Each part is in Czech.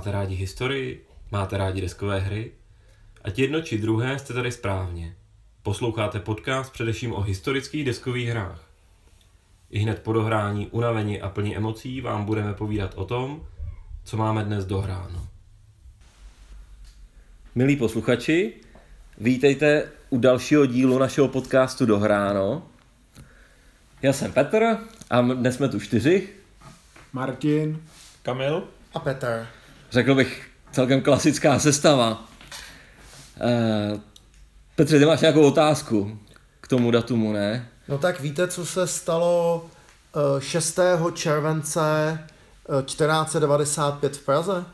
Máte rádi historii? Máte rádi deskové hry? Ať jedno či druhé jste tady správně. Posloucháte podcast především o historických deskových hrách. Ihned po dohrání, unavení a plní emocí vám budeme povídat o tom, co máme dnes dohráno. Milí posluchači, vítejte u dalšího dílu našeho podcastu Dohráno. Já jsem Petr a dnes jsme tu 4. Martin, Kamil a Petr. Řekl bych celkem klasická sestava. Petře, ty máš nějakou otázku k tomu datumu, ne? No tak víte, co se stalo 6. července 1495 v Praze?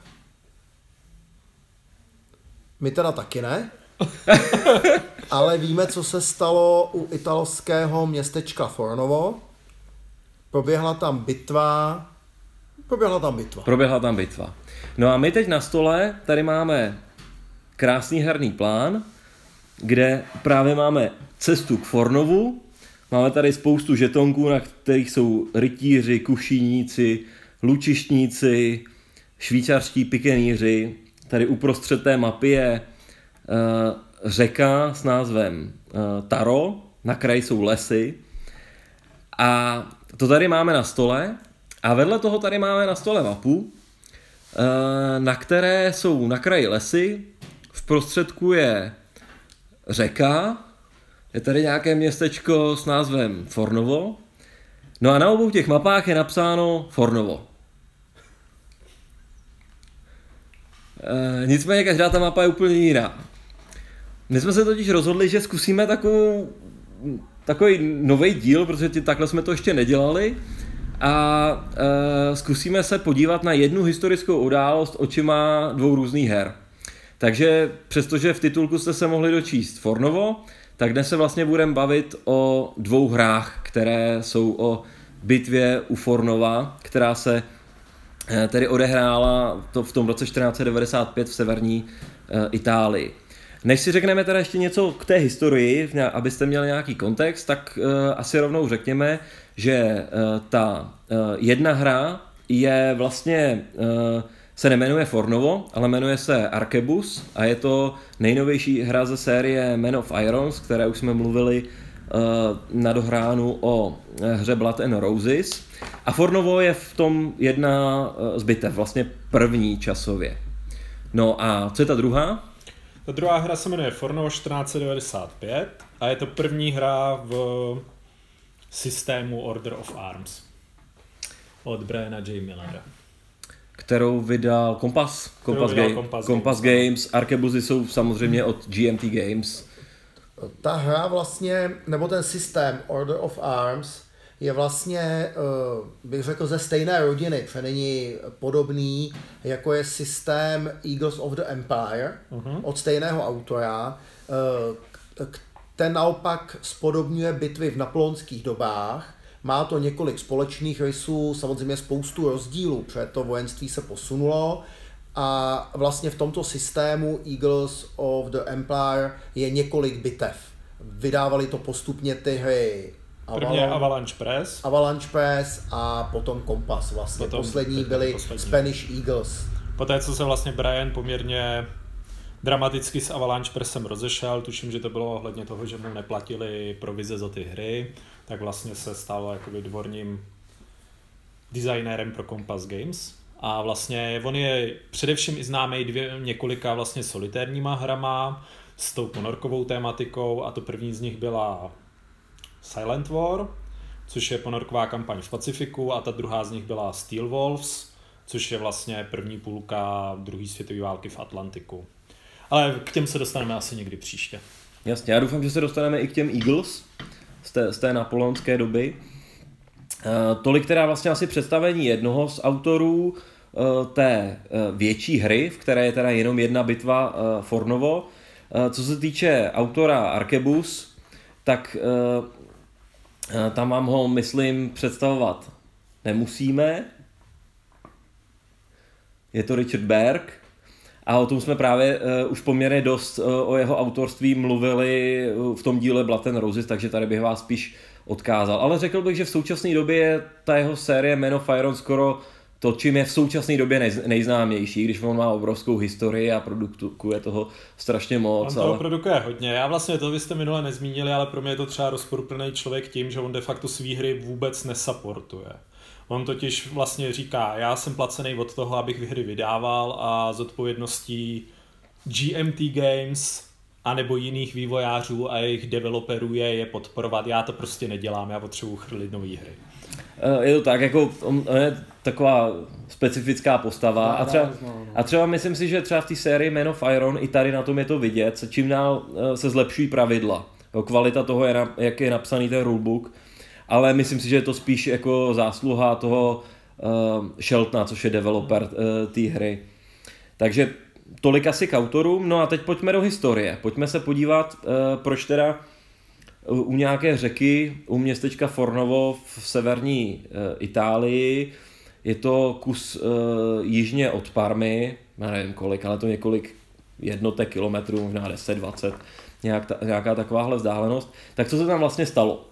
My teda taky ne. Ale víme, co se stalo u italského městečka Fornovo. Proběhla tam bitva. No a my teď na stole tady máme krásný herní plán, kde právě máme cestu k Fornovu. Máme tady spoustu žetonků, na kterých jsou rytíři, kušíníci, lučištníci, švýcarští pikeníři. Tady uprostřed té mapy je řeka s názvem Taro, na kraji jsou lesy. A to tady máme na stole. A vedle toho tady máme na stole mapu, na které jsou na kraji lesy, v prostředku je řeka, je tady nějaké městečko s názvem Fornovo, no a na obou těch mapách je napsáno Fornovo. Nicméně každá ta mapa je úplně jiná. My jsme se totiž rozhodli, že zkusíme takový nový díl, protože takhle jsme to ještě nedělali, a zkusíme se podívat na jednu historickou událost očima 2 různých her. Takže přestože v titulku jste se mohli dočíst Fornovo, tak dnes se vlastně budeme bavit o 2 hrách, které jsou o bitvě u Fornova, která se tedy odehrála v tom roce 1495 v severní Itálii. Než si řekneme teda ještě něco k té historii, abyste měli nějaký kontext, tak asi rovnou řekněme, že ta jedna hra je vlastně, se nemenuje Fornovo, ale jmenuje se Arquebus a je to nejnovější hra ze série Men of Irons, které už jsme mluvili na dohránu o hře Blood and Roses. A Fornovo je v tom jedna z bitev, vlastně první časově. No a co je ta druhá? Ta druhá hra se jmenuje Fornovo 1495 a je to první hra v systému Order of Arms od Briana J. Millera. Kterou vydal Compass Games. Arquebusy jsou samozřejmě od GMT Games. Ta hra vlastně, nebo ten systém Order of Arms je vlastně, bych řekl, ze stejné rodiny, protože není podobný, jako je systém Eagles of the Empire od stejného autora. Ten naopak spodobňuje bitvy v napoleonských dobách, má to několik společných rysů, samozřejmě spoustu rozdílů, protože to vojenství se posunulo a vlastně v tomto systému Eagles of the Empire je několik bitev. Vydávali to postupně ty hry Prvně Avalanche Press a potom Compass vlastně. Poslední byly Spanish Eagles. Poté, co se vlastně Brian poměrně dramaticky s Avalanche Pressem rozešel, tuším, že to bylo ohledně toho, že mu neplatili provize za ty hry, tak vlastně se stal jakoby dvorním designérem pro Compass Games. A vlastně on je především i známý několika vlastně solitérníma hrama s tou ponorkovou tématikou a to první z nich byla Silent War, což je ponorková kampaň v Pacifiku a ta druhá z nich byla Steel Wolves, což je vlastně první půlka druhé světové války v Atlantiku. Ale k těm se dostaneme asi někdy příště. Jasně, já doufám, že se dostaneme i k těm Eagles z té napoleonské doby. Tolik teda vlastně asi představení jednoho z autorů té větší hry, v které je teda jenom jedna bitva Fornovo. Co se týče autora Arquebus, tak tam vám ho, myslím, představovat nemusíme. Je to Richard Berg a o tom jsme právě už poměrně dost o jeho autorství mluvili v tom díle Blood and Roses, takže tady bych vás spíš odkázal. Ale řekl bych, že v současné době je ta jeho série Men of Iron skoro to, čím je v současné době nejznámější, když on má obrovskou historii a produkuje toho strašně moc. On toho produkuje hodně. Já vlastně to byste minule nezmínili, ale pro mě je to třeba rozporuplný člověk tím, že on de facto svý hry vůbec nesupportuje. On totiž vlastně říká, já jsem placený od toho, abych hry vydával a zodpovědností GMT Games anebo jiných vývojářů a jejich developerů je podporovat. Já to prostě nedělám, já potřebuji chrlit nový hry. Je to tak, jako on je taková specifická postava a třeba myslím si, že třeba v té sérii Man of Iron i tady na tom je to vidět, čím dál se zlepšují pravidla. Kvalita toho, jak je napsaný ten rulebook, ale myslím si, že je to spíš jako zásluha toho Sheltona, což je developer té hry. Takže tolik asi k autorům, no a teď pojďme do historie. Pojďme se podívat, proč teda u nějaké řeky, u městečka Fornovo v severní Itálii, je to kus jižně od Parmy, já nevím kolik, ale to několik jednotek kilometrů, možná 10-20, nějaká takováhle vzdálenost. Tak co se tam vlastně stalo?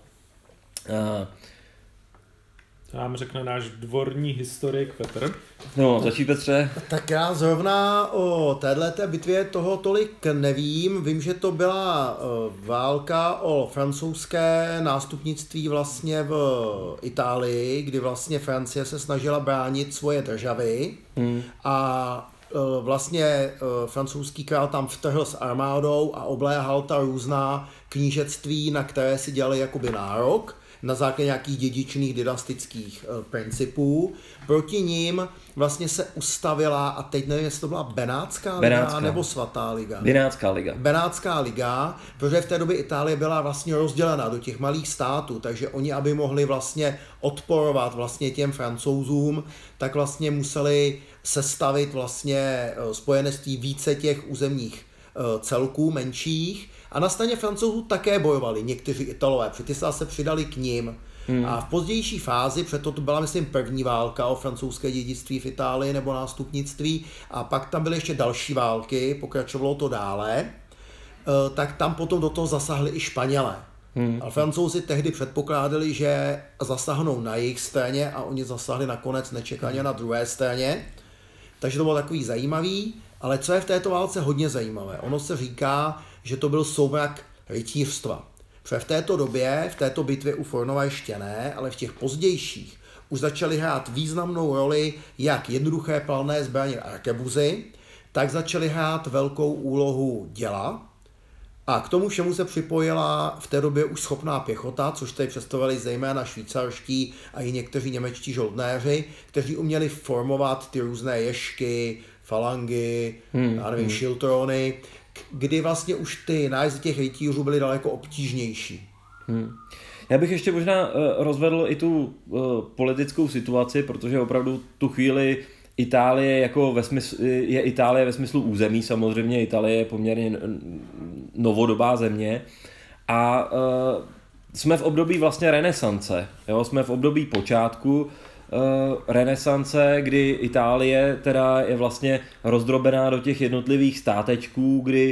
Nám řekne náš dvorní historik Petr. No, začít Petře. Tak já zrovna o téhleté bitvě toho tolik nevím. Vím, že to byla válka o francouzské nástupnictví vlastně v Itálii, kdy vlastně Francie se snažila bránit svoje državy a vlastně francouzský král tam vtrhl s armádou a obléhal ta různá knížectví, na které si dělali jakoby nárok na základě nějakých dědičných dynastických principů. Proti ním vlastně se ustavila, a teď nevím, jestli to byla Benátská liga nebo Svatá liga. Benátská liga, protože v té době Itálie byla vlastně rozdělena do těch malých států, takže oni, aby mohli vlastně odporovat vlastně těm Francouzům, tak vlastně museli sestavit vlastně spojenectví více těch územních celků menších. A na straně Francouzů také bojovali někteří Italové, protože ty se přidali k nim. A v pozdější fázi, proto to byla, myslím, první válka o francouzské dědictví v Itálii nebo nástupnictví, a pak tam byly ještě další války, pokračovalo to dále, tak tam potom do toho zasahli i Španělé. A Francouzi tehdy předpokládali, že zasáhnou na jejich straně a oni zasahli nakonec nečekaně na druhé straně. Takže to bylo takový zajímavý, ale co je v této válce hodně zajímavé, ono se říká, že to byl soubrak rytířstva. Protože v této době, v této bitvě u Fornova ještě ne, ale v těch pozdějších už začaly hrát významnou roli jak jednoduché palné zbraně arkebuzy, tak začaly hrát velkou úlohu děla. A k tomu všemu se připojila v té době už schopná pěchota, což tady představovali zejména švýcarští a i někteří němečtí žoldnéři, kteří uměli formovat ty různé ješky, falangy, já nevím, šiltrony, kdy vlastně už ty nájezdy těch rytířů byly daleko obtížnější. Já bych ještě možná rozvedl i tu politickou situaci, protože opravdu tu chvíli Itálie jako je Itálie ve smyslu území, samozřejmě Itálie je poměrně novodobá země a jsme v období vlastně renesance, jo? Jsme v období počátku renesance, kdy Itálie teda je vlastně rozdrobená do těch jednotlivých státečků, kdy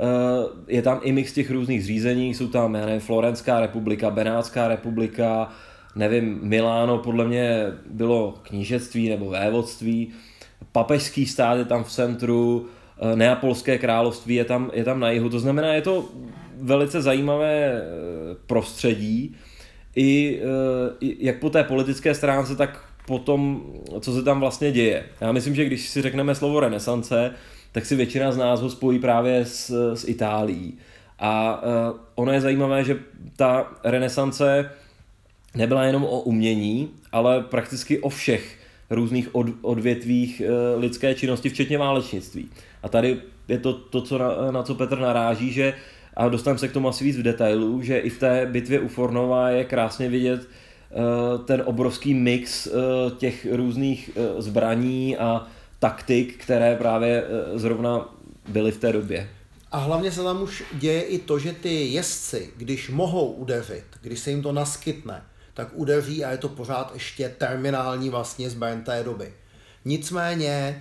je tam i mix těch různých zřízení, jsou tam, já nevím, Florenská republika, Benátská republika, nevím, Miláno podle mě bylo knížectví nebo vévodství, papežský stát je tam v centru, Neapolské království je tam na jihu, to znamená, je to velice zajímavé prostředí, i jak po té politické stránce, tak po tom, co se tam vlastně děje. Já myslím, že když si řekneme slovo renesance, tak si většina z nás ho spojí právě s Itálií. A ono je zajímavé, že ta renesance nebyla jenom o umění, ale prakticky o všech různých odvětvích lidské činnosti, včetně válečnictví. A tady je to na co Petr naráží, že, a dostaneme se k tomu asi víc v detailu, že i v té bitvě u Fornova je krásně vidět ten obrovský mix těch různých zbraní a taktik, které právě zrovna byly v té době. A hlavně se tam už děje i to, že ty jezdci, když mohou udeřit, když se jim to naskytne, tak udeří a je to pořád ještě terminální vlastně zbraň té doby. Nicméně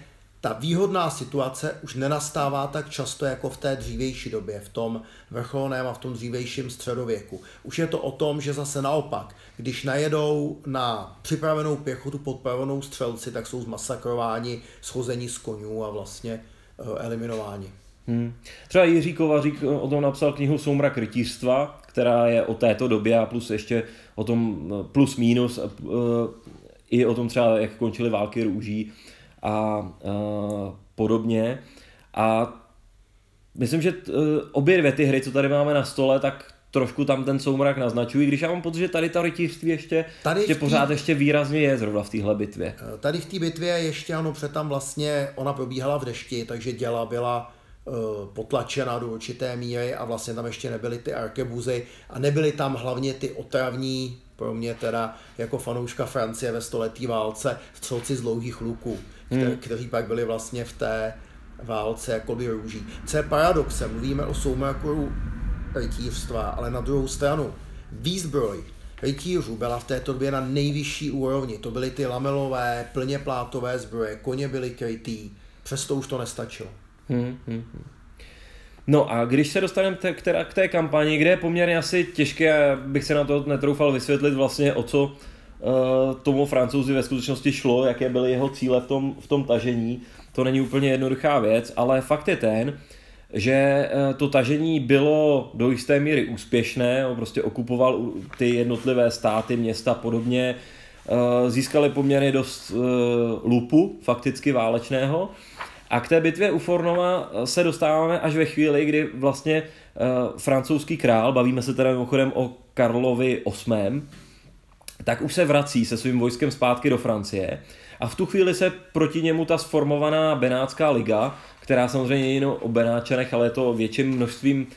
ta výhodná situace už nenastává tak často jako v té dřívější době, v tom vrcholném a v tom dřívějším středověku. Už je to o tom, že zase naopak, když najedou na připravenou pěchotu podpravenou střelci, tak jsou zmasakrováni, schození z konňů a vlastně eliminováni. Třeba Jiří Kovařík o tom napsal knihu Soumrak rytířstva, která je o této době a plus ještě o tom plus minus i o tom třeba, jak končily války růží a podobně. A myslím, že obě dvě ty hry, co tady máme na stole, tak trošku tam ten soumrak naznačují, když já mám pocit, že tady ta rytířství ještě pořád ještě výrazně je zrovna v téhle bitvě. Tady v té bitvě ještě ano, tam vlastně ona probíhala v dešti, takže děla byla potlačena do určité míry a vlastně tam ještě nebyly ty arkebuzy a nebyly tam hlavně ty otravní, pro mě teda jako fanouška Francie ve stoletý válce, střelci z dlouhých luků, kteří pak byli vlastně v té válce jakoby růží. Co je paradoxem, mluvíme o soumraku rytířstva, ale na druhou stranu výzbroj rytířů byla v této době na nejvyšší úrovni. To byly ty lamelové, plně plátové zbroje, koně byly krytý, přesto už to nestačilo. No a když se dostaneme k té kampani, kde je poměrně asi těžké, bych se na to netroufal vysvětlit vlastně, o co tomu Francouzi ve skutečnosti šlo, jaké byly jeho cíle v tom tažení, to není úplně jednoduchá věc, ale fakt je ten, že to tažení bylo do jisté míry úspěšné, on prostě okupoval ty jednotlivé státy, města a podobně, získali poměrně dost lupu fakticky válečného. A k té bitvě u Fornova se dostáváme až ve chvíli, kdy vlastně francouzský král, bavíme se teda mimochodem o Karlovi VIII, tak už se vrací se svým vojskem zpátky do Francie a v tu chvíli se proti němu ta sformovaná Benátská liga, která samozřejmě je jen o Benáčanech, ale je to větším množstvím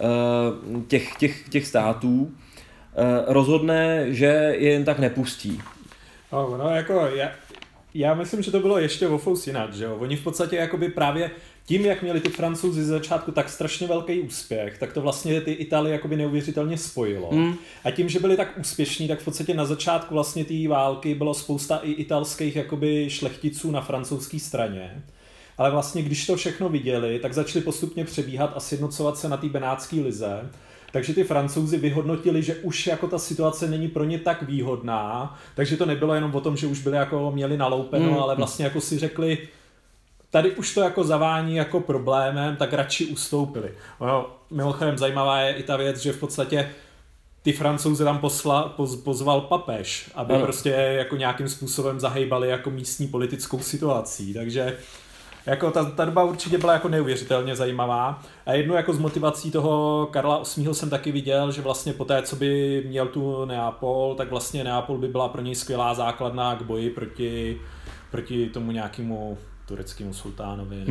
těch států, rozhodne, že je jen tak nepustí. No jako já myslím, že to bylo ještě o fous jinak, že jo? Oni v podstatě jakoby právě tím, jak měli ty Francouzi z začátku tak strašně velký úspěch, tak to vlastně ty Italy jakoby neuvěřitelně spojilo. A tím, že byli tak úspěšní, tak v podstatě na začátku vlastně té války bylo spousta i italských jakoby šlechticů na francouzské straně. Ale vlastně když to všechno viděli, tak začali postupně přebíhat a sjednocovat se na té Benátské lize. Takže ty Francouzi vyhodnotili, že už jako ta situace není pro ně tak výhodná, takže to nebylo jenom o tom, že už byli jako měli naloupeno, ale vlastně jako si řekli, tady už to jako zavání jako problémem, tak radši ustoupili. Mimochodem zajímavá je i ta věc, že v podstatě ty Francouzi tam pozval papež, aby prostě jako nějakým způsobem zahejbali jako místní politickou situací, takže jako ta doba určitě byla jako neuvěřitelně zajímavá a jednu jako z motivací toho Karla VIII. Jsem taky viděl, že vlastně po té, co by měl tu Neapol, tak vlastně Neapol by byla pro něj skvělá základna k boji proti tomu nějakému tureckému sultánovi.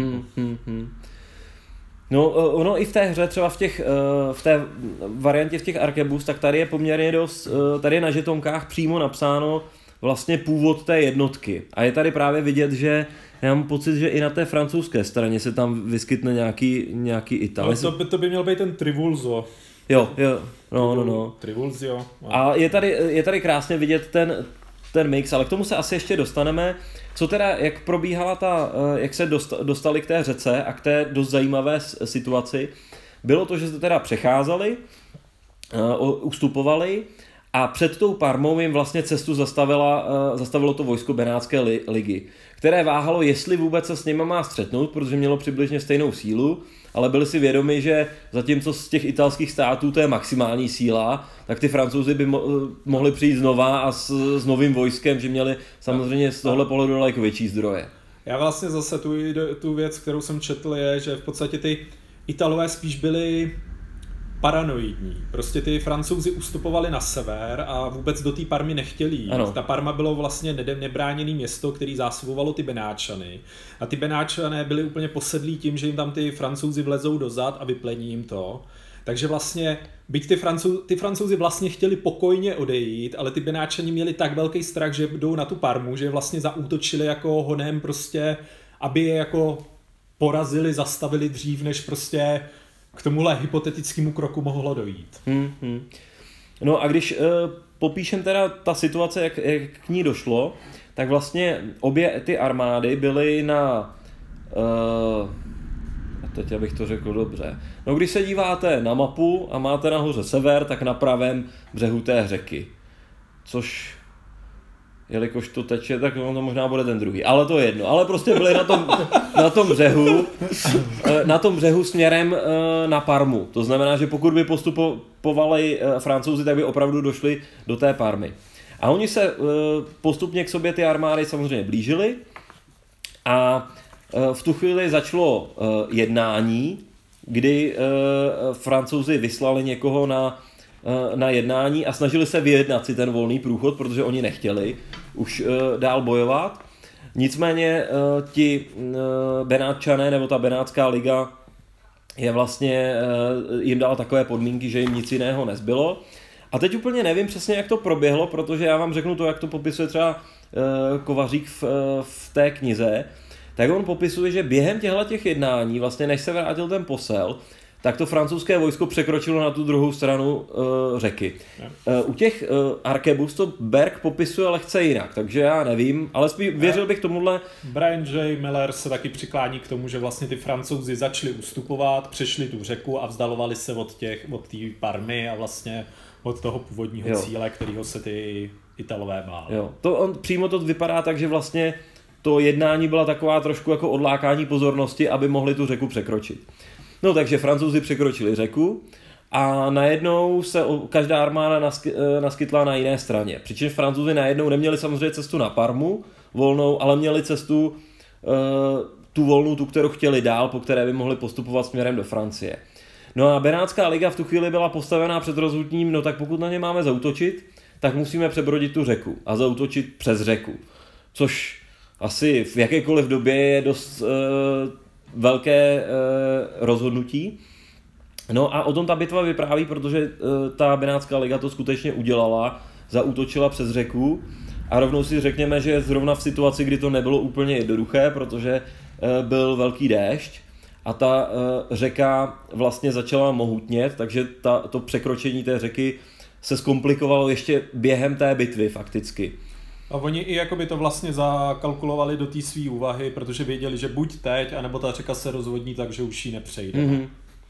No ono i v té hře, třeba v té variantě v těch arkebus, tak tady je poměrně dost, tady je na žetonkách přímo napsáno vlastně původ té jednotky. A je tady právě vidět, že já mám pocit, že i na té francouzské straně se tam vyskytne nějaký Ital. No to by měl být ten Trivulzo. Jo, no. Trivulzio. A je tady krásně vidět ten mix, ale k tomu se asi ještě dostaneme. Co teda, jak probíhala jak se dostali k té řece a k té dost zajímavé situaci, bylo to, že se teda přecházeli, ustupovali a před tou Parmou jim vlastně cestu zastavilo to vojsko Benátské ligy, které váhalo, jestli vůbec se s nimi má střetnout, protože mělo přibližně stejnou sílu, ale byli si vědomi, že zatímco z těch italských států to je maximální síla, tak ty Francouzi by mohli přijít znova a s novým vojskem, že měli samozřejmě z tohle pohledu daleko větší zdroje. Já vlastně zase tu věc, kterou jsem četl, je, že v podstatě ty Italové spíš byli paranoidní. Prostě ty Francouzi ustupovali na sever a vůbec do té Parmy nechtěli jít. Ano. Ta Parma bylo vlastně nebráněné město, který zásobovalo ty Benáčany. A ty Benáčané byli úplně posedlí tím, že jim tam ty Francouzi vlezou dozad a vyplení jim to. Takže vlastně, byť ty Francouzi vlastně chtěli pokojně odejít, ale ty Benáčani měli tak velký strach, že jdou na tu Parmu, že vlastně zaútočili jako honem prostě, aby je jako porazili, zastavili dřív, než prostě k tomuhle hypotetickému kroku mohlo dojít. No a když popíšem teda ta situace, jak k ní došlo, tak vlastně obě ty armády byly na a teď abych to řekl dobře. No když se díváte na mapu a máte nahoře sever, tak na pravém břehu té řeky. Což, jelikož to teče, tak to možná bude ten druhý. Ale to je jedno. Ale prostě byli na tom břehu směrem na Parmu. To znamená, že pokud by postupovali Francouzi, tak by opravdu došli do té Parmy. A oni se postupně k sobě ty armády samozřejmě blížily a v tu chvíli začalo jednání, kdy Francouzi vyslali někoho na jednání a snažili se vyjednat si ten volný průchod, protože oni nechtěli už dál bojovat. Nicméně ti Benátčané nebo ta Benátská liga je vlastně, jim dala takové podmínky, že jim nic jiného nezbylo. A teď úplně nevím přesně, jak to proběhlo, protože já vám řeknu to, jak to popisuje třeba Kovařík v té knize. Tak on popisuje, že během těch jednání, vlastně než se vrátil ten posel, tak to francouzské vojsko překročilo na tu druhou stranu řeky. U těch arkebus to Berg popisuje lehce jinak, takže já nevím, ale spíš věřil bych tomuhle. Brian J. Miller se taky přiklání k tomu, že vlastně ty Francouzi začali ustupovat, přešli tu řeku a vzdalovali se od té Parmy a vlastně od toho původního cíle, kterého se ty Italové báli. Jo. Přímo to vypadá tak, že vlastně to jednání byla taková trošku jako odlákání pozornosti, aby mohli tu řeku překročit. No takže Francouzi překročili řeku a najednou se každá armáda naskytla na jiné straně. Přičemž Francouzi najednou neměli samozřejmě cestu na Parmu volnou, ale měli cestu tu volnou, tu, kterou chtěli dál, po které by mohli postupovat směrem do Francie. No a Benátská liga v tu chvíli byla postavená před rozhodnutím, no tak pokud na ně máme zaútočit, tak musíme přebrodit tu řeku a zaútočit přes řeku. Což asi v jakékoliv době je dost velké rozhodnutí. No a o tom ta bitva vypráví, protože ta Benátská liga to skutečně udělala, zaútočila přes řeku a rovnou si řekněme, že zrovna v situaci, kdy to nebylo úplně jednoduché, protože byl velký déšť a ta řeka vlastně začala mohutnět, takže to překročení té řeky se zkomplikovalo ještě během té bitvy fakticky. A oni i jakoby to vlastně zakalkulovali do té své úvahy, protože věděli, že buď teď, anebo ta řeka se rozvodní, takže už ji nepřejde. Mm-hmm.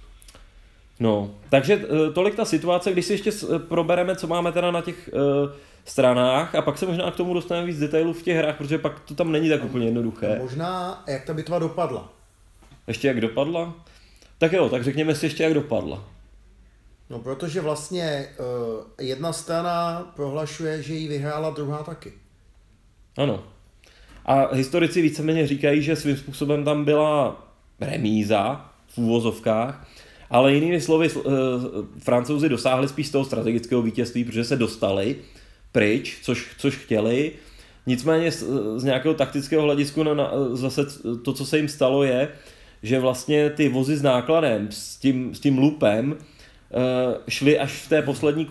No, takže tolik ta situace, když si ještě probereme, co máme teda na těch stranách a pak se možná k tomu dostaneme víc detailů v těch hrách, protože pak to tam není tak úplně jednoduché. Možná, jak ta bitva dopadla. Ještě jak dopadla? Tak jo, tak řekněme si ještě jak dopadla. No, protože vlastně jedna strana prohlašuje, že ji vyhrála, druhá taky. Ano. A historici víceméně říkají, že svým způsobem tam byla remíza v úvozovkách, ale jinými slovy Francouzi dosáhli spíš z toho strategického vítězství, protože se dostali pryč, což chtěli. Nicméně z nějakého taktického hlediska zase to, co se jim stalo, je, že vlastně ty vozy s nákladem, s tím lupem, šli až v té poslední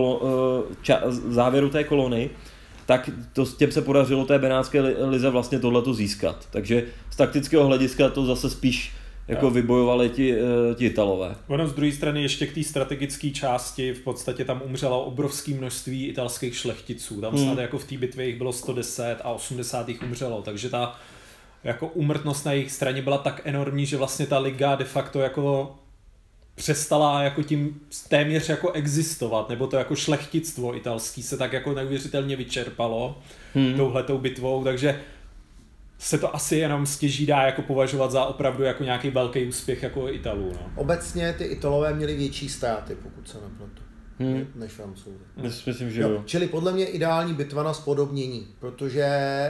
závěru té kolony, tak těm se podařilo té Benátské lize vlastně tohleto získat. Takže z taktického hlediska to zase spíš jako vybojovali ti Italové. Ono z druhé strany ještě k té strategické části v podstatě tam umřelo obrovské množství italských šlechticů. Tam snad jako v té bitvě jich bylo 110 a 80 jich umřelo, takže ta jako úmrtnost na jejich straně byla tak enormní, že vlastně ta liga de facto jako přestala jako tím téměř jako existovat, nebo to jako šlechtictvo italský se tak jako neuvěřitelně vyčerpalo touhletou bitvou, takže se to asi jenom stěží dá jako považovat za opravdu jako nějaký velký úspěch jako Italů. No. Obecně ty Italové měli větší ztráty, pokud se nepletu, než Francouzi. Myslím, že jo. Čili podle mě ideální bitva na spodobnění, protože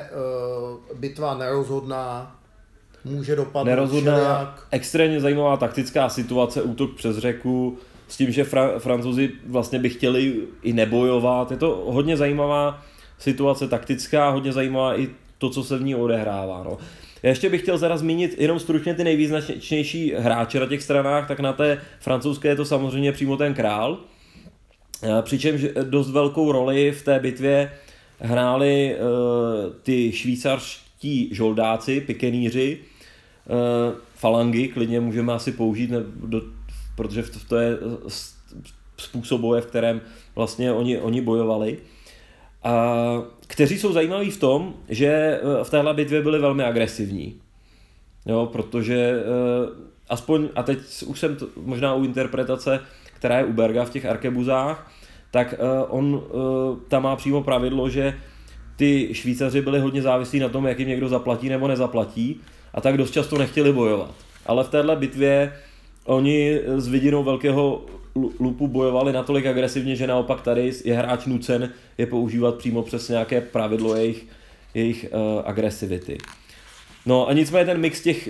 bitva nerozhodná, může dopadnout nerozhodná, extrémně zajímavá taktická situace, útok přes řeku, s tím, že Francouzi vlastně by chtěli i nebojovat. Je to hodně zajímavá situace taktická, hodně zajímavá i to, co se v ní odehrává. No. Já ještě bych chtěl teda zmínit jenom stručně ty nejvýznačnější hráče na těch stranách, tak na té francouzské je to samozřejmě přímo ten král, přičemž dost velkou roli v té bitvě hráli ty švýcarští žoldáci, pikeníři, falangy, klidně můžeme asi použít, protože to je způsob boje, v kterém vlastně oni bojovali. Kteří jsou zajímaví v tom, že v téhle bitvě byli velmi agresivní. Jo, protože aspoň, a teď už jsem možná u interpretace, která je u Berga v těch arkebuzách, tak on tam má přímo pravidlo, že ty Švýcaři byli hodně závislí na tom, jak jim někdo zaplatí nebo nezaplatí, a tak dost často nechtěli bojovat. Ale v téhle bitvě oni s vidinou velkého lupu bojovali natolik agresivně, že naopak tady je hráč nucen je používat přímo přes nějaké pravidlo jejich agresivity. No a nicméně ten mix těch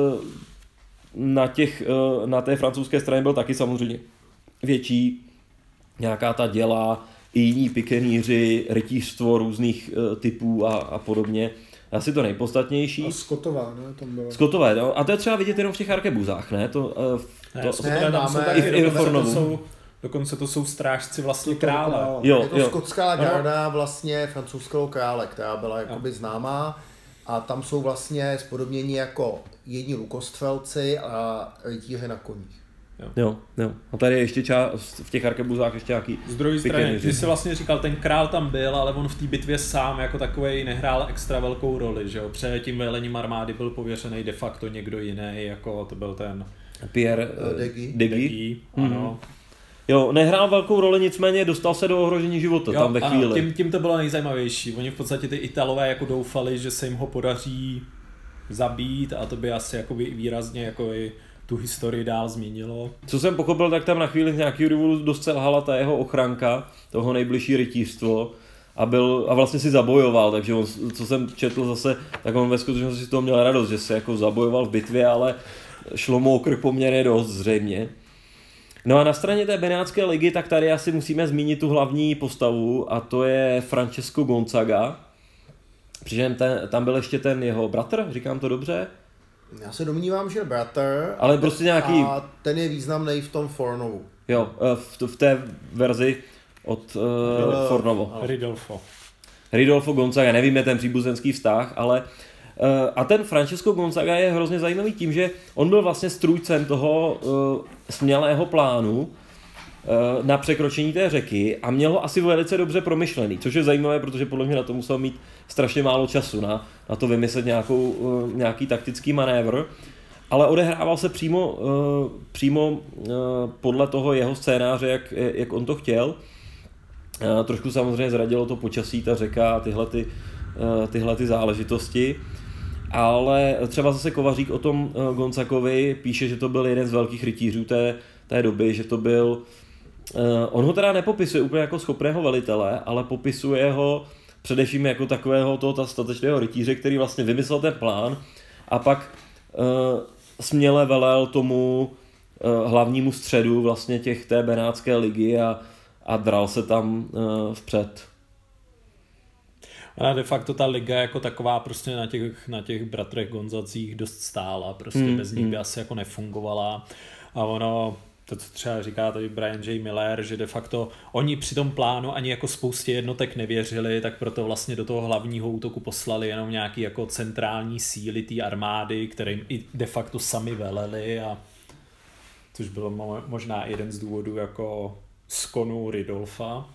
na té francouzské straně byl taky samozřejmě větší. Nějaká ta děla, i jiní pikeníři, rytířstvo různých typů a podobně. Asi to nejpodstatnější. A Skotová, ne? Tam bylo. Skotové, no. A to je třeba vidět jenom v těch arkebuzách, ne? Dokonce to jsou strážci vlastně krále. Je to skotská garda vlastně francouzského krále, která byla jakoby známá. A tam jsou vlastně spodobnění jako jedni lukostřelci a rytíři na koních. Jo. A tady je ještě v těch arkebuzách ještě nějaký. Z druhé strany, ty jsi vlastně říkal, ten král tam byl, ale on v té bitvě sám jako takovej nehrál extra velkou roli, že jo? Před tím velením armády byl pověřený de facto někdo jiný, jako to byl ten Pierre Degy. Ano. Jo, nehrál velkou roli, nicméně dostal se do ohrožení života tam ve chvíli. Tím to bylo nejzajímavější. Oni v podstatě ty Italové jako doufali, že se jim ho podaří zabít a to by asi jako výrazně jako i tu historii dál změnilo. Co jsem pochopil, tak tam na chvíli z nějakého důvodu dost selhala ta jeho ochranka, toho nejbližší rytířstvo a vlastně si zabojoval, takže on, co jsem četl zase, tak on ve skutečnosti z toho měl radost, že se jako zabojoval v bitvě, ale šlo mu o krk poměrně dost zřejmě. No a na straně té Benátské ligy, tak tady asi musíme zmínit tu hlavní postavu a to je Francesco Gonzaga. Přičem tam byl ještě ten jeho bratr, říkám to dobře? Já se domnívám, že bratr, ale prostě nějaký. A ten je významný v tom Fornovu. Jo, v té verzi od Fornovo. Ridolfo Gonzaga, nevíme ten příbuzenský vztah, ale a ten Francesco Gonzaga je hrozně zajímavý tím, že on byl vlastně strůjcem toho smělého plánu na překročení té řeky a měl ho asi velice dobře promyšlený, což je zajímavé, protože podle mě na to musel mít strašně málo času na to vymyslet nějaký taktický manévr, ale odehrával se přímo podle toho jeho scénáře, jak on to chtěl. Trošku samozřejmě zradilo to počasí, ta řeka a tyhle ty záležitosti. Ale třeba zase Kovařík o tom Gonzagovi píše, že to byl jeden z velkých rytířů té doby, že to byl. On ho teda nepopisuje úplně jako schopného velitele, ale popisuje ho především jako takového toho statečného rytíře, který vlastně vymyslel ten plán a pak směle velel tomu hlavnímu středu vlastně té Benátské ligy a dral se tam vpřed. A de facto ta liga jako taková prostě na těch bratrech Gonzacích dost stála, prostě bez nich by asi jako nefungovala. A ono, to co třeba říká tady Brian J. Miller, že de facto oni při tom plánu ani jako spoustě jednotek nevěřili, tak proto vlastně do toho hlavního útoku poslali jenom nějaký jako centrální síly té armády, kterým i de facto sami veleli, a což bylo možná jeden z důvodů jako skonu Ridolfa.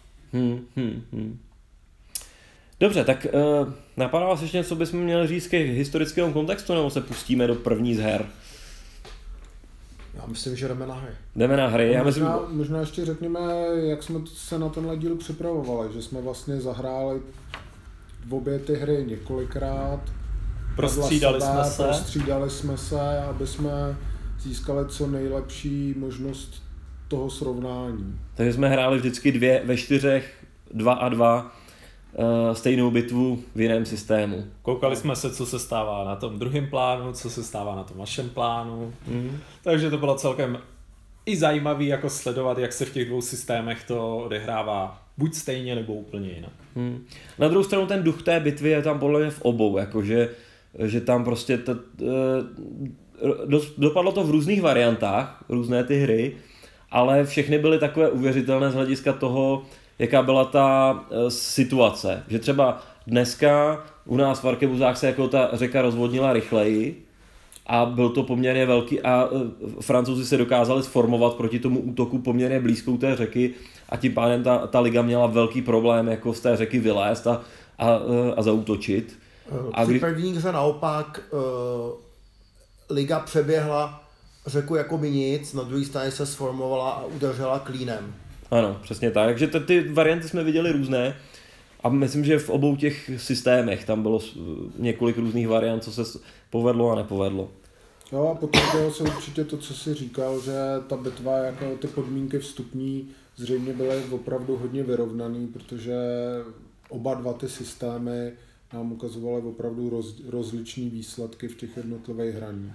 Dobře, tak napadá vás ještě něco, bychom měli říct k historickému kontextu, nebo se pustíme do první z her? Já myslím, že jdeme na hry. Jdeme na hry. Možná ještě řekněme, jak jsme se na tenhle díl připravovali, že jsme vlastně zahráli obě ty hry několikrát. Prostřídali jsme se, aby jsme získali co nejlepší možnost toho srovnání. Takže jsme hráli vždycky 2 ve 4, 2 a 2, stejnou bitvu v jiném systému. Koukali jsme se, co se stává na tom druhém plánu, co se stává na tom vašem plánu. Takže to bylo celkem i zajímavý jako sledovat, jak se v těch dvou systémech to odehrává buď stejně, nebo úplně jinak. Na druhou stranu ten duch té bitvy je tam podle mě v obou, jakože že tam prostě dopadlo to v různých variantách, různé ty hry, ale všechny byly takové uvěřitelné z hlediska toho, jaká byla ta situace. Že třeba dneska u nás v Arkebuzách se jako ta řeka rozvodnila rychleji a byl to poměrně velký a Francouzi se dokázali sformovat proti tomu útoku poměrně blízkou té řeky a tím pádem ta liga měla velký problém jako z té řeky vylézt a zaútočit. Při první hře naopak liga přeběhla řeku jako by nic, na druhé straně se sformovala a udržela klínem. Ano, přesně tak. Takže ty varianty jsme viděli různé a myslím, že v obou těch systémech tam bylo několik různých variant, co se povedlo a nepovedlo. Jo, a potvrdilo se určitě to, co jsi říkal, že ta bitva, jako ty podmínky vstupní zřejmě byly opravdu hodně vyrovnaný, protože oba dva ty systémy nám ukazovaly opravdu rozličné výsledky v těch jednotlivých hraních.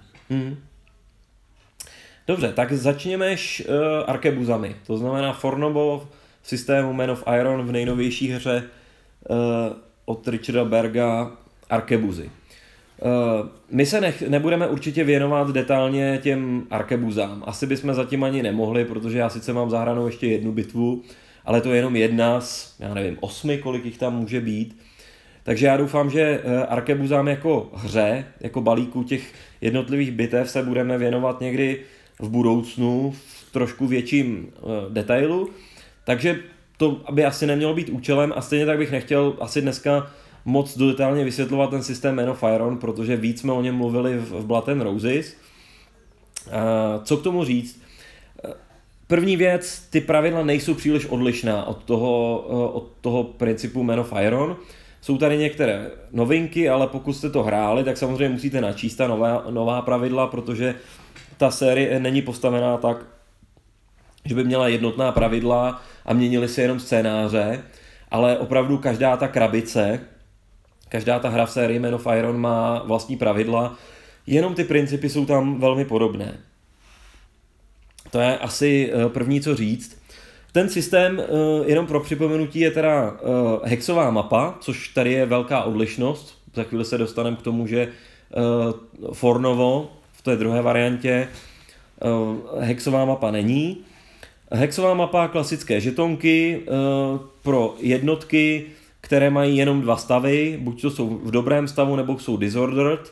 Dobře, tak začněme arkebuzami. To znamená Fornovo v systému Man of Iron v nejnovější hře od Richarda Berga arkebuzy. My se nebudeme určitě věnovat detailně těm arkebuzám. Asi bychom zatím ani nemohli, protože já sice mám zahranou ještě jednu bitvu, ale to je jenom jedna z, já nevím, 8, kolik jich tam může být. Takže já doufám, že arkebuzám jako hře, jako balíku těch jednotlivých bitev se budeme věnovat někdy v budoucnu v trošku větším detailu. Takže to by asi nemělo být účelem a stejně tak bych nechtěl asi dneska moc detailně vysvětlovat ten systém Man of Iron, protože víc jsme o něm mluvili v Blood and Roses. Co k tomu říct? První věc, ty pravidla nejsou příliš odlišná od toho principu Man of Iron. Jsou tady některé novinky, ale pokud jste to hráli, tak samozřejmě musíte načíst ta nová pravidla, protože ta série není postavená tak, že by měla jednotná pravidla a měnily se jenom scénáře, ale opravdu každá ta krabice, každá ta hra v sérii Man of Iron má vlastní pravidla, jenom ty principy jsou tam velmi podobné. To je asi první co říct. Ten systém, jenom pro připomenutí, je teda hexová mapa, což tady je velká odlišnost. Za chvíli se dostaneme k tomu, že Fornovo v té druhé variantě hexová mapa není. Hexová mapa, klasické žetonky pro jednotky, které mají jenom 2 stavy, buď to jsou v dobrém stavu, nebo jsou disordered.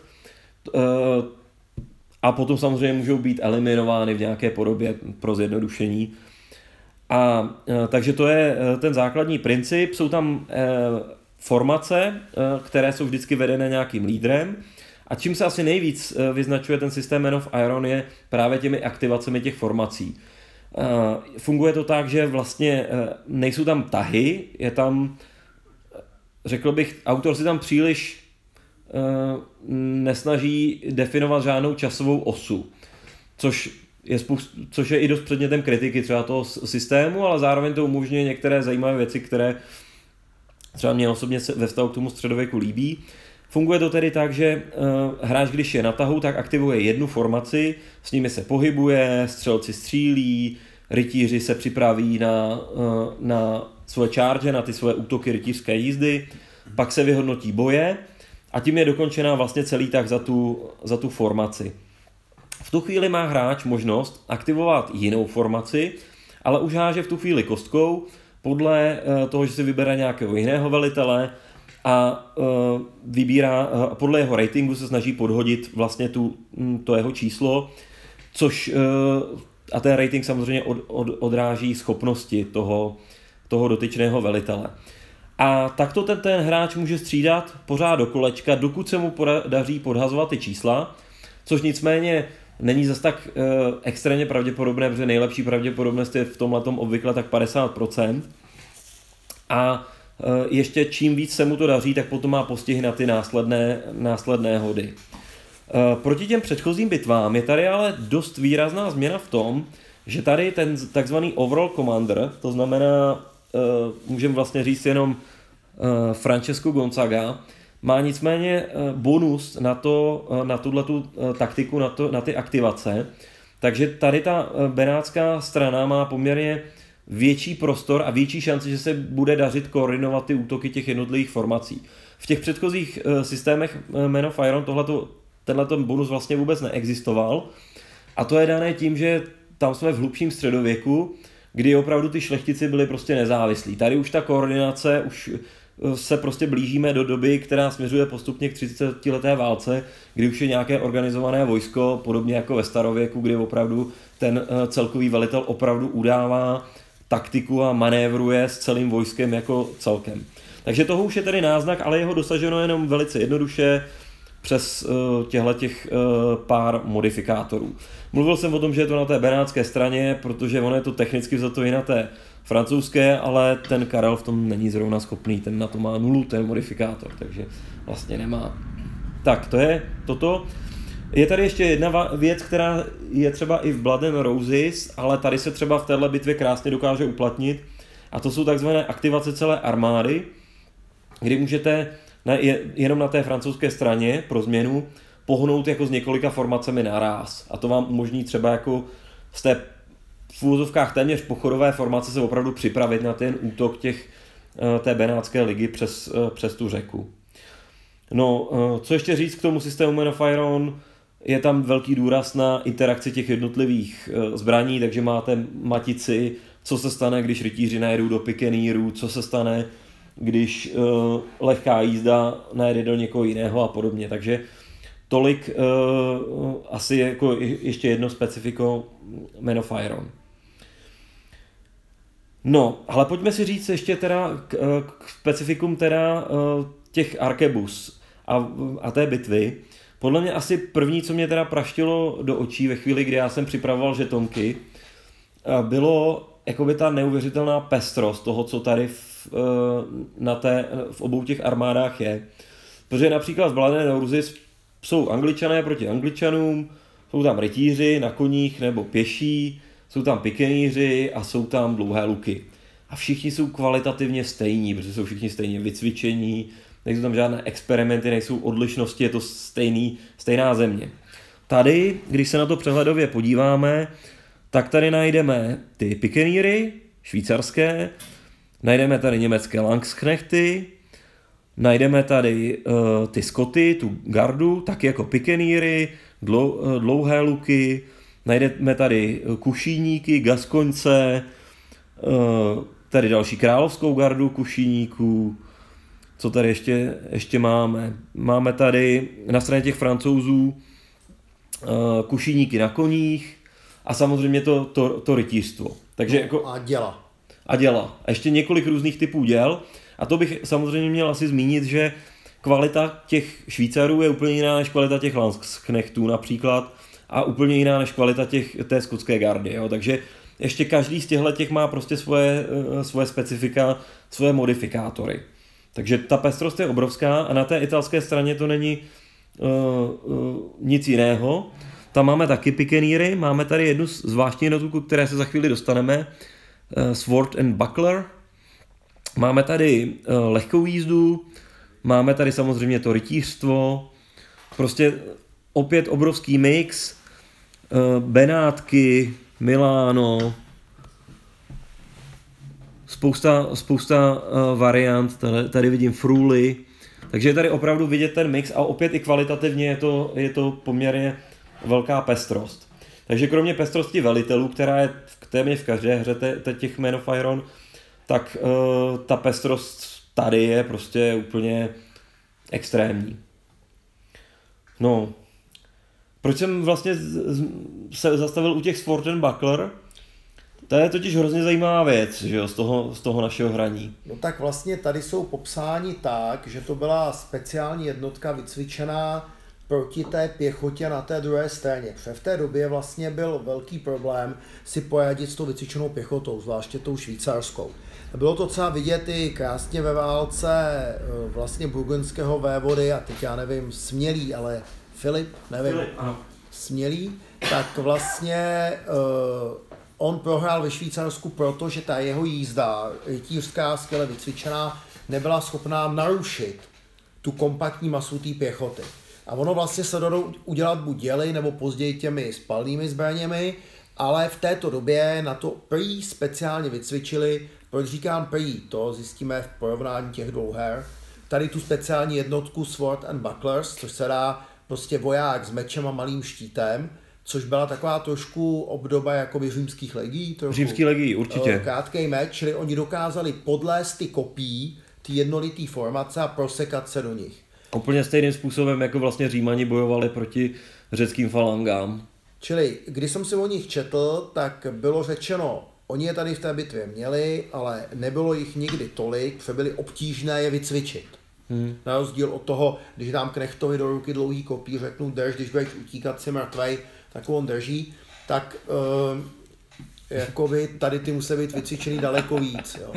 A potom samozřejmě můžou být eliminovány v nějaké podobě pro zjednodušení. Takže to je ten základní princip. Jsou tam formace, které jsou vždycky vedené nějakým lídrem. A čím se asi nejvíc vyznačuje ten systém Man of Iron je právě těmi aktivacemi těch formací. Funguje to tak, že vlastně nejsou tam tahy, je tam, řekl bych, autor si tam příliš nesnaží definovat žádnou časovou osu, což je i dost předmětem kritiky třeba toho systému, ale zároveň to umožňuje některé zajímavé věci, které třeba mě osobně ve vztahu k tomu středověku líbí. Funguje to tedy tak, že hráč, když je na tahu, tak aktivuje jednu formaci, s nimi se pohybuje, střelci střílí, rytíři se připraví na svoje charge, na ty svoje útoky rytířské jízdy, pak se vyhodnotí boje a tím je dokončená vlastně celý tah za tu formaci. V tu chvíli má hráč možnost aktivovat jinou formaci, ale už háže v tu chvíli kostkou podle toho, že si vybere nějakého jiného velitele a vybírá, podle jeho ratingu se snaží podhodit vlastně to jeho číslo, a ten rating samozřejmě odráží schopnosti toho dotyčného velitele. A takto ten hráč může střídat pořád do kolečka, dokud se mu daří podhazovat ty čísla, což nicméně není zas tak extrémně pravděpodobné, protože nejlepší pravděpodobnost je v tomhletom obvykle tak 50%. A ještě čím víc se mu to daří, tak potom má postihy na ty následné hody. Proti těm předchozím bitvám je tady ale dost výrazná změna v tom, že tady ten takzvaný overall commander, to znamená, můžeme vlastně říct jenom Francesco Gonzaga, má nicméně bonus na tuhletu taktiku, na ty aktivace, takže tady ta benátská strana má poměrně větší prostor a větší šanci, že se bude dařit koordinovat ty útoky těch jednotlivých formací. V těch předchozích systémech Man of Iron tenhle bonus vlastně vůbec neexistoval a to je dané tím, že tam jsme v hlubším středověku, kdy opravdu ty šlechtici byli prostě nezávislí. Tady už ta koordinace, už se prostě blížíme do doby, která směřuje postupně k 30leté válce, kdy už je nějaké organizované vojsko, podobně jako ve starověku, kdy opravdu ten celkový velitel opravdu udává taktiku a manévruje s celým vojskem jako celkem. Takže toho už je tedy náznak, ale jeho dosaženo jenom velice jednoduše. přes těch pár modifikátorů. Mluvil jsem o tom, že je to na té benátské straně, protože ono je to technicky vzato i na té francouzské, ale ten Karel v tom není zrovna schopný, ten na to má 0, ten modifikátor, takže vlastně nemá. Tak, to je toto. Je tady ještě jedna věc, která je třeba i v Blood and Roses, ale tady se třeba v téhle bitvě krásně dokáže uplatnit, a to jsou takzvané aktivace celé armády, kdy můžete jenom na té francouzské straně pro změnu pohnout jako s několika formacemi naráz. A to vám umožní třeba jako z té v úvozovkách téměř pochodové formace se opravdu připravit na ten útok té benátské ligy přes tu řeku. No, co ještě říct k tomu systému Men of Iron? Je tam velký důraz na interakci těch jednotlivých zbraní, takže máte matici, co se stane, když rytíři najedou do pikeníru, co se stane, když lehká jízda najede do někoho jiného a podobně. Takže tolik asi jako ještě jedno specifiko Men of Iron. No, ale pojďme si říct ještě teda k specifikum teda těch arkebus a té bitvy. Podle mě asi první, co mě teda praštilo do očí ve chvíli, kdy já jsem připravoval žetonky, bylo jakoby ta neuvěřitelná pestrost toho, co tady v obou těch armádách je. Protože například v Blood and Roses jsou Angličané proti Angličanům, jsou tam rytíři na koních nebo pěší, jsou tam pikeníři a jsou tam dlouhé luky. A všichni jsou kvalitativně stejní, protože jsou všichni stejně vycvičení, nejsou tam žádné experimenty, nejsou odlišnosti, je to stejná země. Tady, když se na to přehledově podíváme, tak tady najdeme ty pikeníry, švýcarské, najdeme tady německé Landsknechty, najdeme tady ty Skoty, tu gardu, taky jako pikeníry, dlouhé luky, najdeme tady kušíníky, gaskoňce, tady další královskou gardu kušíníků. Co tady ještě máme? Máme tady na straně těch Francouzů kušíníky na koních a samozřejmě to rytířstvo. Takže jako a děla. A ještě několik různých typů děl. A to bych samozřejmě měl asi zmínit, že kvalita těch Švýcarů je úplně jiná než kvalita těch Landsknechtů například a úplně jiná než kvalita té skotské gardy. Jo? Takže ještě každý z těch má prostě svoje specifika, svoje modifikátory. Takže ta pestrost je obrovská a na té italské straně to není nic jiného. Tam máme taky pikeníry, máme tady jednu zvláštní jednotku, které se za chvíli dostaneme, Sword and Buckler. Máme tady lehkou jízdu, máme tady samozřejmě to rytířstvo, prostě opět obrovský mix, Benátky, Miláno, spousta variant, tady vidím Fruly, takže je tady opravdu vidět ten mix a opět i kvalitativně je to poměrně velká pestrost. Takže kromě pestrosti velitelů, která je téměř v každé hře těch Men of Iron, tak ta pestrost tady je prostě úplně extrémní. No, proč jsem vlastně se zastavil u těch Sword and Buckler? To je totiž hrozně zajímavá věc, že jo, z toho našeho hraní. No tak vlastně tady jsou popsáni tak, že to byla speciální jednotka vycvičená proti té pěchotě na té druhé straně. V té době vlastně byl velký problém si poradit s tou vycvičenou pěchotou, zvláště tou švýcarskou. Bylo to třeba vidět i krásně ve válce vlastně burgundského vévody a teď já nevím, Smělý, ale Filip, ano. Smělý, tak vlastně on prohrál ve Švýcarsku, protože ta jeho jízda, rytířská, skvěle vycvičená, nebyla schopná narušit tu kompaktní masu té pěchoty. A ono vlastně se dalo udělat buď děly, nebo později těmi spalnými zbraněmi, ale v této době na to prý speciálně vycvičili, proč říkám prý, to zjistíme v porovnání těch dvou her, tady tu speciální jednotku Sword and Bucklers, což se dá prostě voják s mečem a malým štítem, což byla taková trošku obdoba jakoby římských legií. Římský legii, určitě. Krátkej meč, čili oni dokázali podlézt ty kopí, ty jednolitý formace a prosekat se do nich. Úplně stejným způsobem, jako vlastně Římani bojovali proti řeckým falangám. Čili, když jsem si o nich četl, tak bylo řečeno, oni je tady v té bitvě měli, ale nebylo jich nikdy tolik, protože byly obtížné je vycvičit. Na rozdíl od toho, když dám knechtovi do ruky dlouhý kopí, řeknu drž, když budeš utíkat, si mrtvej, tak on drží, tak jakoby tady ty musí být vycvičený daleko víc. Jo.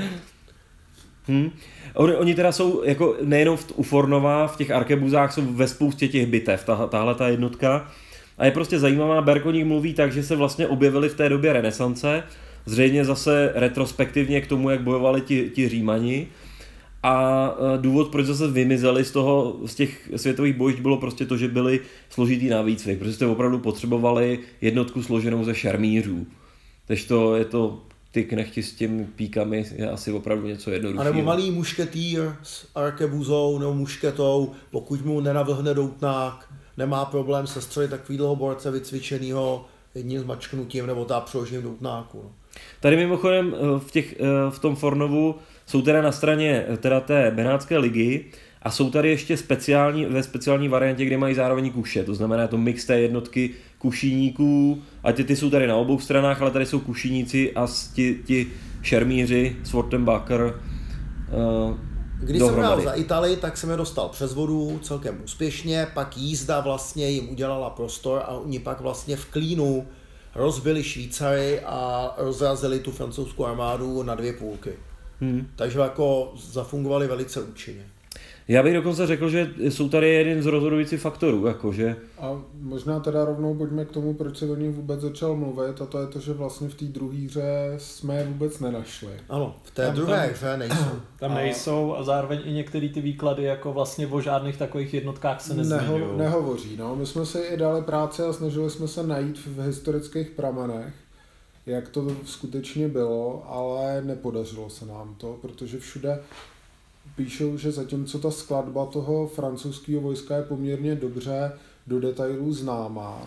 Oni teda jsou jako nejenom u Fornova, v těch arkebuzách jsou ve spoustě těch bitev, tahle ta jednotka. A je prostě zajímavá, Berkoník mluví tak, že se vlastně objevili v té době renesance, zřejmě zase retrospektivně k tomu, jak bojovali ti Římani. A důvod, proč zase vymizeli z těch světových bojišť, bylo prostě to, že byli složitý na výcvik, protože jste opravdu potřebovali jednotku složenou ze šermířů. Takže to je to, ty knechti s těmi píkami je asi opravdu něco jednoduššího. A nebo malý mušketýr s arkebuzou nebo mušketou, pokud mu nenavlhne doutnák, nemá problém sestřelit takovýhleho borce vycvičenýho jedním zmačknutím nebo přeložením doutnáku. No. Tady mimochodem v tom Fornovu jsou teda na straně teda té Benátské ligy a jsou tady ještě ve speciální variantě, kde mají zároveň kuše, to znamená to mix té jednotky kušíníků, a ty jsou tady na obou stranách, ale tady jsou kušíníci a ti šermíři, Swartenbacher Když jsem hrál za Itálii, tak jsem je dostal přes vodu celkem úspěšně, pak jízda vlastně jim udělala prostor a oni pak vlastně v klínu rozbili Švýcary a rozrazili tu francouzskou armádu na 2 půlky. Takže jako zafungovali velice účinně. Já bych dokonce řekl, že jsou tady jeden z rozhodujících faktorů. Jakože... A možná teda rovnou pojďme k tomu, proč se o nich vůbec začal mluvit, a to je to, že vlastně v té druhé hře jsme je vůbec nenašli. Ano, v té druhé hře nejsou. Tam nejsou a zároveň i některé ty výklady jako vlastně o žádných takových jednotkách se nezmiňují. Nehovoří, no. My jsme si i dali práci a snažili jsme se najít v historických pramenech, jak to skutečně bylo, ale nepodařilo se nám to, protože všude píšou, že zatímco ta skladba toho francouzského vojska je poměrně dobře do detailů známá,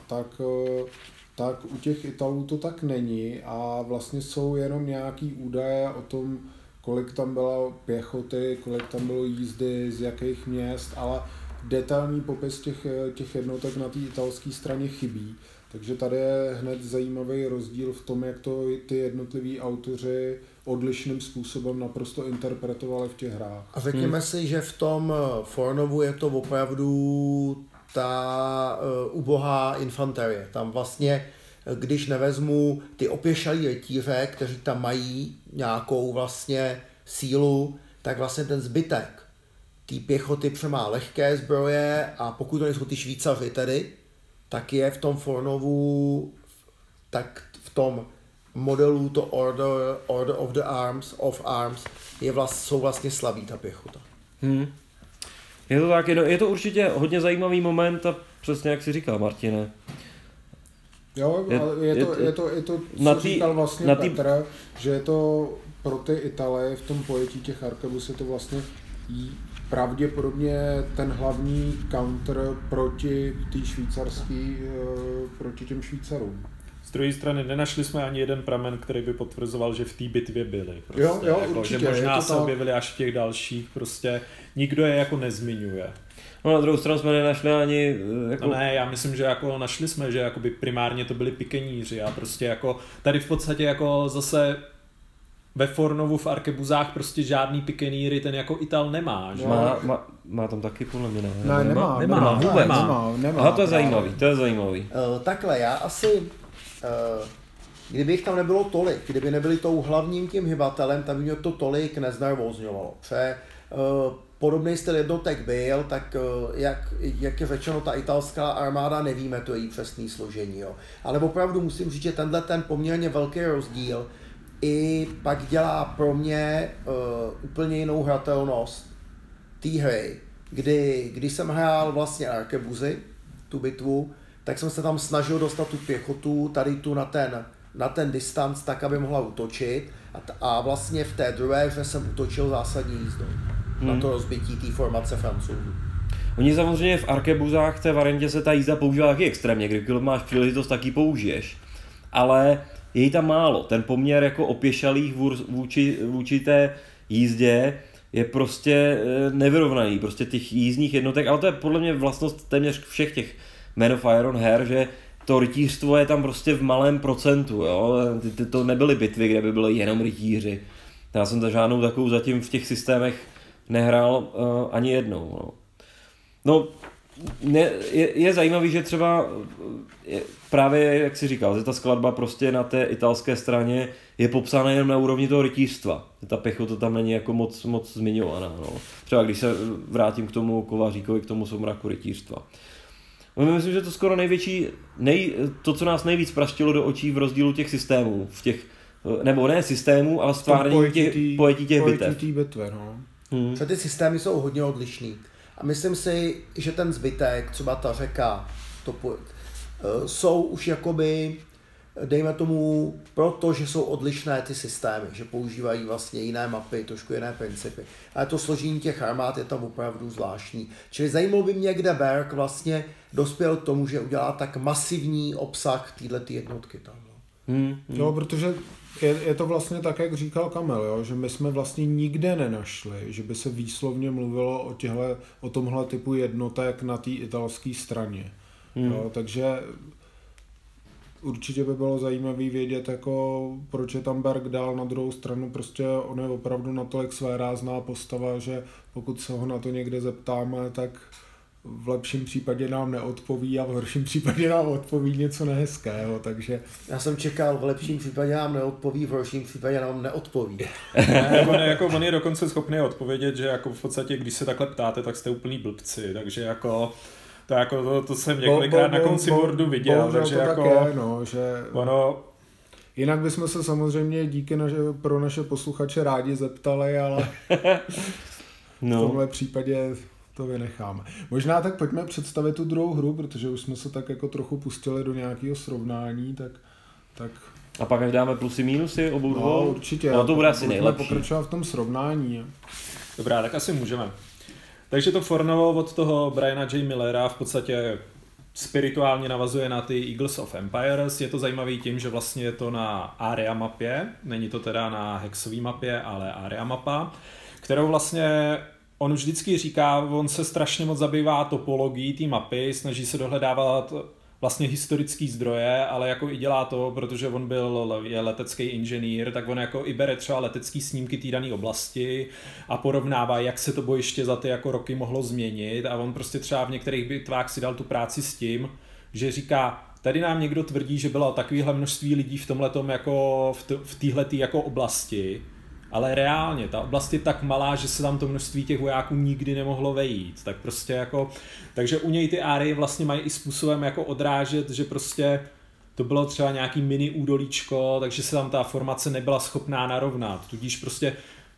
tak u těch Italů to tak není a vlastně jsou jenom nějaký údaje o tom, kolik tam bylo pěchoty, kolik tam bylo jízdy, z jakých měst, ale detailní popis těch jednotek na té italské straně chybí. Takže tady je hned zajímavý rozdíl v tom, jak to ty jednotliví autoři odlišným způsobem naprosto interpretovali v těch hrách. A řekněme si, že v tom Fornovu je to opravdu ta ubohá infanterie. Tam vlastně, když nevezmu ty opěšalí rytíře, kteří tam mají nějakou vlastně sílu, tak vlastně ten zbytek té pěchoty má lehké zbroje a pokud to nejsou ty Švýcaři tedy, tak je v tom Fornovu, tak v tom modelu to Order of Arms jsou vlastně slabý ta pěchota. Je to tak, je to určitě hodně zajímavý moment a přesně jak si říkal, Martine. Jo, je to co říkal vlastně Petr, že je to pro ty Italy v tom pojetí těch arkebus je to vlastně pravděpodobně ten hlavní counter proti proti těm Švýcarům. Z druhé strany nenašli jsme ani jeden pramen, který by potvrzoval, že v té bitvě byli. Prostě, jo, jako, určitě, že možná se tak objevili až v těch dalších, prostě nikdo je jako nezmiňuje. No na druhou stranu jsme nenašli ani... Jako... No ne, já myslím, že jako našli jsme, že jakoby primárně to byli pikeníři a prostě jako tady v podstatě jako zase ve Fornovu v arkebuzách prostě žádný pikeníry ten jako Ital nemá, že? Má tam taky podle mě, ne? Nemá vůbec. Nemá. Aha, to je zajímavý. Takhle, já asi... kdybych tam nebylo tolik, kdyby nebyli tou hlavním tím hybatelem, tak by mě to tolik neznervózňovalo. Podobný styl jednotek byl, tak jak je řečeno, ta italská armáda, nevíme to její přesné složení. Jo. Ale opravdu musím říct, že ten poměrně velký rozdíl i pak dělá pro mě úplně jinou hratelnost té hry, kdy jsem hrál vlastně arkebuzy, tu bitvu, tak jsem se tam snažil dostat tu pěchotu tady tu na ten distanc tak, aby mohla útočit a vlastně v té druhé hře jsem útočil zásadní jízdou na to rozbití té formace Francouzů. Oni samozřejmě v arkebuzách v té variantě se ta jízda používá taky extrémně, když máš příležitost, tak ji použiješ. Ale je jí tam málo. Ten poměr jako opěšalých vůči té jízdě je prostě nevyrovnaný. Prostě těch jízdních jednotek, ale to je podle mě vlastnost téměř všech těch Men of Iron her, že to rytířstvo je tam prostě v malém procentu. Jo? To nebyly bitvy, kde by byly jenom rytíři. Já jsem to žádnou takovou zatím v těch systémech nehrál ani jednou. No, je zajímavý, že třeba právě, jak jsi říkal, že ta skladba prostě na té italské straně je popsána jen na úrovni toho rytířstva. Ta pěchota tam není jako moc zmiňovaná. No. Třeba když se vrátím k tomu Kovaříkovi, k tomu soumraku rytířstva. No, myslím, že to skoro to, co nás nejvíc praštilo do očí v rozdílu těch systémů, nebo ne systémů, ale stvárnění pojetí těch bitev. No. Ty systémy jsou hodně odlišný. A myslím si, že ten zbytek, třeba ta řeka, jsou už jakoby, dejme tomu, protože jsou odlišné ty systémy, že používají vlastně jiné mapy, trošku jiné principy. Ale to složení těch armád je tam opravdu zvláštní. Čili zajímalo by mě, kde Berg vlastně dospěl k tomu, že udělá tak masivní obsah této jednotky tam. No, protože je to vlastně tak, jak říkal Kamil, jo? Že my jsme vlastně nikde nenašli, že by se výslovně mluvilo o tomhle typu jednotek na té italské straně. Jo? Takže určitě by bylo zajímavé vědět, jako, proč je tam Berg dál. Na druhou stranu prostě on je opravdu natolik svérázná postava, že pokud se ho na to někde zeptáme, tak v lepším případě nám neodpoví a v horším případě nám odpoví něco nehezkého, takže... Já jsem čekal, v lepším případě nám neodpoví, v horším případě nám neodpoví. On je dokonce schopný odpovědět, že jako v podstatě, když se takhle ptáte, tak jste úplný blbci, takže jako... To jsem několikrát na konci boardu viděl, takže to jako... Tak je, no, že... Jinak bychom se samozřejmě díky pro naše posluchače rádi zeptali, ale v tomhle případě to vynecháme. Možná tak pojďme představit tu druhou hru, protože už jsme se tak jako trochu pustili do nějakého srovnání, tak... A pak až dáme plusy, mínusy obou dvou? No, určitě. No, to bude asi nejlepší. Pokračovat v tom srovnání. Dobrá, tak asi můžeme. Takže to Fornovo od toho Briana J. Millera v podstatě spirituálně navazuje na ty Eagles of Empires. Je to zajímavý tím, že vlastně je to na area mapě, není to teda na hexové mapě, ale area mapa, kterou vlastně on vždycky říká, on se strašně moc zabývá topologií té mapy, snaží se dohledávat vlastně historický zdroje, ale jako i dělá to, protože on je letecký inženýr, tak on jako i bere třeba letecký snímky té dané oblasti a porovnává, jak se to bojiště za ty jako roky mohlo změnit a on prostě třeba v některých bitvách si dal tu práci s tím, že říká, tady nám někdo tvrdí, že bylo takovéhle množství lidí v tomhletom jako v téhletý jako oblasti, ale reálně ta oblast je tak malá, že se tam to množství těch vojáků nikdy nemohlo vejít, tak prostě jako, takže u něj ty árie vlastně mají i způsobem jako odrážet, že prostě to bylo třeba nějaký mini údolíčko, takže se tam ta formace nebyla schopná narovnat, tudíž prostě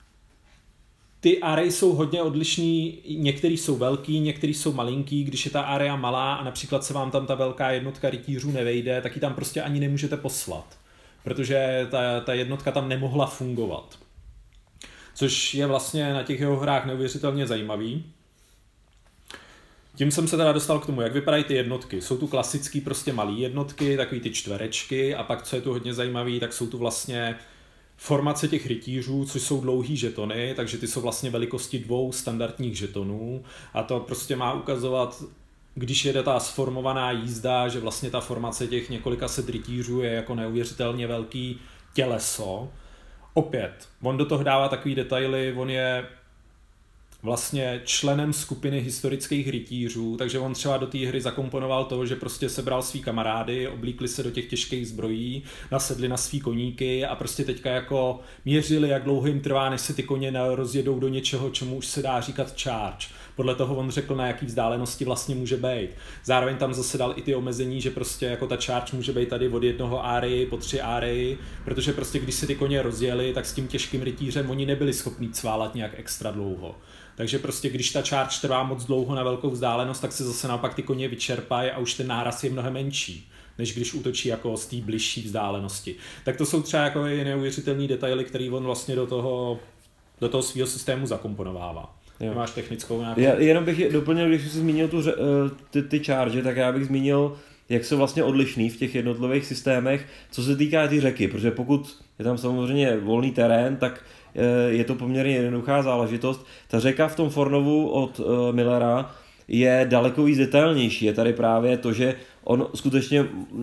ty árie jsou hodně odlišný, některý jsou velký, některý jsou malinký, když je ta area malá a například se vám tam ta velká jednotka rytířů nevejde, tak ji tam prostě ani nemůžete poslat, protože ta jednotka tam nemohla fungovat. Což je vlastně na těch jeho hrách neuvěřitelně zajímavý. Tím jsem se teda dostal k tomu, jak vypadají ty jednotky. Jsou tu klasický prostě malý jednotky, takový ty čtverečky a pak, co je tu hodně zajímavý, tak jsou tu vlastně formace těch rytířů, což jsou dlouhý žetony, takže ty jsou vlastně velikosti 2 standardních žetonů a to prostě má ukazovat, když jede ta sformovaná jízda, že vlastně ta formace těch několika set rytířů je jako neuvěřitelně velký těleso. Opět, on do toho dává takový detaily, on je vlastně členem skupiny historických rytířů, takže on třeba do té hry zakomponoval to, že prostě sebral svý kamarády, oblíkli se do těch těžkých zbrojí, nasedli na svý koníky a prostě teďka jako měřili, jak dlouho jim trvá, než se ty koně rozjedou do něčeho, čemu už se dá říkat charge. Podle toho on řekl, na jaký vzdálenosti vlastně může být. Zároveň tam zase dal i ty omezení, že prostě jako ta charge může být tady od 1 árii po 3 árii, protože prostě když se ty koně rozjeli, tak s tím těžkým rytířem oni nebyli schopní cválat nějak extra dlouho. Takže prostě když ta charge trvá moc dlouho na velkou vzdálenost, tak se zase naopak ty koně vyčerpají a už ten náraz je mnohem menší, než když útočí jako z té bližší vzdálenosti. Tak to jsou třeba jako neuvěřitelný detaily, který on vlastně do toho svého systému zakomponovává. Jo. Máš technickou nějakou? Jenom bych doplnil, když jsi zmínil ty charge, tak já bych zmínil, jak jsou vlastně odlišný v těch jednotlivých systémech, co se týká ty řeky, protože pokud je tam samozřejmě volný terén, tak je to poměrně jednoduchá záležitost. Ta řeka v tom Fornovu od Millera je daleko víc detailnější. Je tady právě to, že on skutečně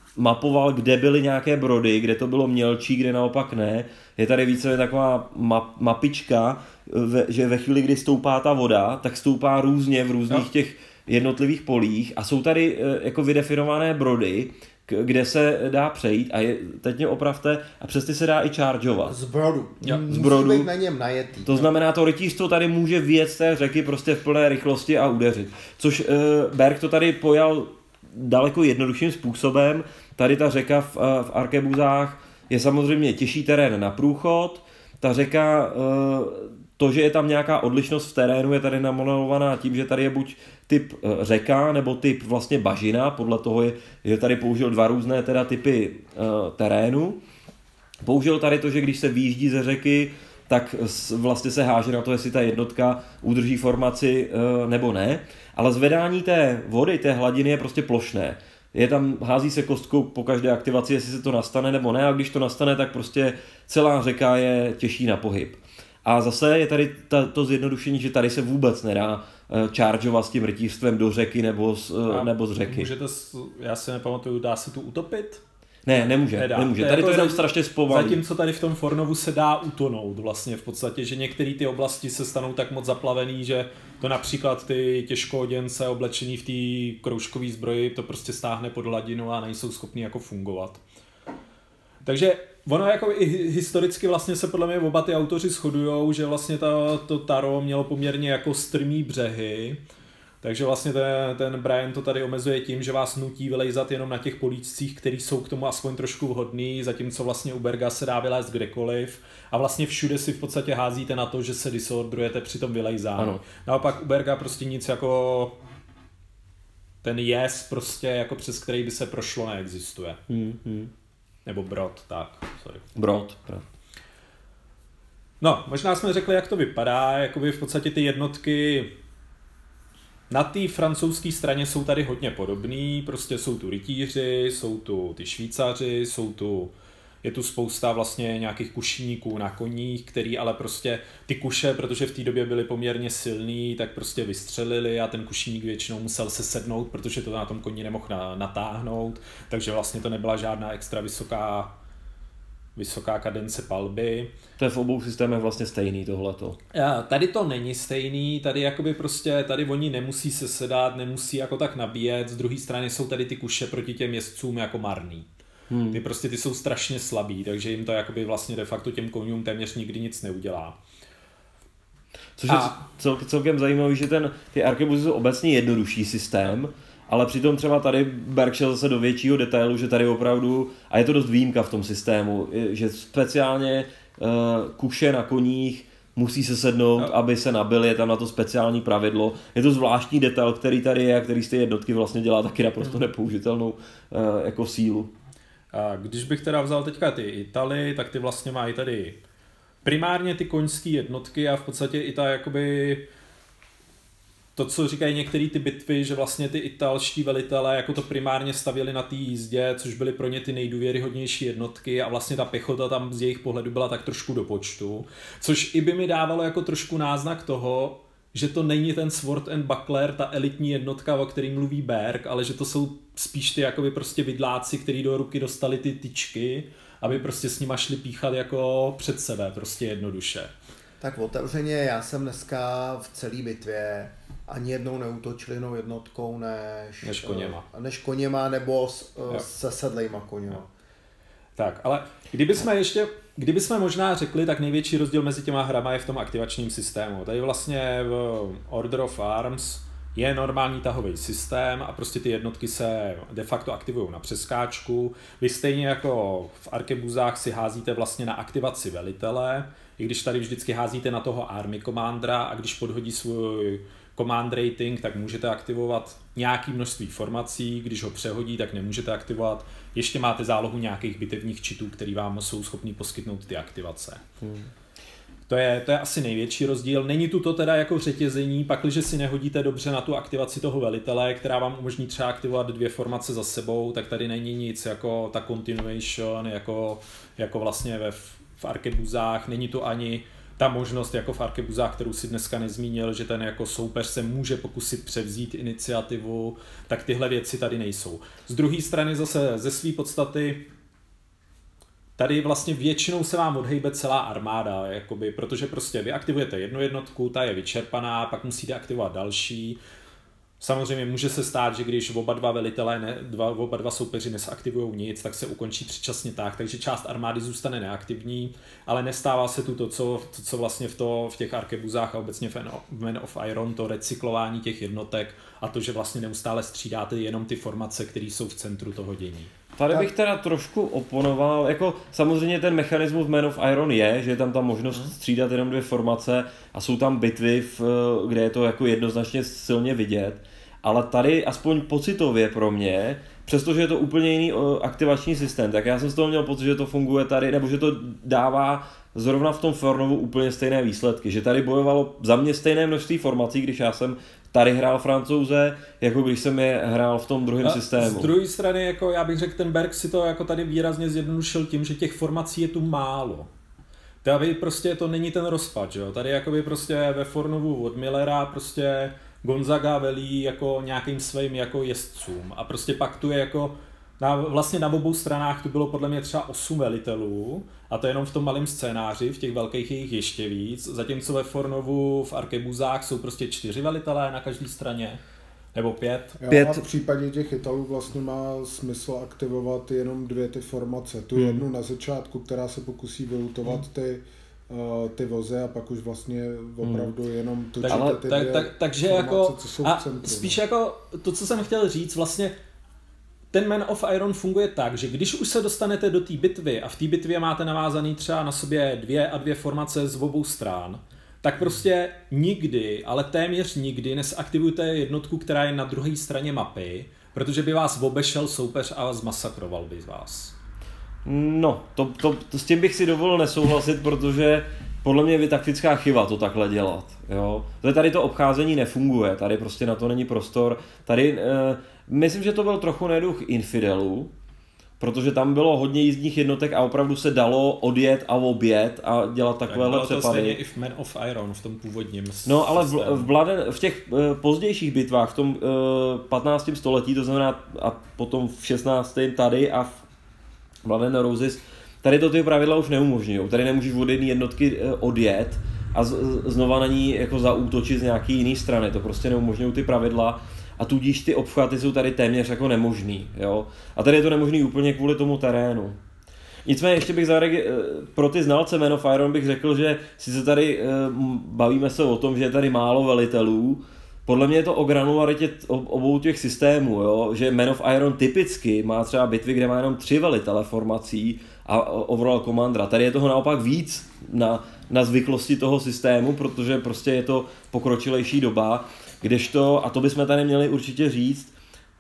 mapoval, kde byly nějaké brody, kde to bylo mělčí, kde naopak ne. Je tady více taková mapička, že ve chvíli, kdy stoupá ta voda, tak stoupá různě v různých těch jednotlivých polích a jsou tady jako vydefinované brody, kde se dá přejít a teď mě opravte a přes ty se dá i chargeovat. Z brodu. Musí být na něm najetý. To znamená, to rytířstvo tady může vyjet z té řeky prostě v plné rychlosti a udeřit. Což Berg to tady pojal daleko jednodušším způsobem. Tady ta řeka v Arkebuzách je samozřejmě těžší terén na průchod. Ta řeka, to, že je tam nějaká odlišnost v terénu, je tady namodelovaná tím, že tady je buď typ řeka, nebo typ vlastně bažina, podle toho je tady použil dva různé teda typy terénu. Použil tady to, že když se výjíždí ze řeky, tak vlastně se háže na to, jestli ta jednotka udrží formaci nebo ne, ale zvedání té vody, té hladiny je prostě plošné. Hází se kostkou po každé aktivaci, jestli se to nastane nebo ne, a když to nastane, tak prostě celá řeka je těžší na pohyb. A zase je tady to zjednodušení, že tady se vůbec nedá chargeovat s tím rytířstvem do řeky nebo z řeky. Já si nepamatuju, dá se tu utopit? Ne, nemůže. Tady to je jenom strašně zpomalý. Zatímco tady v tom Fornovu se dá utonout vlastně v podstatě, že některé ty oblasti se stanou tak moc zaplavený, že to například ty těžkooděnce oblečený v té kroužkové zbroji to prostě stáhne pod hladinu a nejsou schopní jako fungovat. Takže ono jako i historicky vlastně se podle mě oba ty autoři shodujou, že vlastně to Taro mělo poměrně jako strmý břehy, takže vlastně ten Brian to tady omezuje tím, že vás nutí vylejzat jenom na těch políčcích, který jsou k tomu aspoň trošku vhodný, zatímco vlastně u Berga se dá vylézt kdekoliv a vlastně všude si v podstatě házíte na to, že se disordrujete při tom vylejzání. Naopak u Berga prostě nic jako ten jez prostě jako přes který by se prošlo neexistuje. Nebo brod, tak, sorry. Brod. No, možná jsme řekli, jak to vypadá, jakoby v podstatě ty jednotky na té francouzské straně jsou tady hodně podobný, prostě jsou tu rytíři, jsou tu ty Švýcaři, je tu spousta vlastně nějakých kušníků na koních, který ale prostě ty kuše, protože v té době byly poměrně silný, tak prostě vystřelili a ten kušník většinou musel se sednout, protože to na tom koni nemohl natáhnout, takže vlastně to nebyla žádná extra vysoká kadence palby. To je v obou systémech vlastně stejný tohleto. Tady to není stejný, tady jakoby prostě, tady oni nemusí se sedat, nemusí jako tak nabíjet, z druhé strany jsou tady ty kuše proti těm jezdcům jako marný. Ty jsou strašně slabí, takže jim to jakoby vlastně de facto těm konňům téměř nikdy nic neudělá. Což je celkem zajímavý, že ty arkebuzy jsou obecně jednodušší systém, ale přitom třeba tady Berg šel zase do většího detailu, že tady opravdu, a je to dost výjimka v tom systému, že speciálně kuše na koních musí se sednout, aby se nabili, je tam na to speciální pravidlo. Je to zvláštní detail, který tady je a který z té jednotky vlastně dělá taky naprosto nepoužitelnou jako sílu. A když bych teda vzal teďka ty Italy, tak ty vlastně mají tady primárně ty koňské jednotky a v podstatě i ta jakoby to, co říkají některé ty bitvy, že vlastně ty italští velitelé jako to primárně stavěli na té jízdě, což byly pro ně ty nejdůvěryhodnější jednotky a vlastně ta pěchota tam z jejich pohledu byla tak trošku do počtu, což i by mi dávalo jako trošku náznak toho, že to není ten Sword and Buckler, ta elitní jednotka, o který mluví Berg, ale že to jsou spíš ty jakoby prostě vidláci, kteří do ruky dostali ty tyčky, aby prostě s nima šli píchat jako před sebe, prostě jednoduše. Tak otevřeně, já jsem dneska v celé bitvě ani jednou neútočil jinou jednotkou než koněma nebo se sedlejma koněma. Tak, ale kdybychom možná řekli, tak největší rozdíl mezi těma hrama je v tom aktivačním systému. Tady vlastně v Order of Arms je normální tahový systém a prostě ty jednotky se de facto aktivují na přeskáčku. Vy stejně jako v arkebuzách si házíte vlastně na aktivaci velitele, i když tady vždycky házíte na toho Army Commandera a když podhodí svůj command rating, tak můžete aktivovat nějaké množství formací, když ho přehodí, tak nemůžete aktivovat. Ještě máte zálohu nějakých bitevních čitů, který vám jsou schopní poskytnout ty aktivace. To je asi největší rozdíl. Není tu to teda jako řetězení, pakliže si nehodíte dobře na tu aktivaci toho velitele, která vám umožní třeba aktivovat 2 formace za sebou, tak tady není nic jako ta continuation, jako vlastně v arkebuzách, není tu ani ta možnost jako v arkebuzách, kterou si dneska nezmínil, že ten jako soupeř se může pokusit převzít iniciativu, tak tyhle věci tady nejsou. Z druhé strany zase ze své podstaty tady vlastně většinou se vám odhejbe celá armáda, jakoby, protože prostě vy aktivujete jednu jednotku, ta je vyčerpaná, pak musíte aktivovat další. Samozřejmě může se stát, že když oba dva velitelé, oba dva soupeři nesaktivují nic, tak se ukončí předčasně takže část armády zůstane neaktivní, ale nestává se tu to, co vlastně v těch arkebuzách a obecně v Men of Iron, to recyklování těch jednotek a to, že vlastně neustále střídáte jenom ty formace, které jsou v centru toho dění. Tady bych teda trošku oponoval, jako samozřejmě ten mechanismus Man of Iron je, že je tam ta možnost střídat jenom 2 formace a jsou tam bitvy, kde je to jako jednoznačně silně vidět, ale tady aspoň pocitově pro mě, přestože je to úplně jiný aktivační systém, tak já jsem z toho měl pocit, že to funguje tady, nebo že to dává zrovna v tom Fornovu úplně stejné výsledky, že tady bojovalo za mě stejné množství formací, když já jsem tady hrál Francouze, jako když jsem je hrál v tom druhém systému. Z druhé strany, jako já bych řekl, ten Berg si to jako tady výrazně zjednodušil tím, že těch formací je tu málo. Tady prostě to není ten rozpad, že jo? Tady jakoby prostě ve Fornovu od Millera prostě Gonzaga velí jako nějakým svým jako jezdcům a prostě pak tu je jako vlastně na obou stranách tu bylo podle mě třeba 8 velitelů a to jenom v tom malém scénáři, v těch velkých jich ještě víc, zatímco ve Fornovu v arkebuzách jsou prostě 4 velitelé na každé straně, nebo 5. A v případě těch Italů vlastně má smysl aktivovat jenom 2 ty formace, tu jednu na začátku, která se pokusí vylutovat ty vozy a pak už vlastně opravdu jenom točíte ty takže formace, jako, co jsou a v centru. Spíš jako to, co jsem chtěl říct, vlastně ten Man of Iron funguje tak, že když už se dostanete do té bitvy a v té bitvě máte navázaný třeba na sobě 2 formace z obou stran, tak prostě nikdy, ale téměř nikdy nesaktivujte jednotku, která je na druhé straně mapy, protože by vás obešel soupeř a zmasakroval by z vás. No, to s tím bych si dovolil nesouhlasit, protože podle mě je taktická chyba to takhle dělat. Jo? Tady to obcházení nefunguje, tady prostě na to není prostor. Tady, myslím, že to byl trochu neduch Infidelů, protože tam bylo hodně jízdních jednotek a opravdu se dalo odjet a objet a dělat takovéhle přepady. To stejně i v Man of Iron, v tom původním No ale v těch pozdějších bitvách, v tom 15. století, to znamená a potom v 16. tady a v Blood and Roses, tady to ty pravidla už neumožňují. Tady nemůžeš od jedné jednotky odjet a znova na ní jako zaútočit z nějaký jiný strany. To prostě neumožňují ty pravidla a tudíž ty obchvaty jsou tady téměř jako nemožný. Jo? A tady je to nemožný úplně kvůli tomu terénu. Nicméně ještě bych pro ty znalce Man of Iron bych řekl, že sice tady bavíme se o tom, že je tady málo velitelů, podle mě je to o granularitě obou těch systémů, jo? Že Man of Iron typicky má třeba bitvy, kde má jenom 3 velitele formací a overall commandera. Tady je toho naopak víc na zvyklosti toho systému, protože prostě je to pokročilejší doba, kdežto, a to bychom tady měli určitě říct,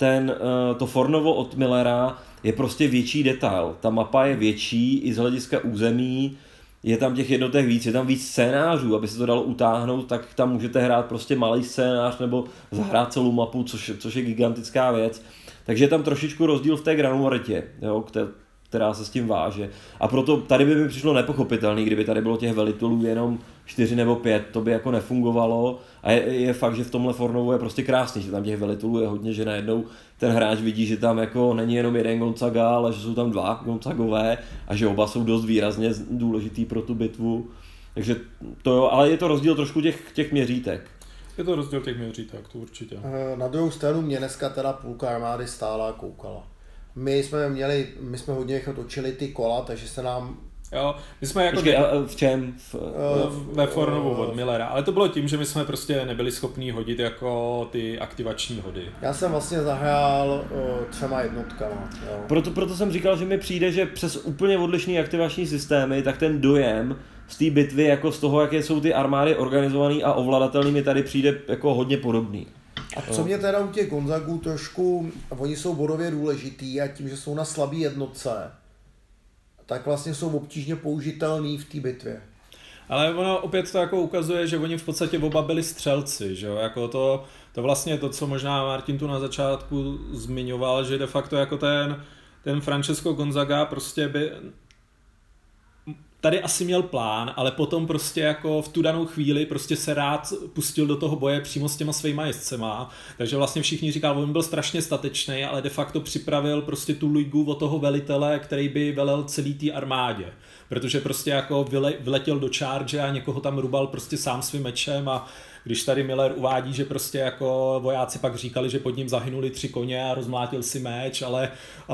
to Fornovo od Millera je prostě větší detail. Ta mapa je větší i z hlediska území, je tam těch jednotek víc, je tam víc scénářů, aby se to dalo utáhnout, tak tam můžete hrát prostě malý scénář nebo zahrát celou mapu, což je gigantická věc. Takže je tam trošičku rozdíl v té granularitě, jo, která se s tím váže. A proto tady by mi přišlo nepochopitelný, kdyby tady bylo těch velitelů jenom 4 nebo 5, to by jako nefungovalo. A je fakt, že v tomhle Fornovu je prostě krásný, že tam těch velitelů je hodně, že najednou ten hráč vidí, že tam jako není jenom jeden Gonzaga, ale že jsou tam 2 Gonzagové a že oba jsou dost výrazně důležitý pro tu bitvu. Takže to jo, ale je to rozdíl trošku těch měřítek. Je to rozdíl těch měřítek, to určitě. Na druhou stranu mě dneska teda půlka armády stála a koukala. My jsme hodně točili ty kola, takže se nám... Jo, my jsme jako... Počkej, a v čem? Ve Fornovu od Millera, ale to bylo tím, že my jsme prostě nebyli schopní hodit jako ty aktivační hody. Já jsem vlastně zahrál 3 jednotkama. Jo. Proto jsem říkal, že mi přijde, že přes úplně odlišný aktivační systémy, tak ten dojem z té bitvy, jako z toho, jaké jsou ty armády organizovaný a ovladatelný, mi tady přijde jako hodně podobný. A co mě teda u těch Gonzagů trošku, oni jsou bodově důležitý a tím, že jsou na slabý jednotce, tak vlastně jsou obtížně použitelný v té bitvě. Ale ono opět to jako ukazuje, že oni v podstatě oba byli střelci, že jo, jako to vlastně to, co možná Martin tu na začátku zmiňoval, že de facto jako ten Francesco Gonzaga prostě by tady asi měl plán, ale potom prostě jako v tu danou chvíli prostě se rád pustil do toho boje přímo s těma svýma jezdcema, takže vlastně všichni říkali, on byl strašně statečný, ale de facto připravil prostě tu ligu od toho velitele, který by velel celý té armádě, protože prostě jako vyletěl do charge a někoho tam rubal prostě sám svým mečem a když tady Miller uvádí, že prostě jako vojáci pak říkali, že pod ním zahynuli 3 koně a rozmlátil si meč, ale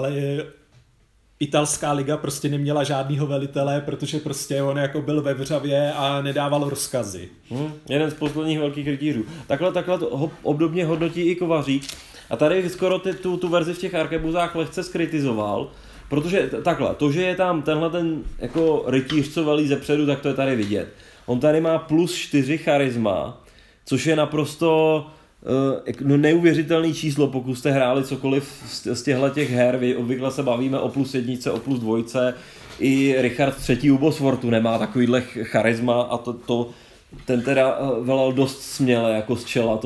italská liga prostě neměla žádnýho velitele, protože prostě on jako byl ve vřavě a nedával rozkazy. Jeden z posledních velkých rytířů. Takhle to obdobně hodnotí i Kovařík. A tady skoro tu verzi v těch arkebuzách lehce skritizoval, protože takhle, to, že je tam tenhle ten jako rytíř, co velí zepředu, tak to je tady vidět. On tady má +4 charisma, což je naprosto neuvěřitelný číslo, pokud jste hráli cokoliv z těch her. Obvykle se bavíme o +1, o +2. I Richard III. U Boswortu nemá takovýhle charisma a ten teda velel dost směle jako z čela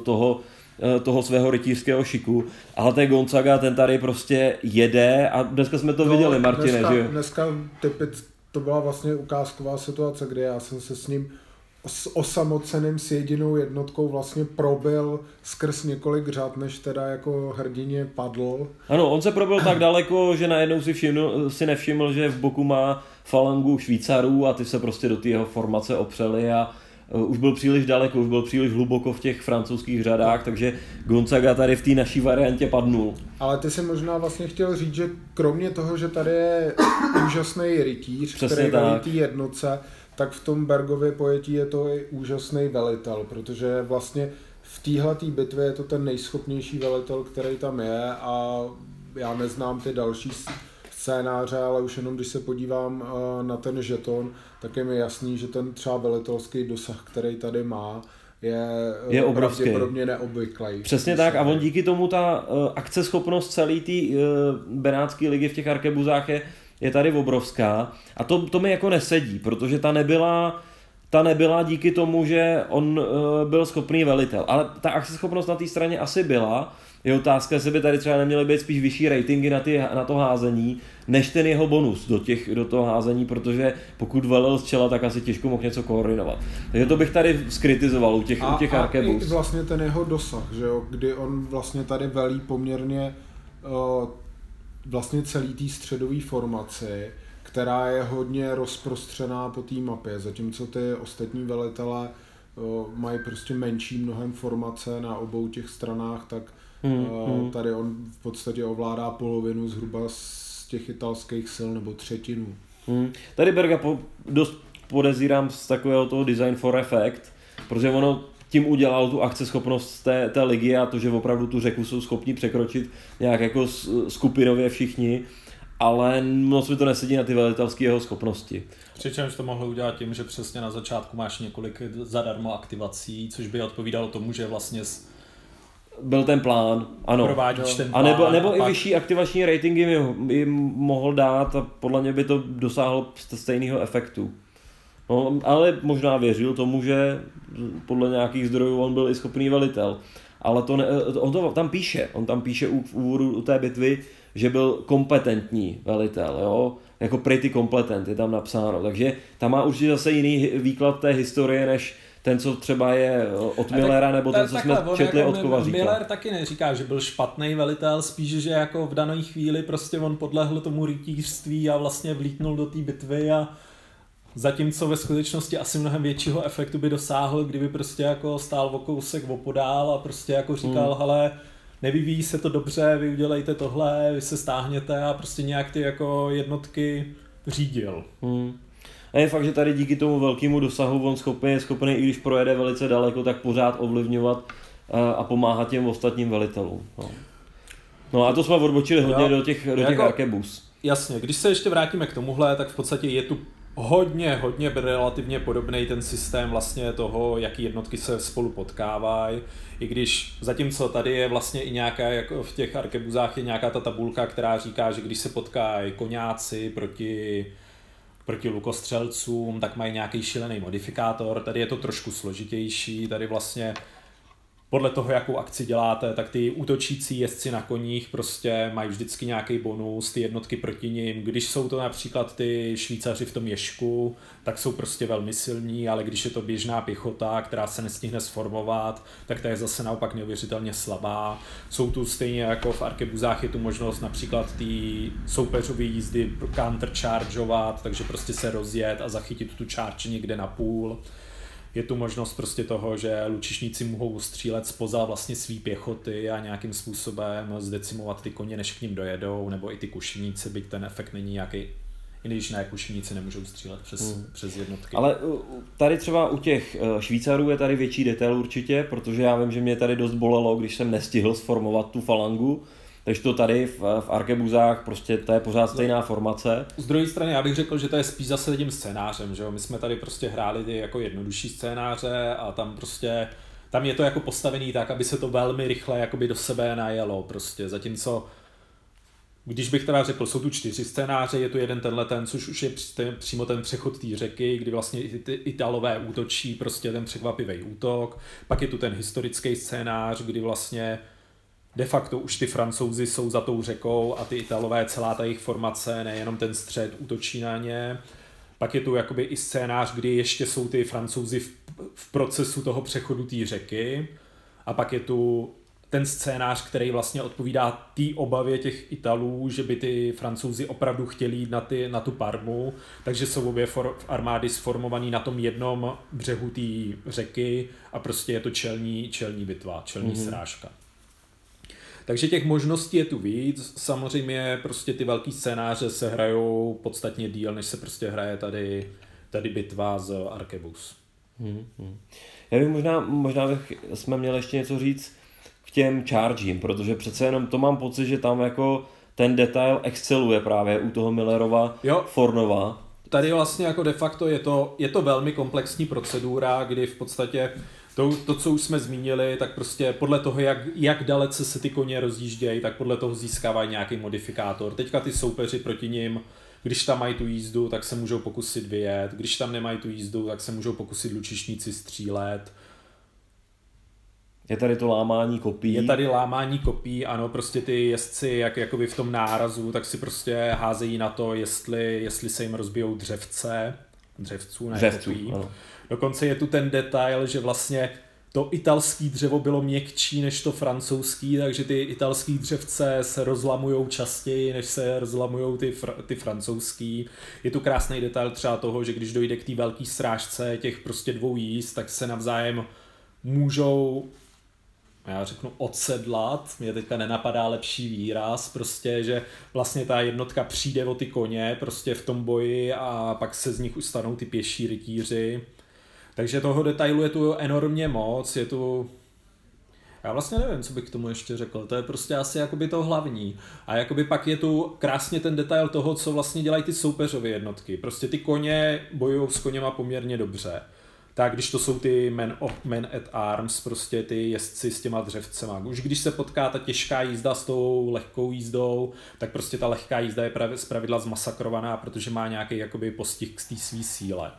toho svého rytířského šiku, ale ten Gonzaga, ten tady prostě jede a dneska jsme to viděli, Martine, že jo? Dneska to byla vlastně ukázková situace, kde já jsem se s ním s osamoceným s jedinou jednotkou vlastně probil skrz několik řad, než teda jako hrdině padl. Ano, on se probil tak daleko, že najednou si nevšiml, že v boku má falangu Švýcarů a ty se prostě do té jeho formace opřeli a už byl příliš daleko, už byl příliš hluboko v těch francouzských řadách, takže Gonzaga tady v té naší variantě padnul. Ale ty si možná vlastně chtěl říct, že kromě toho, že tady je úžasný rytíř, který velí té jednotce, tak v tom Bergově pojetí je to i úžasný velitel, protože vlastně v téhletý bitvě je to ten nejschopnější velitel, který tam je a já neznám ty další scénáře, ale už jenom když se podívám na ten žeton, tak je mi jasný, že ten třeba velitelský dosah, který tady má, je pravděpodobně neobvyklý. Přesně tak a on díky tomu ta akceschopnost celé té benátské ligy v těch arkebuzách je tady obrovská a to mi jako nesedí, protože ta nebyla díky tomu, že on byl schopný velitel, ale ta akceschopnost na té straně asi byla. Je otázka, jestli by tady třeba neměly být spíš vyšší ratingy na to házení, než ten jeho bonus do toho házení, protože pokud velel z čela, tak asi těžko mohl něco koordinovat. Takže to bych tady skritizoval u těch arkebuz. A vlastně ten jeho dosah, že jo, kdy on vlastně tady velí poměrně vlastně celý té středové formaci, která je hodně rozprostřená po té mapě, zatímco ty ostatní velitelé mají prostě menší mnohem formace na obou těch stranách, tak tady on v podstatě ovládá polovinu zhruba z těch italských sil nebo třetinu. Tady Berga dost podezírám z takového toho design for effect, protože ono tím udělal tu akceschopnost té ligy a to, že opravdu tu řeku jsou schopni překročit nějak jako skupinově všichni, ale moc mi to nesedí na ty velitelské jeho schopnosti. Přičemž to mohlo udělat tím, že přesně na začátku máš několik zadarmo aktivací, což by odpovídalo tomu, že vlastně byl ten plán, ano. Provádíš ten plán. A nebo i vyšší aktivační ratingy by mohl dát a podle mě by to dosáhlo stejného efektu. No, ale možná věřil tomu, že podle nějakých zdrojů on byl i schopný velitel. Ale on to tam píše v úvodu té bitvy, že byl kompetentní velitel, jo? Jako pretty competent je tam napsáno. Takže tam má určitě zase jiný výklad té historie, než ten, co třeba je od Millera, nebo ten, co jsme četli jako od Kovaříka. Miller taky neříká, že byl špatný velitel, spíš, že jako v dané chvíli prostě on podlehl tomu rytířství a vlastně vlítnul do té bitvy a zatímco ve skutečnosti asi mnohem většího efektu by dosáhl, kdyby prostě jako stál o kousek opodál a prostě jako říkal, hele, nevyvíjí se to dobře, vy udělejte tohle, vy se stáhněte a prostě nějak ty jako jednotky řídil. A je fakt, že tady díky tomu velkému dosahu on je schopný, i když projede velice daleko, tak pořád ovlivňovat a pomáhat těm ostatním velitelům. No a to jsme odbočili hodně do těch jako, arkebuz. Jasně, když se ještě vrátíme k tomuhle, tak v podstatě je tu hodně relativně podobný ten systém vlastně toho, jaký jednotky se spolu potkávají, i když zatímco tady je vlastně i nějaká, jako v těch arkebuzách je nějaká ta tabulka, která říká, že když se potkají koňáci proti lukostřelcům, tak mají nějaký šílený modifikátor, tady je to trošku složitější, tady vlastně podle toho, jakou akci děláte, tak ty útočící jezdci na koních prostě mají vždycky nějaký bonus, ty jednotky proti nim. Když jsou to například ty Švýcaři v tom ježku, tak jsou prostě velmi silní, ale když je to běžná pěchota, která se nestihne sformovat, tak ta je zase naopak neuvěřitelně slabá. Jsou tu stejně jako v arkebuzách je tu možnost například ty soupeřové jízdy counterchargeovat, takže prostě se rozjet a zachytit tu charge někde na půl. Je tu možnost prostě toho, že lučišníci mohou střílet zpoza vlastně svý pěchoty a nějakým způsobem zdecimovat ty koně, než k ním dojedou, nebo i ty kušeníci, byť ten efekt není nějaký, i když ne, kušeníci nemůžou střílet přes jednotky. Ale tady třeba u těch Švýcarů je tady větší detail určitě, protože já vím, že mě tady dost bolelo, když jsem nestihl sformovat tu falangu. Takže to tady v arkebuzách prostě to je pořád stejná formace. Z druhé strany já bych řekl, že to je spíš zase tím scénářem, že jo? My jsme tady prostě hráli ty jako jednodušší scénáře a tam je to jako postavený tak, aby se to velmi rychle jakoby do sebe najelo prostě, zatímco když bych teda řekl, jsou tu 4 scénáře, je tu jeden tenhleten, což už je přímo ten přechod té řeky, kdy vlastně ty Italové útočí prostě ten překvapivý útok, pak je tu ten historický scénář, kdy vlastně de facto už ty Francouzi jsou za tou řekou a ty Italové, celá ta jejich formace, nejenom ten střed, útočí na ně. Pak je tu jakoby i scénář, kdy ještě jsou ty Francouzi v procesu toho přechodu té řeky. A pak je tu ten scénář, který vlastně odpovídá té obavě těch Italů, že by ty Francouzi opravdu chtěli jít na tu Parmu. Takže jsou obě armády sformované na tom jednom břehu té řeky a prostě je to čelní bitva, čelní srážka. Takže těch možností je tu víc, samozřejmě prostě ty velký scénáře se hrajou podstatně díl, než se prostě hraje tady bitva z Arkebuz. Já bych možná jsme měli ještě něco říct k těm chargím, protože přece jenom to mám pocit, že tam jako ten detail exceluje právě u toho Millerova Fornova. Tady vlastně jako de facto je to velmi komplexní procedura, kdy v podstatě to, co už jsme zmínili, tak prostě podle toho, jak dalece se ty koně rozjíždějí, tak podle toho získávají nějaký modifikátor. Teďka ty soupeři proti nim, když tam mají tu jízdu, tak se můžou pokusit vyjet, když tam nemají tu jízdu, tak se můžou pokusit lučišníci střílet. Je tady to lámání kopí. Je tady lámání kopí, ano, prostě ty jezdci, jakoby v tom nárazu, tak si prostě házejí na to, jestli se jim rozbijou dřevců, kopí. Ano. Dokonce je tu ten detail, že vlastně to italský dřevo bylo měkčí než to francouzský, takže ty italský dřevce se rozlamujou častěji, než se rozlamujou ty francouzský. Je tu krásný detail třeba toho, že když dojde k té velké srážce těch prostě 2 jízd, tak se navzájem můžou, já řeknu, odsedlat. Mě teďka nenapadá lepší výraz, prostě, že vlastně ta jednotka přijde o ty koně prostě v tom boji a pak se z nich už stanou ty pěší rytíři. Takže toho detailu je tu enormně moc, je tu... Já vlastně nevím, co bych k tomu ještě řekl, to je prostě asi jakoby to hlavní. A jakoby pak je tu krásně ten detail toho, co vlastně dělají ty soupeřové jednotky. Prostě ty koně bojujou s koněma poměrně dobře. Tak když to jsou ty men at arms, prostě ty jezdci s těma dřevcema. Už když se potká ta těžká jízda s tou lehkou jízdou, tak prostě ta lehká jízda je zpravidla zmasakrovaná, protože má nějaký jakoby postih k té svý síle.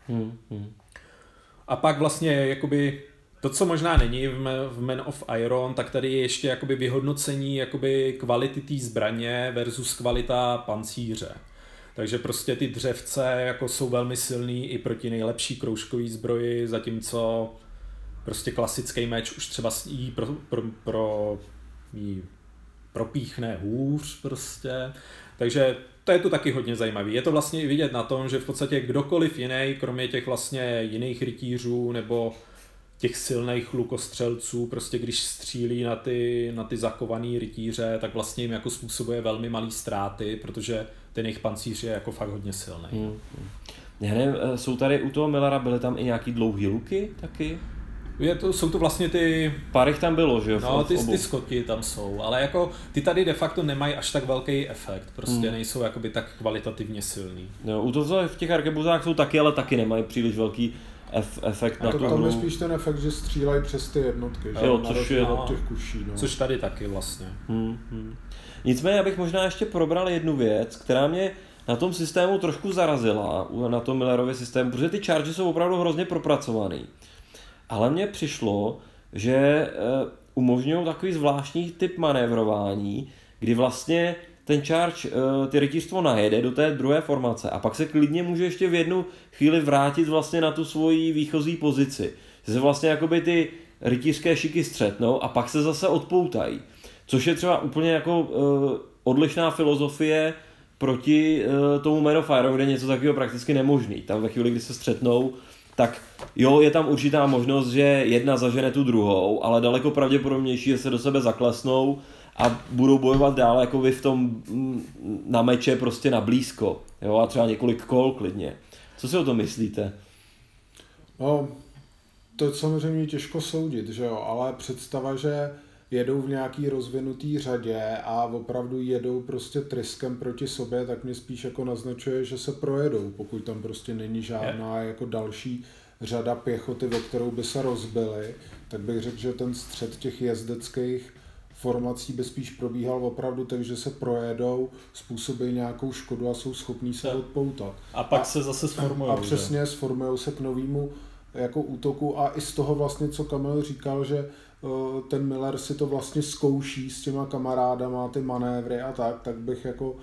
A pak vlastně jakoby to, co možná není v Man of Iron, tak tady je ještě jakoby vyhodnocení jakoby kvality té zbraně versus kvalita pancíře. Takže prostě ty dřevce jako jsou velmi silný i proti nejlepší kroužkový zbroji, zatímco prostě klasický meč už třeba jí propíchne hůř prostě. Takže to je tu taky hodně zajímavý. Je to vlastně i vidět na tom, že v podstatě kdokoliv jiný, kromě těch vlastně jiných rytířů nebo těch silných lukostřelců, prostě když střílí na ty zakovaný rytíře, tak vlastně jim jako způsobuje velmi malý ztráty, protože ten jejich pancíř je jako fakt hodně silný. Já nevím, jsou tady u toho Millera, byly tam i nějaký dlouhý luky taky? Jsou to vlastně ty... Pár jich tam bylo, že jo? No, ty skoky tam jsou, ale jako ty tady de facto nemají až tak velký efekt, prostě nejsou jakoby tak kvalitativně silný. No, u toho v těch arkebuzách jsou taky, ale taky nemají příliš velký efekt na tu hru. Tam je spíš ten efekt, že střílejí přes ty jednotky, že? Jo, což je těch kuší, no. Což tady taky vlastně. Nicméně, abych možná ještě probral jednu věc, která mě na tom systému trošku zarazila, na tom Millerově systému, protože ty charge jsou opravdu hrozně propracovaný. Ale mně přišlo, že umožňují takový zvláštní typ manévrování, kdy vlastně ten charge ty rytířstvo najede do té druhé formace a pak se klidně může ještě v jednu chvíli vrátit vlastně na tu svoji výchozí pozici. Že se vlastně jakoby ty rytířské šiky střetnou a pak se zase odpoutají. Což je třeba úplně jako odlišná filozofie proti tomu Man of Iron, kde něco takového prakticky nemožný. Tam ve chvíli, kdy se střetnou, tak jo, je tam určitá možnost, že jedna zažene tu druhou, ale daleko pravděpodobnější, že se do sebe zaklesnou a budou bojovat dál jako vy v tom na meče prostě na blízko. Jo, a třeba několik kol klidně. Co si o tom myslíte? No, to samozřejmě těžko soudit, že jo, ale představa, že jedou v nějaký rozvinutý řadě a opravdu jedou prostě tryskem proti sobě, tak mě spíš jako naznačuje, že se projedou, pokud tam prostě není žádná jako další řada pěchoty, ve kterou by se rozbili, tak bych řekl, že ten střed těch jezdeckých formací by spíš probíhal opravdu tak, že se projedou, způsobí nějakou škodu a jsou schopní se odpoutat. A pak se zase sformujou. A přesně sformujou se k novému jako útoku a i z toho vlastně, co Kamil říkal, že ten Miller si to vlastně zkouší s těma kamarádama, ty manévry a tak bych jako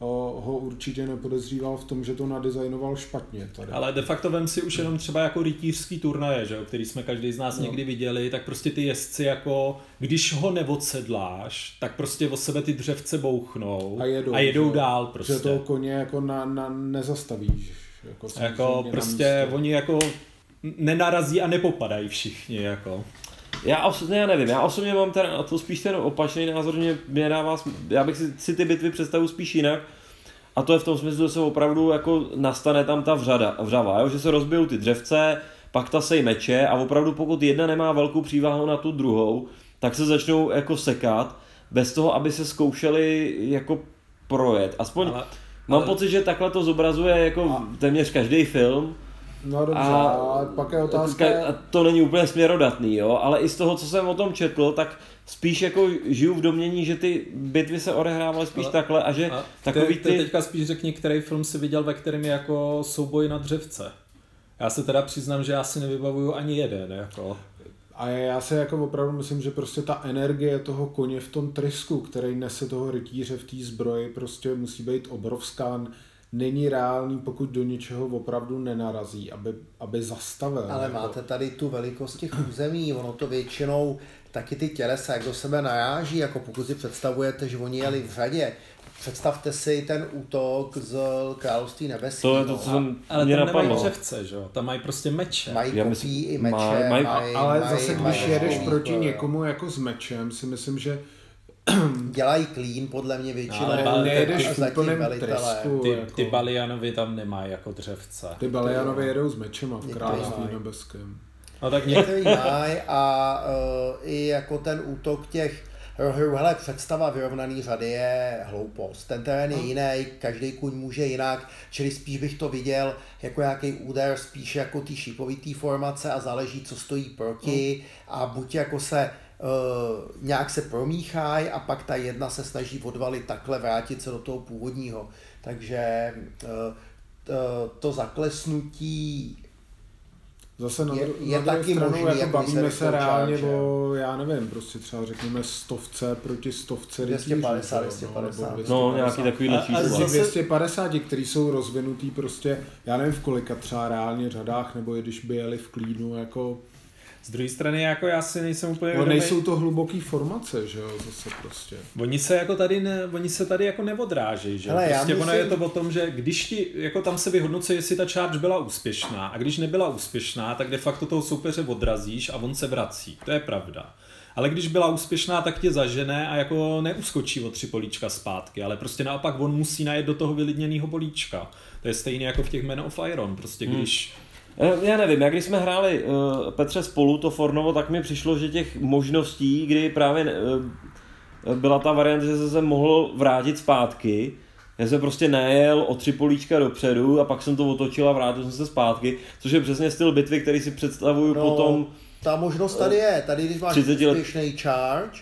ho určitě nepodezříval v tom, že to nadizajnoval špatně tady. Ale de facto vem si už jenom třeba jako rytířský turnaje, že, který jsme každý z nás někdy viděli, tak prostě ty jezdci jako, když ho neodsedláš, tak prostě o sebe ty dřevce bouchnou a jedou dál prostě. Že toho koně jako nezastavíš. Jako prostě oni jako nenarazí a nepopadají všichni jako. Já nevím, já osobně mám teda to spíš ten opačný názor, že mě dává, já bych si ty bitvy představu spíš jinak a to je v tom smyslu, že se opravdu jako nastane tam ta vřava, jo? Že se rozbijou ty dřevce, pak tasej meče a opravdu pokud jedna nemá velkou přívahu na tu druhou, tak se začnou jako sekat bez toho, aby se zkoušeli jako projet. Aspoň mám pocit, že takhle to zobrazuje jako téměř každý film. No dobře, a pak je otázka... A to není úplně směrodatný, jo, ale i z toho, co jsem o tom četl, tak spíš jako žiju v domnění, že ty bitvy se odehrávaly spíš takhle a že takový ty... teďka spíš řekni, který film si viděl, ve kterém je jako souboj na dřevce. Já se teda přiznám, že já si nevybavuju ani jeden, jako... A já se jako opravdu myslím, že prostě ta energie toho koně v tom trysku, který nese toho rytíře v té zbroji, prostě musí být obrovská. Není reálný, pokud do něčeho opravdu nenarazí, aby zastavil. Ale jako... máte tady tu velikost těch území, ono to většinou taky ty tělesa, jak do sebe naráží, jako pokud si představujete, že oni jeli v řadě, představte si ten útok z Království nebesí. To je to, co ale tam nemají dřevce, že jo? Tam mají prostě meče. Mají kopí i meče. Ale zase, když jedeš proti někomu jako s mečem, si myslím, že dělají klín podle mě většinou. Ale nejedeš v úplném trysku. Ty Balianovi tam nemají jako dřevce. Ty Balianovi jedou s mečema v Království nebeském. No tak některý mají a i jako ten útok těch hele, představa vyrovnaný řady je hloupost. Ten terén je jiný, každý kuň může jinak, čili spíš bych to viděl jako nějaký úder, spíš jako ty šípovitý formace a záleží, co stojí proti a buď jako se nějak se promíchají a pak ta jedna se snaží odvalit takhle, vrátit se do toho původního. Takže to zaklesnutí zase na je taky stranu, možný, jako bavíme se reálně čáče. o, já nevím, prostě třeba řekněme 100 proti 100 250. No, nějaký takovýhle číslo. 250, který jsou rozvinutý prostě, já nevím v kolika třeba reálně řadách, nebo když by jeli v klínu, jako... Z druhé strany, jako já si nejsem úplně vědomý. Nejsou to hluboký formace, že jo, zase prostě. Oni se tady jako neodrážejí, že jo. Prostě ono je to o tom, že když ti, jako tam se vyhodnocuje, jestli ta charge byla úspěšná a když nebyla úspěšná, tak de facto toho soupeře odrazíš a on se vrací. To je pravda. Ale když byla úspěšná, tak tě zažene a jako neuskočí o 3 políčka zpátky, ale prostě naopak on musí najet do toho vylidněného políčka. To je stejné jako v těch Man of Iron, prostě když... Já nevím, jak když jsme hráli Petře spolu to Fornovo, tak mi přišlo, že těch možností, kdy právě byla ta varianta, že se mohl vrátit zpátky, já jsem prostě najel o 3 políčka dopředu a pak jsem to otočil a vrátil jsem se zpátky, což je přesně styl bitvy, který si představuju potom. Ta možnost tady je, tady když máš úspěšný charge,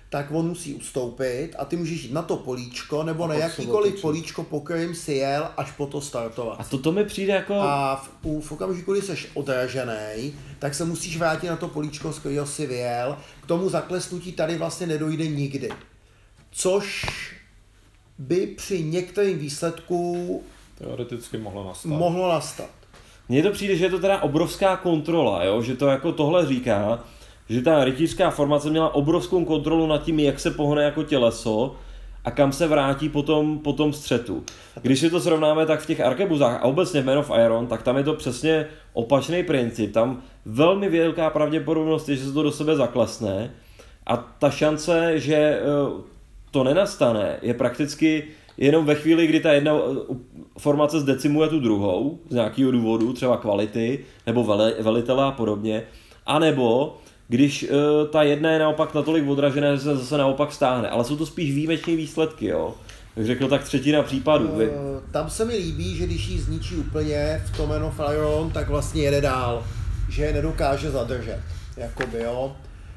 tak on musí ustoupit a ty můžeš jít na to políčko nebo na jakýkoliv políčko, po kterým si jel, až po to startovat. A to mi přijde jako... A v okamžiku, kdy jsi odražený, tak se musíš vrátit na to políčko, z kterého si vyjel. K tomu zaklesnutí tady vlastně nedojde nikdy. Což by při některým výsledku teoreticky mohlo nastat. Mně to přijde, že je to teda obrovská kontrola, jo? Že to jako tohle říká, že ta rytířská formace měla obrovskou kontrolu nad tím, jak se pohne jako těleso a kam se vrátí po tom střetu. Když si to srovnáme, tak v těch arkebuzách a obecně v Man of Iron, tak tam je to přesně opačný princip. Tam velmi velká pravděpodobnost je, že se to do sebe zaklesne a ta šance, že to nenastane, je prakticky jenom ve chvíli, kdy ta jedna formace zdecimuje tu druhou z nějakého důvodu, třeba kvality nebo velitele a podobně, anebo když ta jedna je naopak natolik odražená, že se zase naopak stáhne. Ale jsou to spíš výjimeční výsledky, jo. Jak řekl, tak třetina případů. Tam se mi líbí, že když ji zničí úplně v tom Man of Iron, tak vlastně jede dál. Že je nedokáže zadržet. Jakoby, jo.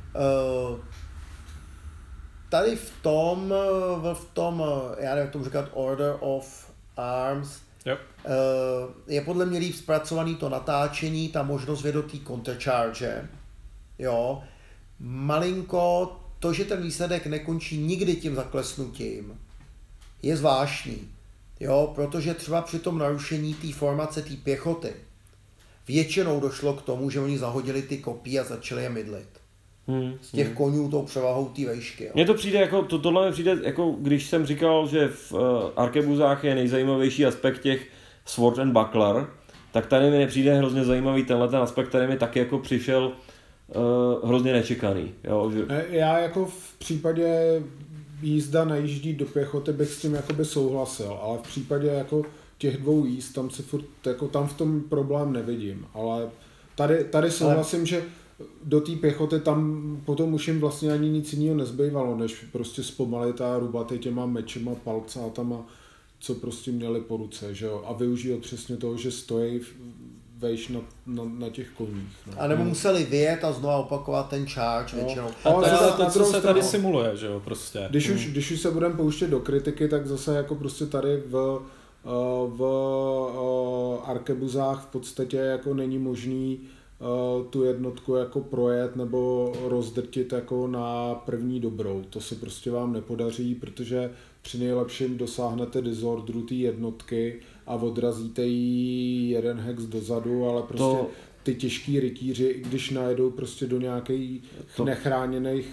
Tady v tom, já nevím, jak tomu říkat, Order of Arms, yep. Je podle mě líp zpracovaný to natáčení, ta možnost vědotý countercharge. Jo, malinko, to, že ten výsledek nekončí nikdy tím zaklesnutím, je zvláštní, jo, protože třeba při tom narušení té formace té pěchoty většinou došlo k tomu, že oni zahodili ty kopí a začali je mydlit. Z těch konňů tou převahou té vejšky. Jo. Mně to přijde jako, tohle mi přijde jako, když jsem říkal, že v arkebuzách je nejzajímavější aspekt těch sword and buckler, tak tady mi nepřijde hrozně zajímavý tenhle ten aspekt, který mi taky jako přišel hrozně nečekaný. Jo, že... Já jako v případě jízda na jíždí do pěchoty bych s tím jakoby souhlasil, ale v případě jako těch dvou jízd, tam si furt, jako tam v tom problém nevidím, ale tady souhlasím, že do té pěchoty tam potom už jim vlastně ani nic jiného nezbývalo, než prostě zpomalit a rubat těma mečema, palcátama, co prostě měli po ruce, že jo, a využít přesně toho, že stojí vejš na těch koních. No. A nebo museli vyjet a znova opakovat ten charge většinou. Ale to, co se tady simuluje, že jo, prostě. Když už se budeme pouštět do kritiky, tak zase jako prostě tady v arkebuzách v podstatě jako není možný tu jednotku jako projet nebo rozdrtit jako na první dobrou. To se prostě vám nepodaří, protože při nejlepším dosáhnete disorderu té jednotky a odrazíte jí jeden hex dozadu, ale prostě ty těžký rytíři, když najedou prostě do nějakých nechráněných...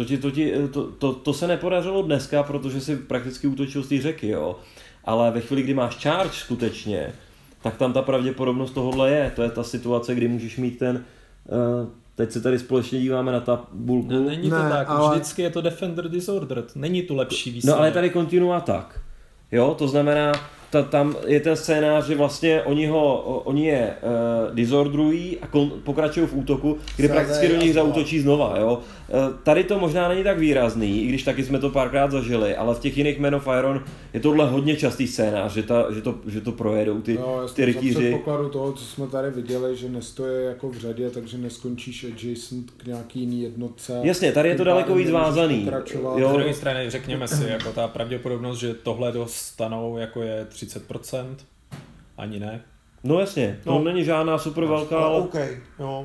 To se nepodařilo dneska, protože si prakticky útočil z té řeky, jo. Ale ve chvíli, kdy máš charge skutečně, tak tam ta pravděpodobnost tohohle je. To je ta situace, kdy můžeš mít ten... Teď se tady společně díváme na tabulku. Není to tak, ale... vždycky je to Defender Disordered. Není tu lepší výsledek. No ale tady kontinua tak. Jo, to znamená, tam je ten scénář, že vlastně oni je disorderují a pokračují v útoku, kdy prakticky do nich zaútočí znova. Jo. Tady to možná není tak výrazný, i když taky jsme to párkrát zažili, ale v těch jiných Man of Iron je tohle hodně častý scénář, že to projedou ty rytíři. Za předpokladu toho, co jsme tady viděli, že nestojí jako v řadě, takže neskončíš adjacent k nějaký jiný jednotce. Jasně, tady je to daleko víc vázaný. Jo. Z druhé strany řekněme si, jako ta pravděpodobnost, že tohle dostanou, jako je 30%, ani ne. No jasně, to není žádná super velká, ale... Okay, jo.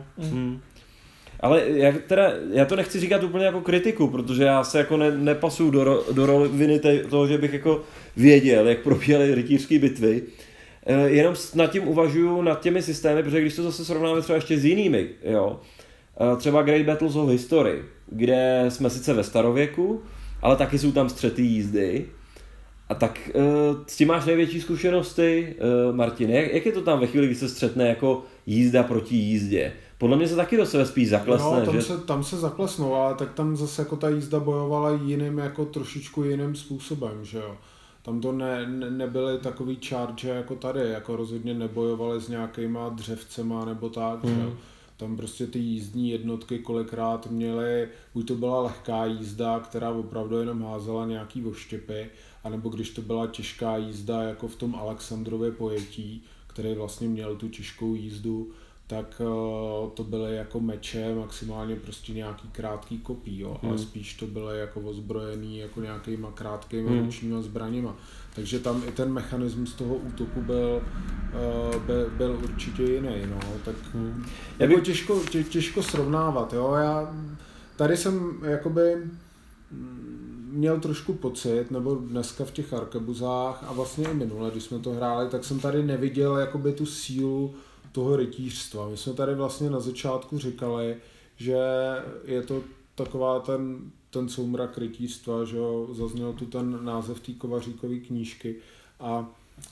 Ale já to nechci říkat úplně jako kritiku, protože já se jako nepasuju do roviny toho, že bych jako věděl, jak probíhaly rytířské bitvy. Jenom nad tím uvažuju, nad těmi systémy, protože když to zase srovnáme třeba ještě s jinými, jo. Třeba Great Battles of History, kde jsme sice ve starověku, ale taky jsou tam střety jízdy. A tak s tím máš největší zkušenosti, Martin. Jak je to tam ve chvíli, kdy se střetne jako jízda proti jízdě? Podle mě se taky do sebe spíš zaklesne. No, tam se zaklesnou, ale tak tam zase jako ta jízda bojovala jiným, jako trošičku jiným způsobem, že jo. Tam to nebyly takový charge jako tady, jako rozhodně nebojovali s nějakýma dřevcema nebo tak, že jo. Tam prostě ty jízdní jednotky kolikrát měly, buď to byla lehká jízda, která opravdu jenom házela nějaký oštěpy, anebo když to byla těžká jízda, jako v tom Alexandrově pojetí, který vlastně měl tu těžkou jízdu, tak to byly jako meče, maximálně prostě nějaký krátký kopí, jo, ale spíš to byly jako ozbrojený jako nějakýma krátkýma ručníma zbraněma. Takže tam i ten mechanismus toho útoku byl určitě jiný, no, tak jako těžko srovnávat, jo, já tady jsem jakoby měl trošku pocit, nebo dneska v těch arkebuzách a vlastně i minule, když jsme to hráli, tak jsem tady neviděl jakoby tu sílu toho rytířstva. My jsme tady vlastně na začátku říkali, že je to taková ten soumrak rytířstva, že jo, zazněl tu ten název té Kovaříkovy knížky a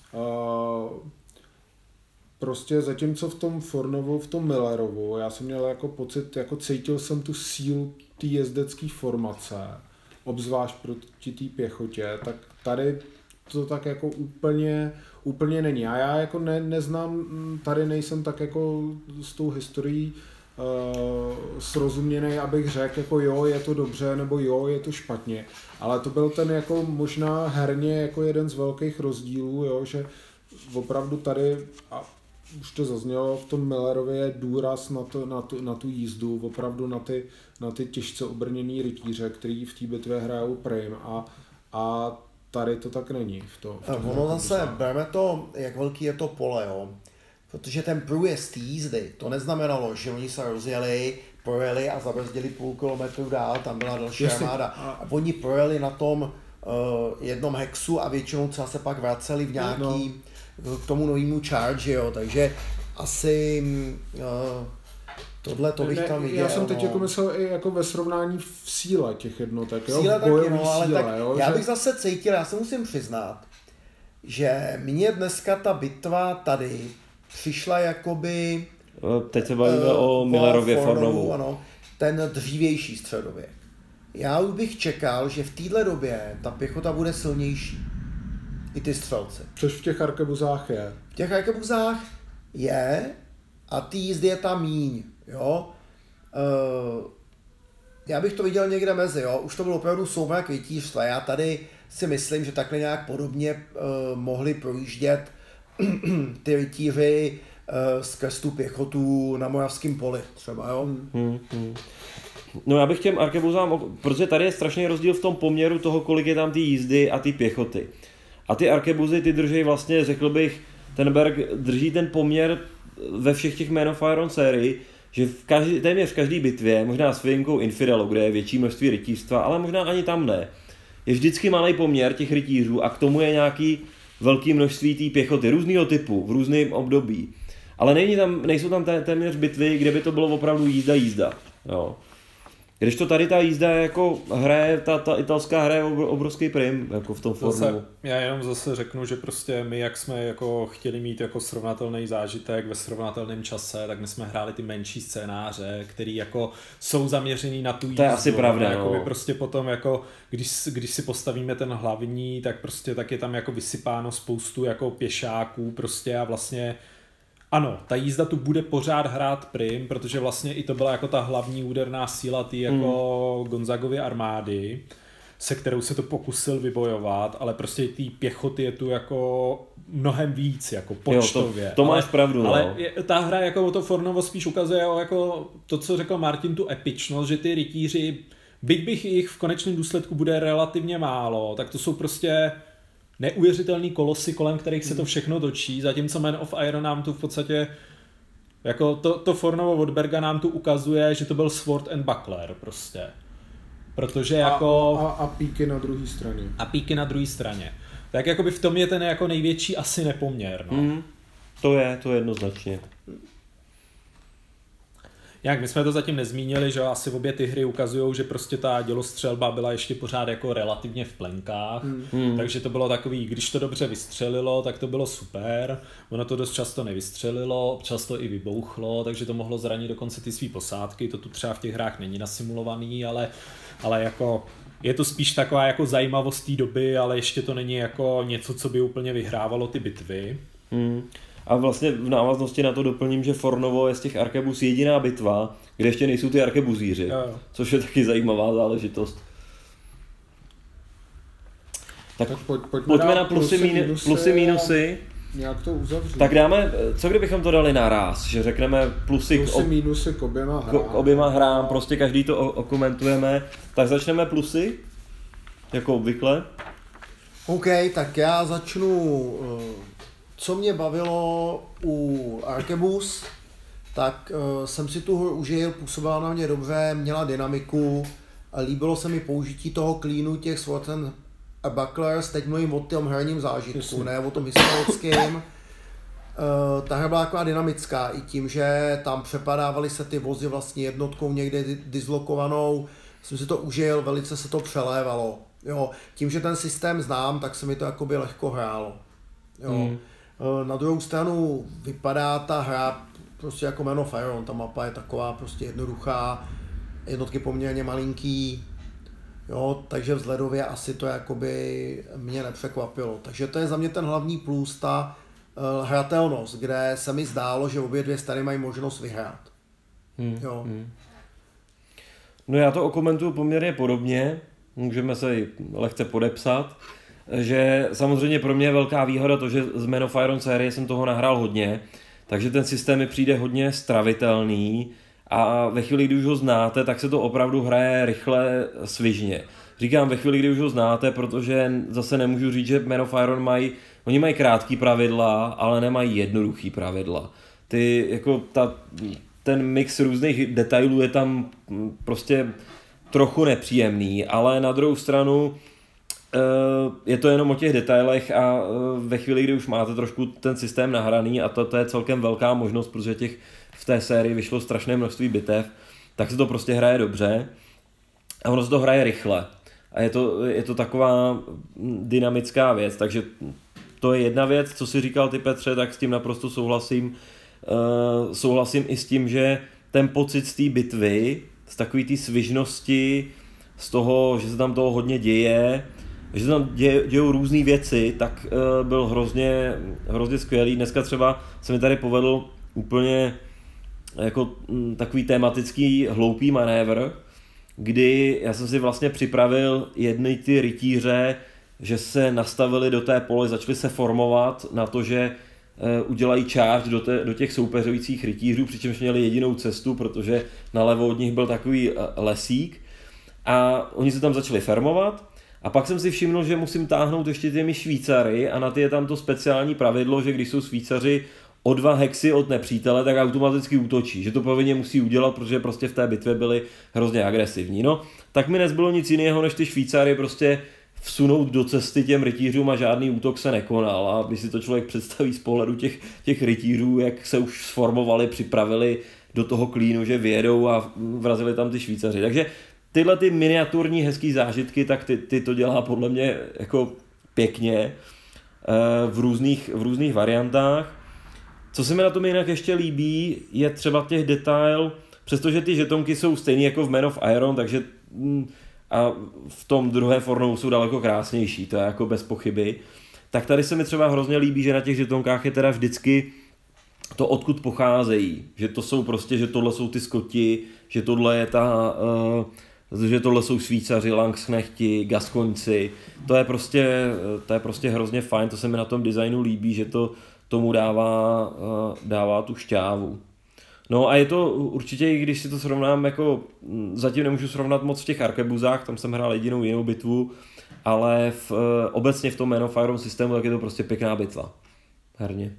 prostě zatímco v tom Fornovu, v tom Millerovu, já jsem měl jako pocit, jako cítil jsem tu sílu té jezdecké formace, obzvlášť proti té pěchotě, tak tady to tak jako úplně není. A já jako neznám, tady nejsem tak jako s tou historií srozuměný, abych řekl jako jo, je to dobře, nebo jo, je to špatně. Ale to byl ten jako možná herně jako jeden z velkých rozdílů, jo, že opravdu tady, a už to zaznělo, v tom Millerově je důraz na tu jízdu, opravdu na ty těžce obrněný rytíře, který v té bitvě hrajou prim a tady to tak není. Ono zase, bereme to, jak velký je to pole, jo. Protože ten průjezd jízdy, to neznamenalo, že oni se rozjeli, projeli a zabrzdili půl kilometru dál, tam byla další armáda. A oni projeli na tom jednom hexu a většinou třeba se pak vraceli v nějaký k tomu novému charge, jo. Takže asi tohle to bych tam viděl. Já jsem teď jako myslel i jako ve srovnání v síle těch jednotek, jo? Síle taky, no, ale síle, tak jo? Já bych zase cítil, já se musím přiznat, že mně dneska ta bitva tady přišla jakoby... Teď se bavíme o Millerově Fornovu. Ano, ten dřívější středověk. Já už bych čekal, že v téhle době ta pěchota bude silnější. I ty střelci. Což v těch arkebuzách je. V těch arkebuzách je a ty jízdy je tam míň, jo. Já bych to viděl někde mezi, jo. Už to bylo opravdu soumrak rytířstva. Já tady si myslím, že takhle nějak podobně mohli projíždět ty rytíři skrz tu pěchotu na Moravském poli třeba, jo. No já bych těm arkebuzám, protože tady je strašný rozdíl v tom poměru toho, kolik je tam ty jízdy a ty pěchoty. A ty arkebuzy, ty drží vlastně, řekl bych, ten Berg drží ten poměr ve všech těch Man of Iron sérii, že téměř v každé bitvě, možná s výjimkou Infidelu, kde je větší množství rytířstva, ale možná ani tam ne, je vždycky malý poměr těch rytířů a k tomu je nějaký velký množství té pěchoty různého typu, v různém období. Ale nejsou tam téměř bitvy, kde by to bylo opravdu jízda. Jo. Když to tady ta jízda jako hraje, ta italská hraje obrovský prim jako v tom formu. Já jenom zase řeknu, že prostě my, jak jsme jako chtěli mít jako srovnatelný zážitek ve srovnatelném čase, tak my jsme hráli ty menší scénáře, který jako jsou zaměřený na tu jízdu. To je asi pravda, jako no. my prostě potom jako, když si postavíme ten hlavní, tak prostě tak je tam jako vysypáno spoustu jako pěšáků prostě a vlastně ano, ta jízda tu bude pořád hrát prim, protože vlastně i to byla jako ta hlavní úderná síla ty jako Gonzagovy armády, se kterou se to pokusil vybojovat, ale prostě ty pěchoty je tu jako mnohem víc, jako počtově. Jo, to máš pravdu. Ale ta hra jako to Fornovo spíš ukazuje jako to, co řekl Martin, tu epičnost, že ty rytíři, byť bych jich v konečném důsledku bude relativně málo, tak to jsou prostě neuvěřitelný kolosy, kolem kterých se to všechno točí, zatímco Man of Iron nám tu v podstatě jako to Fornovo od Berga nám tu ukazuje, že to byl Sword and Buckler prostě. Protože jako... A píky na druhé straně. A píky na druhé straně. Tak jakoby v tom je ten jako největší asi nepoměr, no. To je jednoznačně. Jak my jsme to zatím nezmínili, že asi obě ty hry ukazují, že prostě ta dělostřelba byla ještě pořád jako relativně v plenkách, takže to bylo takový, když to dobře vystřelilo, tak to bylo super, ono to dost často nevystřelilo, občas to i vybouchlo, takže to mohlo zranit dokonce ty svý posádky, to tu třeba v těch hrách není nasimulovaný, ale jako je to spíš taková jako zajímavost té doby, ale ještě to není jako něco, co by úplně vyhrávalo ty bitvy. A vlastně v návaznosti na to doplním, že Fornovo je z těch arkebuz jediná bitva, kde ještě nejsou ty arkebuzíři, což je taky zajímavá záležitost. Tak pojďme na plusy, minusy. nějak to uzavřít. Tak dáme, co kdybychom to dali naraz, že řekneme plusy minusy k oběma hrám. K oběma hrám, prostě každý to okomentujeme. Tak začneme plusy, jako obvykle. OK, tak já začnu, co mě bavilo u Arquebus, tak jsem si tu hru užil, působila na mě dobře, měla dynamiku, líbilo se mi použití toho klínu těch Swords and Bucklers, teď mluvím o tom herním zážitku, ne o tom historickém. Ta hra byla taková dynamická i tím, že tam přepadávaly se ty vozy vlastně jednotkou někde dislokovanou, jsem si to užil, velice se to přelévalo. Jo, tím, že ten systém znám, tak se mi to jakoby lehko hrálo. Jo. Na druhou stranu vypadá ta hra prostě jako Man of Iron, ta mapa je taková prostě jednoduchá, jednotky poměrně malinký, jo, takže vzhledově asi to jakoby mě nepřekvapilo. Takže to je za mě ten hlavní plus, ta hratelnost, kde se mi zdálo, že obě dvě strany mají možnost vyhrát. Jo. No já to okomentuju poměrně podobně, můžeme se lehce podepsat, že samozřejmě pro mě je velká výhoda to, že z Man of Iron série jsem toho nahrál hodně, takže ten systém mi přijde hodně stravitelný a ve chvíli, kdy už ho znáte, tak se to opravdu hraje rychle, svižně. Říkám ve chvíli, kdy už ho znáte, protože zase nemůžu říct, že Man of Iron oni mají krátký pravidla, ale nemají jednoduchý pravidla. Ten mix různých detailů je tam prostě trochu nepříjemný, ale na druhou stranu je to jenom o těch detailech a ve chvíli, kdy už máte trošku ten systém nahraný a to je celkem velká možnost, protože v té sérii vyšlo strašné množství bitev, tak se to prostě hraje dobře a ono se to hraje rychle a je to taková dynamická věc, takže to je jedna věc, co si říkal ty Petře, tak s tím naprosto souhlasím. Souhlasím i s tím, že ten pocit z té bitvy, z takové té svižnosti, z toho, že se tam toho hodně děje, že se tam dějou různé věci, tak byl hrozně skvělý. Dneska třeba se mi tady povedl úplně jako takový tematický hloupý manévr, kdy já jsem si vlastně připravil jedny ty rytíře, že se nastavili do té pole, začali se formovat na to, že udělají charge do těch soupeřujících rytířů, přičemž měli jedinou cestu, protože nalevo od nich byl takový lesík a oni se tam začali farmovat a pak jsem si všiml, že musím táhnout ještě těmi Švýcary a na ty je tam to speciální pravidlo, že když jsou Švýcaři o 2 hexy od nepřítele, tak automaticky útočí, že to povinně musí udělat, protože prostě v té bitvě byli hrozně agresivní. No, tak mi nezbylo nic jiného, než ty Švýcary prostě vsunout do cesty těm rytířům a žádný útok se nekonal. A když si to člověk představí z pohledu těch rytířů, jak se už sformovali, připravili do toho klínu, že vyjedou a vrazili tam ty Švýcaři. Takže tyhle ty miniaturní hezký zážitky, tak ty to dělá podle mě jako pěkně v různých variantách. Co se mi na tom jinak ještě líbí, je třeba těch detail, přestože ty žetonky jsou stejný jako v Man of Iron, takže a v tom druhém Fornou jsou daleko krásnější, to je jako bez pochyby. Tak tady se mi třeba hrozně líbí, že na těch žetonkách je teda vždycky to, odkud pocházejí. Že to jsou prostě, že tohle jsou ty Skoti, že tohle je že tohle jsou Švýcaři, Landsknechti, Gaskoňci. To je prostě hrozně fajn, to se mi na tom designu líbí, že to tomu dává tu šťávu. No a je to určitě, i když si to srovnám, jako zatím nemůžu srovnat moc v těch Arkebuzách, tam jsem hrál jedinou jinou bitvu, ale obecně v tom Man of Iron systému tak je to prostě pěkná bitva. Herně.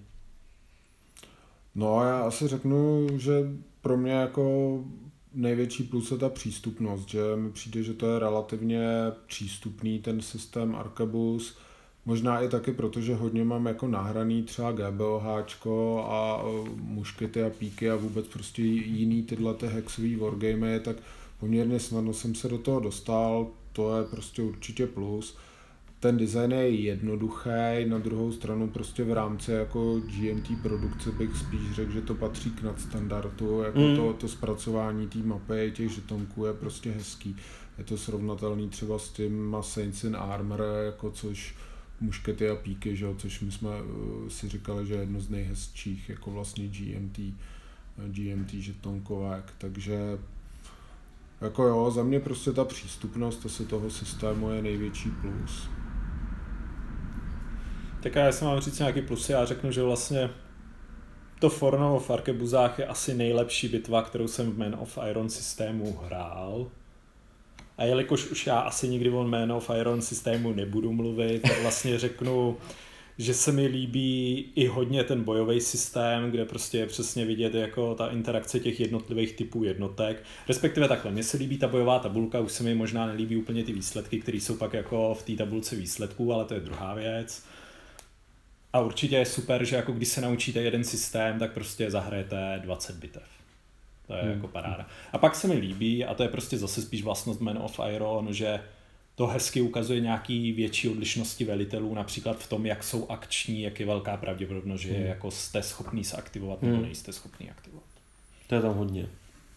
No a já asi řeknu, že pro mě jako největší plus je ta přístupnost, že mi přijde, že to je relativně přístupný ten systém Arkebus. Možná i taky, protože hodně mám jako nahraný třeba GBOHčko a muškety a píky a vůbec prostě jiný tyhle hexový wargamy, tak poměrně snadno jsem se do toho dostal, to je prostě určitě plus. Ten design je jednoduchý, na druhou stranu prostě v rámci jako GMT produkce bych spíš řekl, že to patří k nadstandardu, jako to zpracování té mapy, těch žetonků je prostě hezký. Je to srovnatelný třeba s těma Saints in Armor, jako což muškety a píky, že? Což my jsme si říkali, že je jedno z nejhezčích jako vlastně GMT žetonkovek, takže jako jo, za mě prostě ta přístupnost asi toho systému je největší plus. Tak já jsem vám říct nějaký plusy, já řeknu, že vlastně to Forno v Arkebuzách je asi nejlepší bitva, kterou jsem v Man of Iron systému hrál. A jelikož už já asi nikdy o Man of Iron systému nebudu mluvit, tak vlastně řeknu, že se mi líbí i hodně ten bojový systém, kde prostě je přesně vidět jako ta interakce těch jednotlivých typů jednotek. Respektive takhle, mně se líbí ta bojová tabulka, už se mi možná nelíbí úplně ty výsledky, které jsou pak jako v té tabulce výsledků, ale to je druhá věc. A určitě je super, že jako když se naučíte jeden systém, tak prostě zahrajete 20 bitev. To je jako paráda. A pak se mi líbí, a to je prostě zase spíš vlastnost Man of Iron, že to hezky ukazuje nějaký větší odlišnosti velitelů, například v tom, jak jsou akční, jak je velká pravděpodobnost, že jako jste schopný se aktivovat nebo nejste schopný aktivovat. To je tam hodně.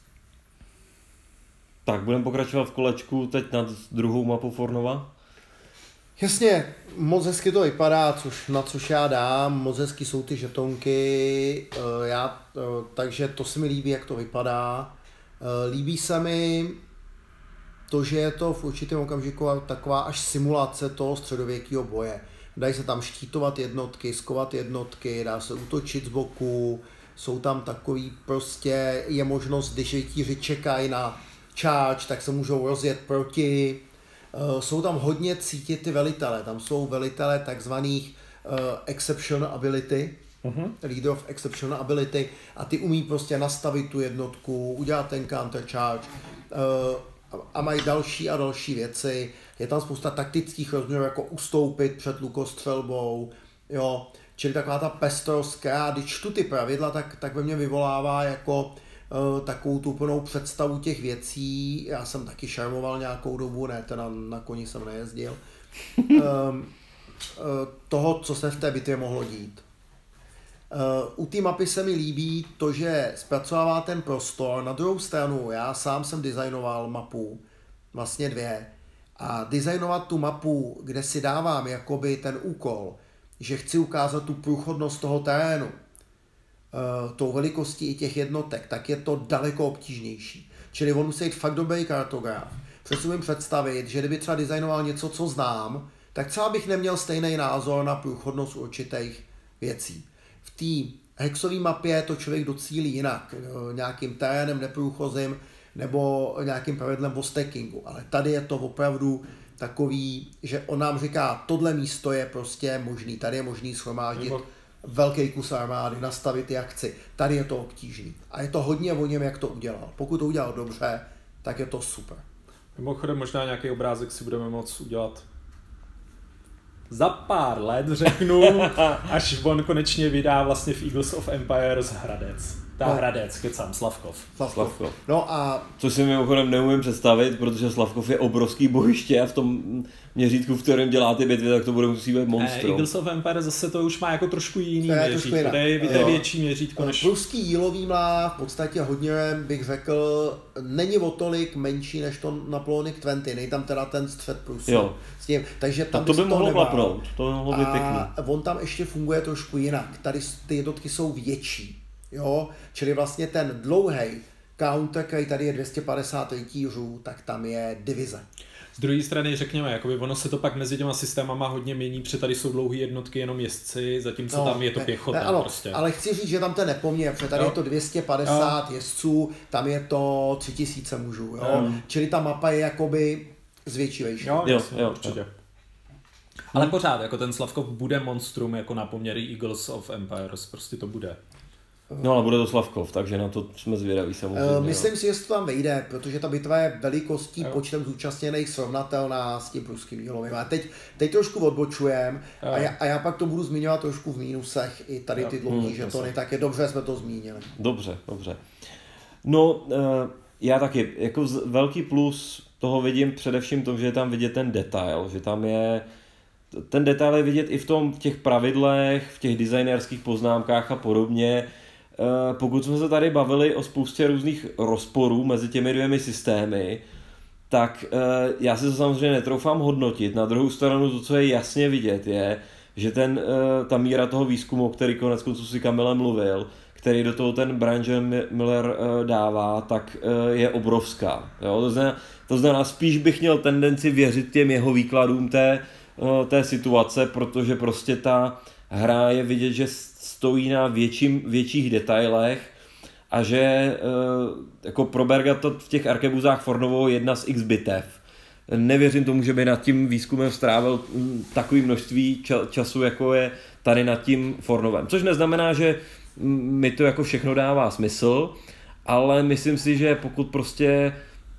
Tak, budeme pokračovat v kolečku teď nad druhou mapu Fornova. Jasně, moc hezky to vypadá, na což já dám, moc hezky jsou ty žetonky, takže to se mi líbí, jak to vypadá. Líbí se mi to, že je to v určitém okamžiku taková až simulace toho středověkého boje. Dají se tam štítovat jednotky, skovat jednotky, dá se útočit z boku, jsou tam takový prostě, je možnost, když rytíři čekají na charge, tak se můžou rozjet proti. Jsou tam hodně cítit ty velitele, tam jsou velitele takzvaných exception ability, leader of exception ability, a ty umí prostě nastavit tu jednotku, udělat ten counter charge a mají další a další věci. Je tam spousta taktických rozměrů, jako ustoupit před lukostřelbou, jo, čili taková ta pestrost, která, když čtu ty pravidla, tak ve mně vyvolává jako takovou tu plnou představu těch věcí. Já jsem taky šarmoval nějakou dobu, ne, teda na koni jsem nejezdil. Toho, co se v té bitvě mohlo dít. U té mapy se mi líbí to, že zpracovává ten prostor. Na druhou stranu, já sám jsem designoval mapu, vlastně 2. A designovat tu mapu, kde si dávám jakoby ten úkol, že chci ukázat tu průchodnost toho terénu, tou velikostí i těch jednotek, tak je to daleko obtížnější. Čili on musí jít fakt dobrý kartograf. Přesto si představit, že kdyby třeba designoval něco, co znám, tak třeba bych neměl stejný názor na průchodnost určitých věcí. V té hexové mapě to člověk docílí jinak, nějakým terénem neprůchozím nebo nějakým pravidlem o stackingu, ale tady je to opravdu takový, že on nám říká, tohle místo je prostě možný, tady je možný shromáždit velký kus armády, nastavit ty akci. Tady je to obtížný. A je to hodně o něm, jak to udělal. Pokud to udělal dobře, tak je to super. Mimochodem možná nějaký obrázek si budeme moct udělat za pár let, řeknu, až on konečně vydá vlastně v Eagles of Empires Hradec. Hradec, kecám, Slavkov. No a... Což si mimochodem neumím představit, protože Slavkov je obrovský bojiště a v tom měřítku, v kterém dělá ty bitvy, tak to bude musí být monstrum. Eagles of Empires zase to už má jako trošku jiný měřítko, to je větší měřítko než... Pruský jílový má v podstatě hodně, bych řekl, není o tolik menší než to Napoleonic 20, nej tam teda ten střed Prusu. S tím, takže tam to by mohlo klapnout, to by mohlo být pěkný. A on tam ještě funguje trošku jinak, tady ty jednotky jsou větší. Jo, čili vlastně ten dlouhý counter, který tady je 250 rytířů, tak tam je divize. Z druhé strany řekněme, jakoby ono se to pak mezi těma systémama hodně mění, protože tady jsou dlouhé jednotky jenom jezdci, zatímco tam je to pěchota. Ano, prostě. Ale chci říct, že tam ten nepoměr, protože tady je to 250 jezdců, tam je to 3000 mužů. Jo? Čili ta mapa je jakoby zvětšivější. Jo, určitě. Ale pořád, jako ten Slavkov bude monstrum jako na poměry Eagles of Empires, prostě to bude. No ale bude to Slavkov, takže na to jsme zvědaví samozřejmě. Myslím si, že to tam vejde, protože ta bitva je velikostí, počtem zúčastněných srovnatelná s tím pruským jílovým. A teď trošku odbočujem a já pak to budu zmiňovat trošku v mínusech i tady ty dlouhý žetony, tak je dobře, jsme to zmínili. Dobře. No, já taky, jako velký plus toho vidím především to, že je tam vidět ten detail, že tam je ten detail je vidět i v těch pravidlech, v těch designerských poznámkách a podobně. Pokud jsme se tady bavili o spoustě různých rozporů mezi těmi dvěmi systémy, tak já si to samozřejmě netroufám hodnotit. Na druhou stranu to, co je jasně vidět, je, že ta míra toho výzkumu, který konec konců si Kamile mluvil, který do toho ten Brian Miller dává, tak je obrovská. Jo? To znamená, spíš bych měl tendenci věřit těm jeho výkladům té té situace, protože prostě ta hra je vidět, že stojí na větších detailech a že jako pro Berga to v těch arkebuzách Fornovo jedna z x bitev. Nevěřím tomu, že by nad tím výzkumem strávil takové množství času, jako je tady nad tím Fornovem. Což neznamená, že mi to jako všechno dává smysl, ale myslím si, že pokud prostě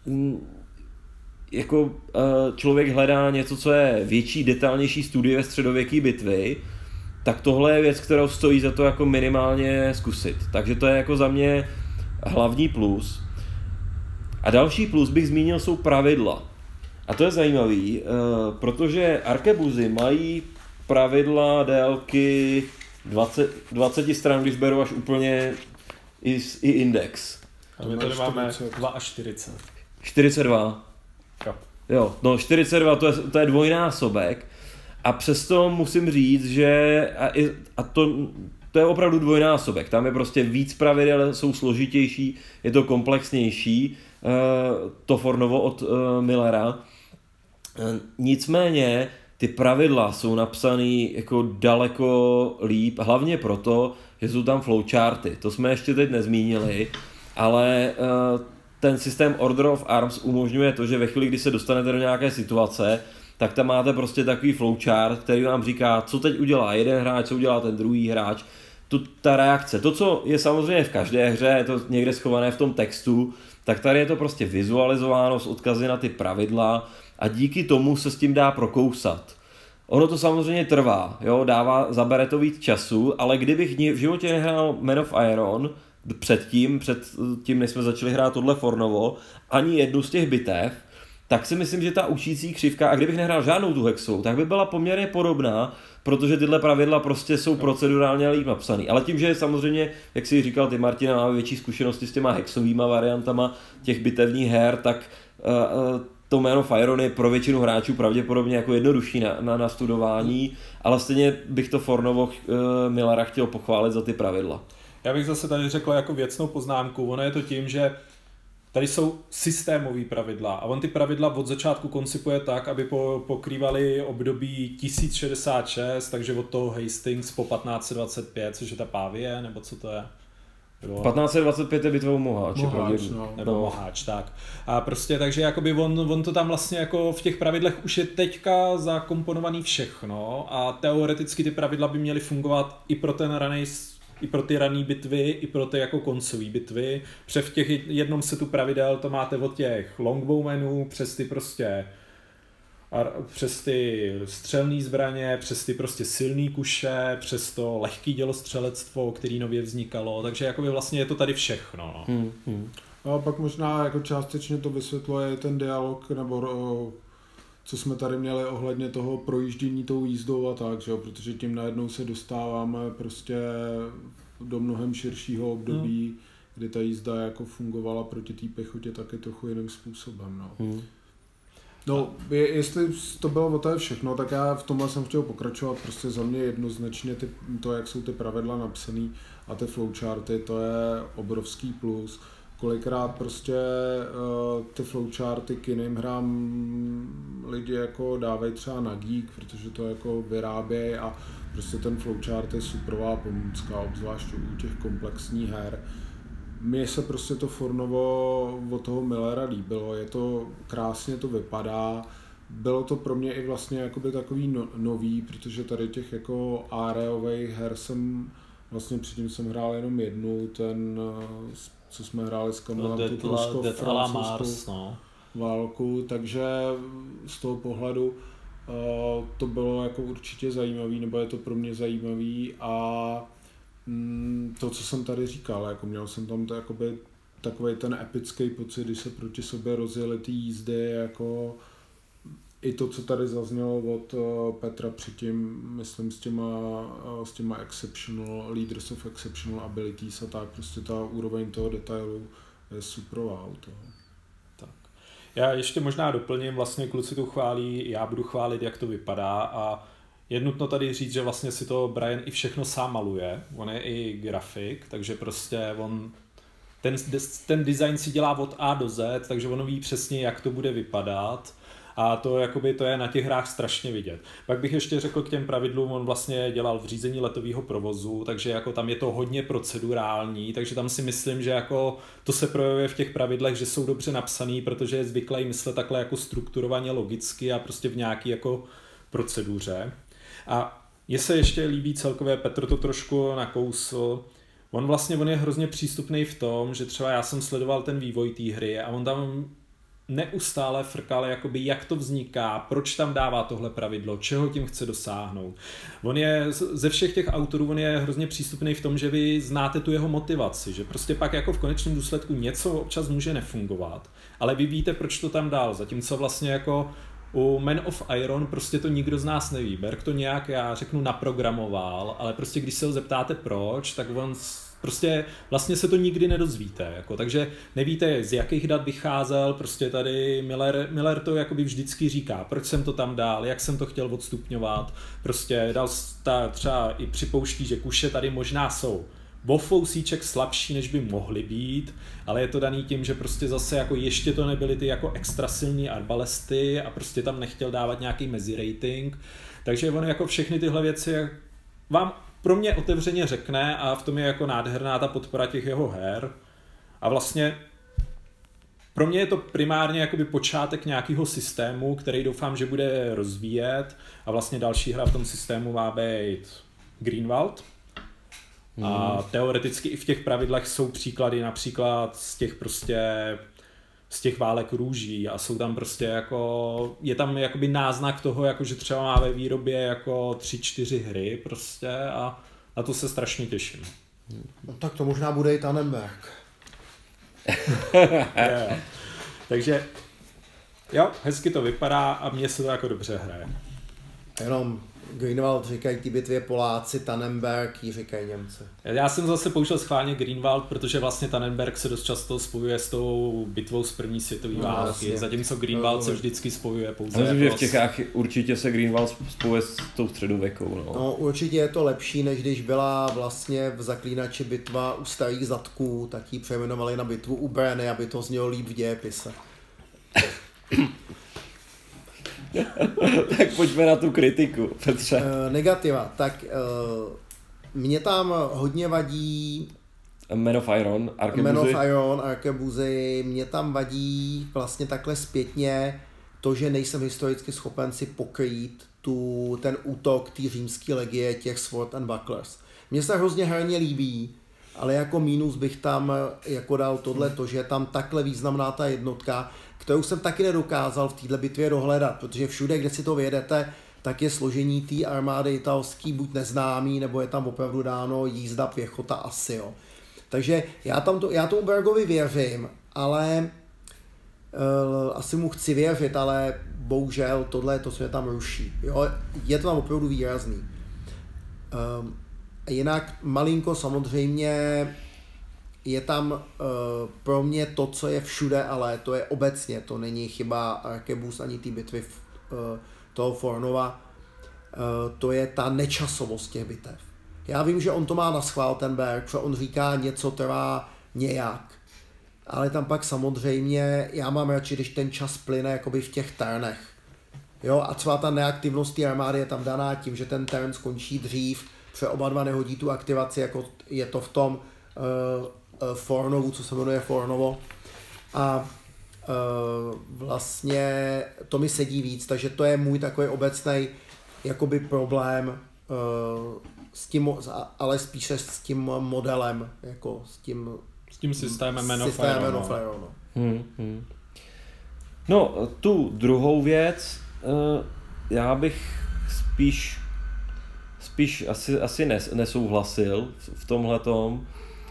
jako člověk hledá něco, co je větší, detailnější studie ve středověké bitvy, tak tohle je věc, kterou stojí za to jako minimálně zkusit. Takže to je jako za mě hlavní plus. A další plus bych zmínil jsou pravidla. A to je zajímavý, protože arkebuzy mají pravidla délky 20 stran, když beru až úplně i index. A my tady máme 2 až 40. 42. Jo, no 42 to je dvojnásobek a přesto musím říct, že to je opravdu dvojnásobek, tam je prostě víc pravidel, jsou složitější, je to komplexnější, to Fornovo od Millera. Nicméně ty pravidla jsou napsané jako daleko líp, hlavně proto, že jsou tam flowcharty, to jsme ještě teď nezmínili, ale ten systém Order of Arms umožňuje to, že ve chvíli, kdy se dostanete do nějaké situace, tak tam máte prostě takový flowchart, který vám říká, co teď udělá jeden hráč, co udělá ten druhý hráč, ta reakce. To, co je samozřejmě v každé hře, je to někde schované v tom textu, tak tady je to prostě vizualizováno s odkazy na ty pravidla a díky tomu se s tím dá prokousat. Ono to samozřejmě trvá, jo, zabere to víc času, ale kdybych v životě nehrál Man of Iron, před tím, než jsme začali hrát tohle Fornovo, ani jednu z těch bitev, tak si myslím, že ta učící křivka, a kdybych nehrál žádnou tu hexu, tak by byla poměrně podobná, protože tyhle pravidla prostě jsou procedurálně líp napsaný. Ale tím, že samozřejmě, jak jsi říkal ty, Martina, máme větší zkušenosti s těma hexovýma variantama těch bitevních her, tak to Man of Iron je pro většinu hráčů pravděpodobně jako jednodušší na studování, ale stejně bych to Fornovo Millera chtěl pochválit za ty pravidla. Já bych zase tady řekl jako věcnou poznámku, ono je to tím, že tady jsou systémové pravidla a on ty pravidla od začátku koncipuje tak, aby pokrývaly období 1066, takže od toho Hastings po 1525, což je ta Pávie, nebo co to je? 1525 je bitva u Moháče. Nebo Moháč, tak. A prostě takže jakoby on to tam vlastně jako v těch pravidlech už je teďka zakomponovaný všechno a teoreticky ty pravidla by měly fungovat i pro ten i pro ty rané bitvy, i pro ty jako koncové bitvy. V těch jednom setu pravidel to máte od těch longbowmenů přes ty prostě přes ty střelné zbraně, přes ty prostě silný kuše, přes to lehký dělostřelectvo, který nově vznikalo, takže jakoby vlastně je to tady všechno. A pak možná jako částečně to vysvětluje ten dialog, nebo co jsme tady měli ohledně toho projíždění tou jízdou a tak, že jo? Protože tím najednou se dostáváme prostě do mnohem širšího období, kdy ta jízda jako fungovala proti té pěchotě taky trochu jiným způsobem. No, jestli to bylo o to všechno, tak já v tomhle jsem chtěl pokračovat, prostě za mě jednoznačně to, jak jsou ty pravidla napsané a ty flowcharty, to je obrovský plus. Kolikrát prostě ty flowcharty k jiným hrám lidi jako dávají třeba na Geek, protože to jako vyrábějí a prostě ten flowchart je superová pomůcka, obzvlášť u těch komplexních her. Mně se prostě to Fornovo od toho Millera líbilo, je to krásně to vypadá, bylo to pro mě i vlastně jakoby takový nový, protože tady těch jako areových her jsem vlastně předtím jsem hrál jenom jednu, co jsme hráli s Kamilem, tu francouzskou válku, takže z toho pohledu to bylo jako určitě zajímavý, nebo je to pro mě zajímavý a to, co jsem tady říkal, jako měl jsem tam to jakoby takovej ten epický pocit, když se proti sobě rozjeli ty jízdy, jako i to, co tady zaznělo od Petra předtím, myslím s těma exceptional, leaders of exceptional abilities a tak, prostě ta úroveň toho detailu je superová u toho. Tak. Já ještě možná doplním, vlastně kluci tu chválí, já budu chválit, jak to vypadá a je nutno tady říct, že vlastně si to Brian i všechno sám maluje, on je i grafik, takže prostě on ten design si dělá od A do Z, takže on ví přesně, jak to bude vypadat. a to, jakoby, to je na těch hrách strašně vidět. Pak bych ještě řekl k těm pravidlům, on vlastně dělal v řízení letového provozu, takže jako tam je to hodně procedurální, takže tam si myslím, že jako to se projevuje v těch pravidlech, že jsou dobře napsaný, protože je zvyklý myslet takhle jako strukturovaně, logicky a prostě v nějaký jako proceduře. A mně se ještě líbí celkově, Petr to trošku nakousl, on je hrozně přístupný v tom, že třeba já jsem sledoval ten vývoj té hry a on tam neustále frkal, jakoby jak to vzniká, proč tam dává tohle pravidlo, čeho tím chce dosáhnout. On je, ze všech těch autorů, on je hrozně přístupný v tom, že vy znáte tu jeho motivaci, že prostě pak jako v konečném důsledku něco občas může nefungovat, ale vy víte, proč to tam dál, zatímco vlastně jako u Man of Iron prostě to nikdo z nás neví. Berg to nějak, já řeknu, naprogramoval, ale prostě když se ho zeptáte proč, tak on prostě vlastně se to nikdy nedozvíte. Jako, takže nevíte, z jakých dat vycházel, prostě tady Miller to jakoby vždycky říká, proč jsem to tam dal, jak jsem to chtěl odstupňovat, prostě dal třeba i připouští, že kuše tady možná jsou o fousíček slabší, než by mohly být, ale je to daný tím, že prostě zase jako ještě to nebyly ty jako extra silní arbalesty a prostě tam nechtěl dávat nějaký mezirating, takže on jako všechny tyhle věci vám pro mě otevřeně řekne a v tom je jako nádherná ta podpora těch jeho her a vlastně pro mě je to primárně jakoby počátek nějakého systému, který doufám, že bude rozvíjet a vlastně další hra v tom systému má být Greenwald. A teoreticky i v těch pravidlech jsou příklady například z těch válek růží a jsou tam prostě jako, je tam jakoby náznak toho, jako že třeba má ve výrobě jako 3-4 hry prostě a na to se strašně těším. No tak to možná bude i Tannenberg. Yeah. Takže jo, hezky to vypadá a mně se to jako dobře hraje. Jenom Greenwald říkají ty bitvě Poláci, Tannenberg ji říkají Němci. Já jsem zase použil schválně Greenwald, protože vlastně Tannenberg se dost často spojuje s tou bitvou z první světové války, vlastně. Zatímco Greenwald se vždycky spojuje pouze. Myslím, že v Čechách určitě se Greenwald spojuje s tou středověkou. No určitě je to lepší, než když byla vlastně v Zaklínači bitva u starých zadků, tak ji přejmenovali na bitvu u Breny, aby to znělo líp v dějepise. Tak pojďme na tu kritiku, Petře. Negativa, tak mě tam hodně vadí Man of Iron, Arkebuzy, mě tam vadí vlastně takhle zpětně to, že nejsem historicky schopen si pokrýt ten útok té římské legie těch Sword and Bucklers. Mně se hrozně herně líbí, ale jako mínus bych tam jako dal tohleto, že je tam takhle významná ta jednotka, kterou jsem taky nedokázal v této bitvě dohledat, protože všude, kde si to vědete, tak je složení té armády italský buď neznámý, nebo je tam opravdu dáno jízda, pěchota asi, jo. Takže já tomu Bergovi věřím, ale asi mu chci věřit, ale bohužel tohle to se mě tam ruší. Jo? Je to tam opravdu výrazný. Jinak malinko samozřejmě je tam pro mě to, co je všude, ale to je obecně, to není chyba Arkebus ani té bitvy toho Fornova, to je ta nečasovost těch bitev. Já vím, že on to má na schvál ten Berg, že on říká něco trvá nějak, ale tam pak samozřejmě, já mám radši, když ten čas plyne jakoby v těch turnech. Jo, a třeba ta neaktivnost té armády je tam daná tím, že ten turn skončí dřív, protože oba dva nehodí tu aktivaci, jako je to v tom Fornovu, co se jmenuje Fornovo. A vlastně to mi sedí víc, takže to je můj takový obecný jakoby problém s tím, ale spíše s tím modelem, jako s tím systémem Man of Iron. No, tu druhou věc, já bych spíš asi nesouhlasil v tomhletom,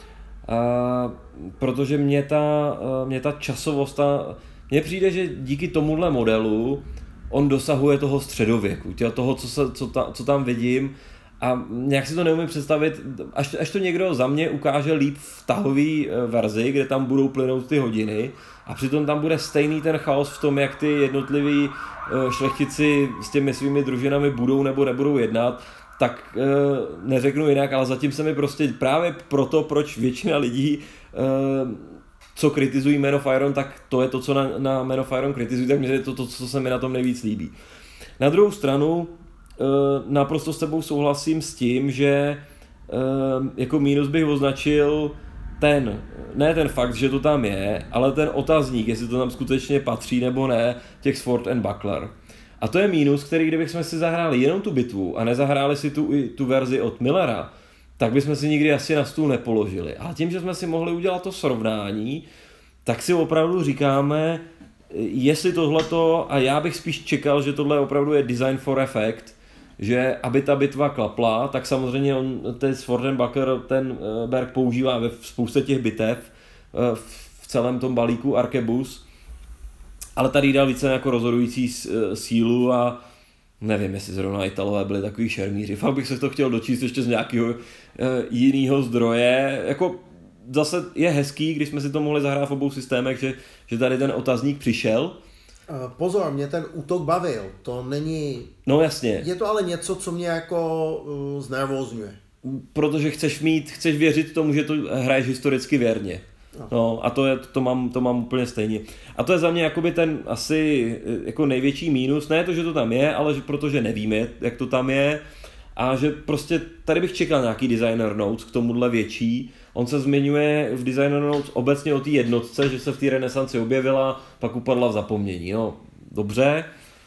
protože mě ta časovost, mně přijde, že díky tomuhle modelu on dosahuje toho středověku, toho, co tam vidím, a nějak si to neumím představit, až to někdo za mě ukáže líp v tahové verzi, kde tam budou plynout ty hodiny a přitom tam bude stejný ten chaos v tom, jak ty jednotliví šlechtici s těmi svými družinami budou nebo nebudou jednat, tak neřeknu jinak, ale zatím se mi prostě právě proto, proč většina lidí co kritizují Man of Iron, tak to je to, co na Man of Iron kritizují, tak je to, co se mi na tom nejvíc líbí. Na druhou stranu naprosto s tebou souhlasím s tím, že jako mínus bych označil ne ten fakt, že to tam je, ale ten otazník, jestli to tam skutečně patří nebo ne, těch Sword and Buckler. A to je mínus, který kdybychom si zahráli jenom tu bitvu a nezahráli si tu verzi od Millera, tak bychom si nikdy asi na stůl nepoložili. Ale tím, že jsme si mohli udělat to srovnání, tak si opravdu říkáme, jestli tohleto, a já bych spíš čekal, že tohle opravdu je design for effect, že aby ta bitva klapla, tak samozřejmě ten Sword and Buckler, ten Berg používá ve spoustě těch bitev v celém tom balíku Arquebus, ale tady dal více jako rozhodující sílu a nevím, jestli zrovna Italové byli takový šermíři. Fakt bych se to chtěl dočíst ještě z nějakého jiného zdroje. Jako zase je hezký, když jsme si to mohli zahrát v obou systémech, že tady ten otazník přišel. Pozor, mě ten útok bavil, to není... No jasně. Je to ale něco, co mě jako znervózňuje. Protože chceš věřit tomu, že to hraješ historicky věrně. No a to mám úplně stejně. A to je za mě jakoby ten asi jako největší mínus, ne to, že to tam je, ale protože nevíme, jak to tam je a že prostě tady bych čekal nějaký designer notes k tomuhle větší. On se zmiňuje v designer notes obecně o té jednotce, že se v té renesanci objevila, pak upadla v zapomnění. No dobře,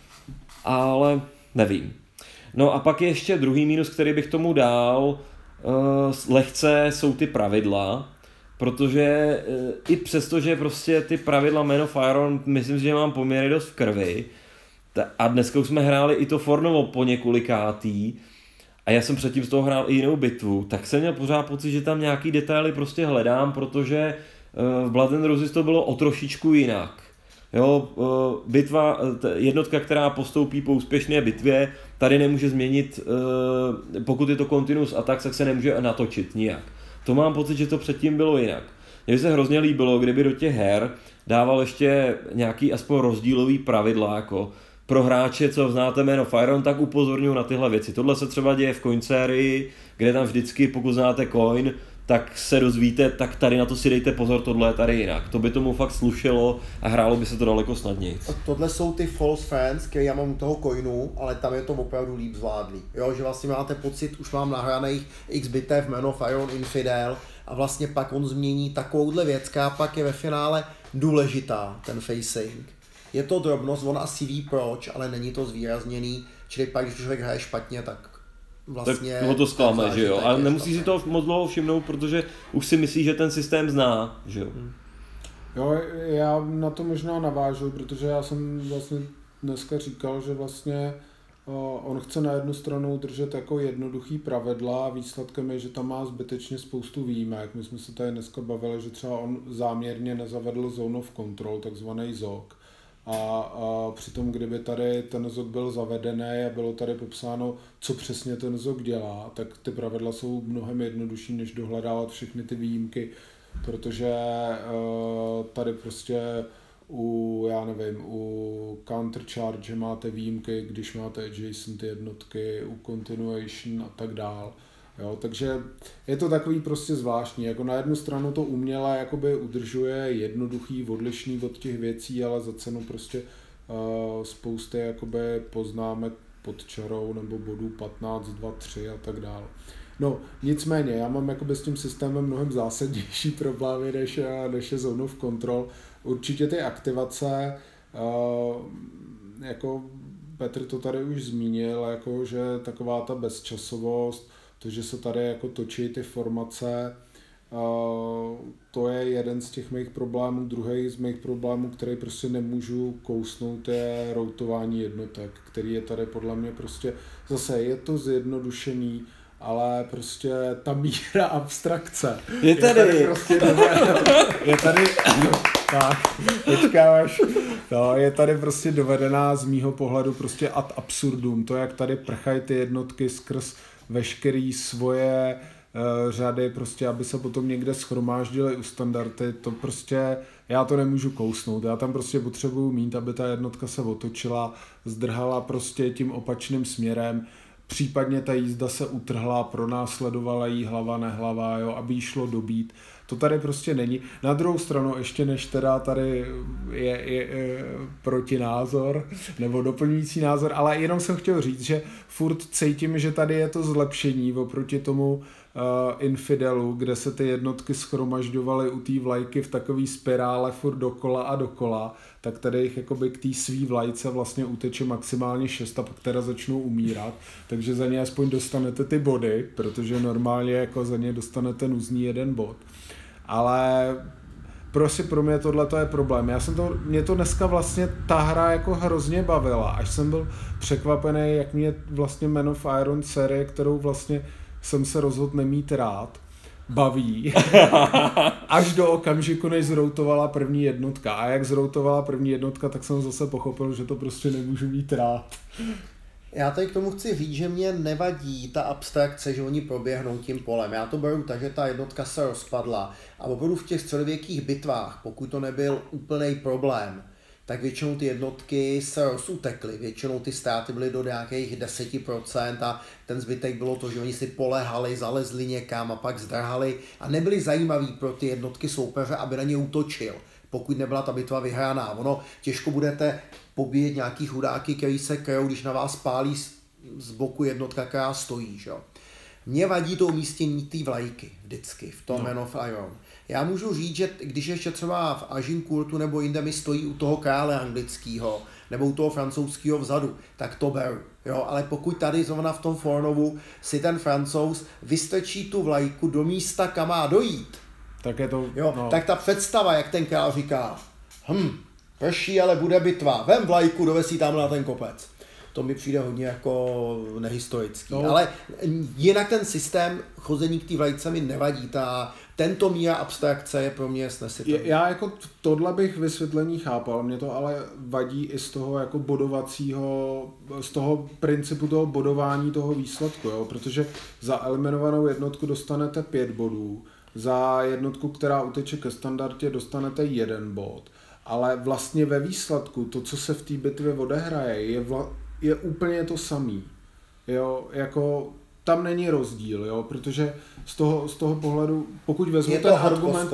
ale nevím. No a pak je ještě druhý mínus, který bych tomu dal, lehce jsou ty pravidla, protože i přesto, že prostě ty pravidla Man of Iron, myslím, že mám poměrně dost v krvi, a dneska už jsme hráli i to Fornovo po několikátý, a já jsem předtím z toho hrál i jinou bitvu, tak jsem měl pořád pocit, že tam nějaký detaily prostě hledám, protože v Blood and Roses to bylo o trošičku jinak. Jo, bitva, jednotka, která postoupí po úspěšné bitvě, tady nemůže změnit, pokud je to continuous attack, tak se nemůže natočit nijak. To mám pocit, že to předtím bylo jinak. Mně by se hrozně líbilo, kdyby do těch her dával ještě nějaký aspoň rozdílový pravidla, jako pro hráče, co znáte Man of Iron, tak upozorňuji na tyhle věci. Tohle se třeba děje v coin sérii, kde tam vždycky, pokud znáte coin, tak se dozvíte, tak tady na to si dejte pozor, tohle je tady jinak. To by tomu fakt slušelo a hrálo by se to daleko snadněji. Tohle jsou ty false fans, které já mám u toho coinu, ale tam je to opravdu líp zvládlý. Jo, že vlastně máte pocit, už mám nahraných x bitev Man of Iron Infidel a vlastně pak on změní takovouhle věc, která pak je ve finále důležitá, ten facing. Je to drobnost, on asi ví proč, ale není to zvýrazněný, čili pak, když člověk hraje špatně, tak vlastně... Tak ho to zklame, že jo, ale nemusí si to moc dlouho všimnout, protože už si myslí, že ten systém zná, že jo. Jo, já na to možná navážu, protože já jsem vlastně dneska říkal, že vlastně on chce na jednu stranu držet jako jednoduchý pravidla a výsledkem je, že tam má zbytečně spoustu výjimek. My jsme se tady dneska bavili, že třeba on záměrně nezavedl Zone of Control, takzvaný ZOC. A přitom, kdyby tady ten ZOC byl zavedený a bylo tady popsáno, co přesně ten ZOC dělá, tak ty pravidla jsou mnohem jednodušší, než dohledávat všechny ty výjimky, protože tady prostě u counter charge máte výjimky, když máte adjacent jednotky, u continuation a tak dál. Jo, takže je to takový prostě zvláštní, jako na jednu stranu to uměle jakoby udržuje jednoduchý, odlišný od těch věcí, ale za cenu prostě spousty jakoby poznámek pod čarou nebo bodů 15, 2, 3 a tak dál. No, nicméně, já mám jakoby s tím systémem mnohem zásadnější problémy, než je Zone of Control. Určitě ty aktivace, jako Petr to tady už zmínil, jako že taková ta bezčasovost, to, že se tady jako točí ty formace, to je jeden z těch mých problémů. Druhý z mých problémů, který prostě nemůžu kousnout, je routování jednotek, který je tady podle mě prostě, zase je to zjednodušený, ale prostě ta míra abstrakce je tady prostě je tady tak, počkáš, no, je tady prostě dovedená z mýho pohledu prostě ad absurdum, to jak tady prchají ty jednotky skrz veškerý svoje řady, prostě, aby se potom někde shromáždily u standardy, to prostě, já to nemůžu kousnout, já tam prostě potřebuju mít, aby ta jednotka se otočila, zdrhala prostě tím opačným směrem, případně ta jízda se utrhla, pronásledovala jí hlava, nehlava, jo, aby jí šlo dobít. To tady prostě není. Na druhou stranu, ještě než teda tady je protinázor, nebo doplňující názor, ale jenom jsem chtěl říct, že furt cítím, že tady je to zlepšení oproti tomu Infidelu, kde se ty jednotky shromažďovaly u té vlajky v takový spirále furt dokola a dokola, tak tady jich jakoby k té svý vlajce vlastně uteče maximálně 6 a pak teda začnou umírat, takže za ně aspoň dostanete ty body, protože normálně jako za ně dostanete nuzný 1 bod. Ale prostě pro mě tohle je problém. Mě to dneska vlastně ta hra jako hrozně bavila, až jsem byl překvapený, jak mě vlastně Man of Iron série, kterou vlastně jsem se rozhodl nemít rád, baví. Až do okamžiku, než zroutovala první jednotka. A jak zroutovala první jednotka, tak jsem zase pochopil, že to prostě nemůžu mít rád. Já tady k tomu chci říct, že mě nevadí ta abstrakce, že oni proběhnou tím polem. Já to beru tak, že ta jednotka se rozpadla a opravdu v těch středověkých bitvách, pokud to nebyl úplný problém, tak většinou ty jednotky se rozutekly. Většinou ty ztráty byly do nějakých 10% a ten zbytek bylo to, že oni si polehali, zalezli někam a pak zdrhali a nebyli zajímaví pro ty jednotky soupeře, aby na ně útočil, pokud nebyla ta bitva vyhraná. Ono těžko budete pobíjet nějaký chudáky, který se kryjou, když na vás pálí z boku jednotka, která stojí. Že? Mně vadí to umístění té vlajky vždycky v tom Man of Iron. Já můžu říct, že když ještě třeba v Agincourtu nebo jinde mi stojí u toho krále anglického nebo u toho francouzského vzadu, tak to beru. Jo? Ale pokud tady zrovna v tom Fornovu si ten Francouz vystrčí tu vlajku do místa, kam má dojít, tak je to, jo, tak ta představa, jak ten král říká, prší, ale bude bitva, vem vlajku, dovesí tam na ten kopec. To mi přijde hodně jako nehistorický. No. Ale jinak ten systém chození k té vlajce mi nevadí. Tento míra abstrakce je pro mě snesitelný. Já jako tohle bych vysvětlení chápal, mě to ale vadí i z toho jako bodovacího, z toho principu toho bodování toho výsledku, jo? Protože za eliminovanou jednotku dostanete 5 bodů, za jednotku, která uteče ke standardě, dostanete 1 bod. Ale vlastně ve výsledku to, co se v té bitvě odehraje, je úplně to samý. Jo, jako tam není rozdíl, jo, protože z toho pohledu, pokud vezmu ten argument,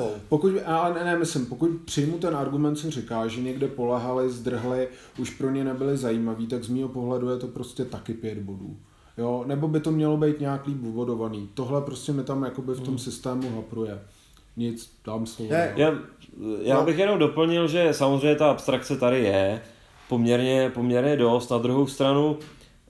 pokud přijmu ten argument, co říká, že někde polehali, zdrhli, už pro ně nebyli zajímaví, tak z mýho pohledu je to prostě taky 5 bodů. Jo, nebo by to mělo být nějak líp obvodovaný. Tohle prostě mi tam jakoby v tom systému hapruje. Nic, dám slovo. Já bych jenom doplnil, že samozřejmě ta abstrakce tady je poměrně dost. Na druhou stranu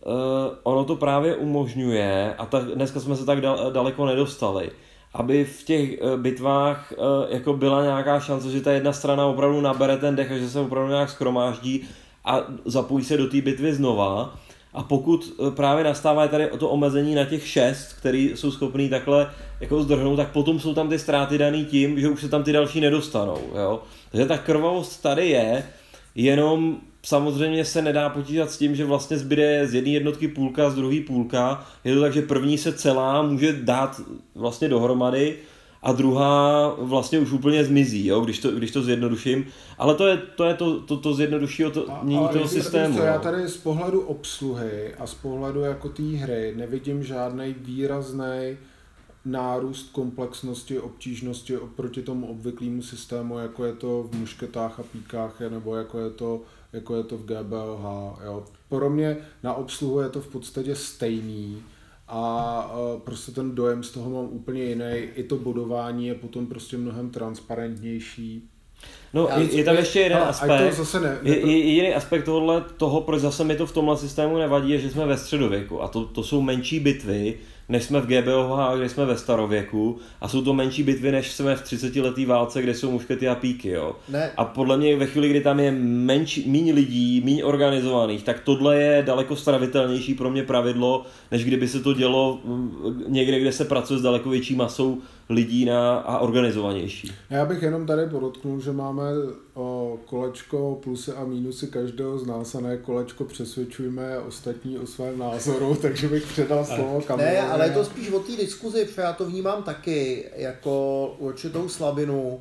ono to právě umožňuje, a dneska jsme se tak daleko nedostali, aby v těch bitvách jako byla nějaká šance, že ta jedna strana opravdu nabere ten dech a že se opravdu nějak shromáždí a zapojí se do té bitvy znova. A pokud právě nastává tady to omezení na těch 6, který jsou schopný takhle jako zdrhnout, tak potom jsou tam ty ztráty daný tím, že už se tam ty další nedostanou. Jo? Takže ta krvavost tady je, jenom samozřejmě se nedá počítat s tím, že vlastně zbyde z jedné jednotky půlka, z druhé půlka. Je to tak, že první se celá může dát vlastně dohromady a druhá vlastně už úplně zmizí, jo? Když to zjednoduším. Ale to je to zjednodušího toho systému. Já tady z pohledu obsluhy a z pohledu jako té hry nevidím žádný výrazný nárůst komplexnosti, obtížnosti oproti tomu obvyklému systému, jako je to v mušketách a píkách, nebo jako je to v GBLH. Jo. Pro mě na obsluhu je to v podstatě stejný a prostě ten dojem z toho mám úplně jiný. I to bodování je potom prostě mnohem transparentnější. No, je tam ještě jeden aspekt. Jiný aspekt toho, proč zase mi to v tomhle systému nevadí, je, že jsme ve středověku a to jsou menší bitvy, než jsme v GBOH, kde jsme ve starověku, a jsou to menší bitvy, než jsme v 30letý válce, kde jsou muškety a píky, jo. A podle mě ve chvíli, kdy tam je míň lidí, míň organizovaných, tak tohle je daleko stravitelnější pro mě pravidlo, než kdyby se to dělo někde, kde se pracuje s daleko větší masou lidí a organizovanější. Já bych jenom tady podotknul, že máme kolečko plusy a mínusy každého z nás a ne kolečko přesvědčujme ostatní o svém názoru, takže bych předal slovo Kamilovi. Ne, ale je to spíš o té diskuzi, protože já to vnímám taky jako určitou slabinu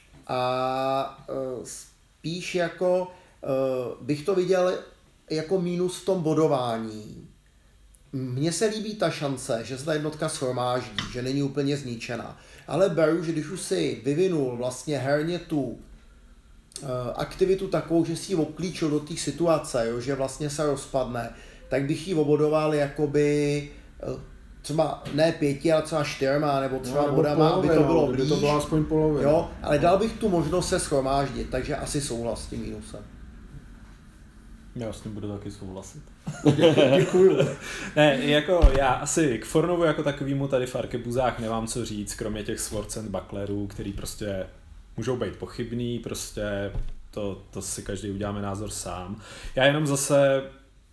a spíš jako bych to viděl jako mínus v tom bodování. mně se líbí ta šance, že se ta jednotka shromáždí, že není úplně zničená. Ale beru, že když už si vyvinul vlastně herně tu aktivitu takovou, že si ji obklíčil do té situace, jo, že vlastně se rozpadne, tak bych ji obodoval jakoby třeba ne 5, ale třeba 4, nebo třeba bodama, aby to bylo blíž. To byla aspoň polovina. Jo, ale dal bych tu možnost se shromáždit, takže asi souhlas s tím mínusem. Já s tím budu taky souhlasit. Děkuju. Ne, jako já asi k Fornovu jako takovýmu tady v arkebuzách nemám co říct, kromě těch Swords and Bucklerů, který prostě můžou být pochybný, prostě to si každý uděláme názor sám. Já jenom zase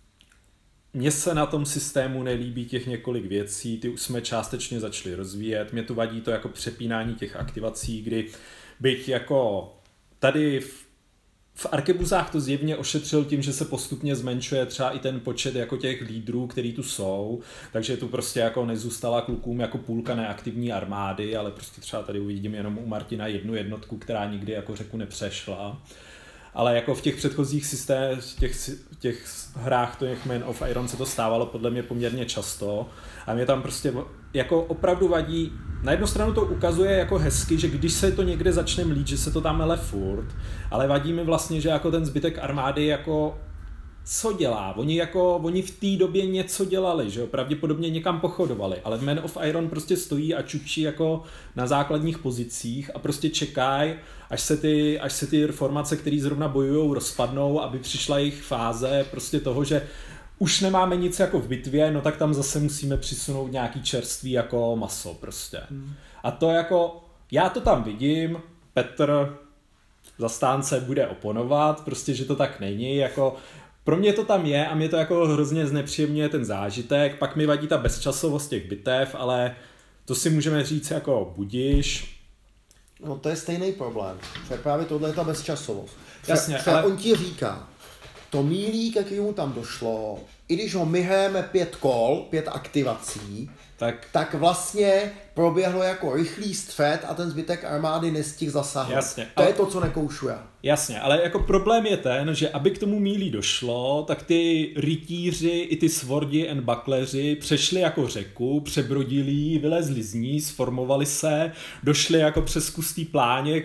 mně se na tom systému nelíbí těch několik věcí, ty už jsme částečně začali rozvíjet, mě tu vadí to jako přepínání těch aktivací, kdy byť jako tady v arkebuzách to zjevně ošetřil tím, že se postupně zmenšuje třeba i ten počet jako těch lídrů, který tu jsou, takže tu prostě jako nezůstala klukům jako půlka neaktivní armády, ale prostě třeba tady uvidím jenom u Martina jednu jednotku, která nikdy jako řeku nepřešla. Ale jako v těch předchozích systémech, těch hrách těch Man of Iron se to stávalo podle mě poměrně často a mě tam prostě jako opravdu vadí, na jednu stranu to ukazuje jako hezky, že když se to někde začne mlít, že se to tam mele furt, ale vadí mi vlastně, že jako ten zbytek armády jako co dělá? Oni v té době něco dělali, že jo? Pravděpodobně někam pochodovali, ale Man of Iron prostě stojí a čučí jako na základních pozicích a prostě čekají, až se ty formace, které zrovna bojujou, rozpadnou, aby přišla jejich fáze prostě toho, že už nemáme nic jako v bitvě, no tak tam zase musíme přisunout nějaký čerství jako maso prostě. A to jako, já to tam vidím, Petr zastánce bude oponovat, prostě, že to tak není, jako pro mě to tam je a mě to jako hrozně znepříjemňuje ten zážitek, pak mi vadí ta bezčasovost těch bitev, ale to si můžeme říct jako budiš. No to je stejný problém, že právě tohle je ta bezčasovost. Jasně, ale on ti říká, to mílí, k jakému tam došlo, i když ho my hrajeme 5 kol, 5 aktivací, tak vlastně proběhlo jako rychlý střet a ten zbytek armády nestihl zasahovat. Jasně, to je to, co nekoušuje. Jasně, ale jako problém je ten, že aby k tomu mílí došlo, tak ty rytíři i ty swordi and buckleri přešli jako řeku, přebrodili ji, vylezli z ní, sformovali se, došli jako přes kustý pláně k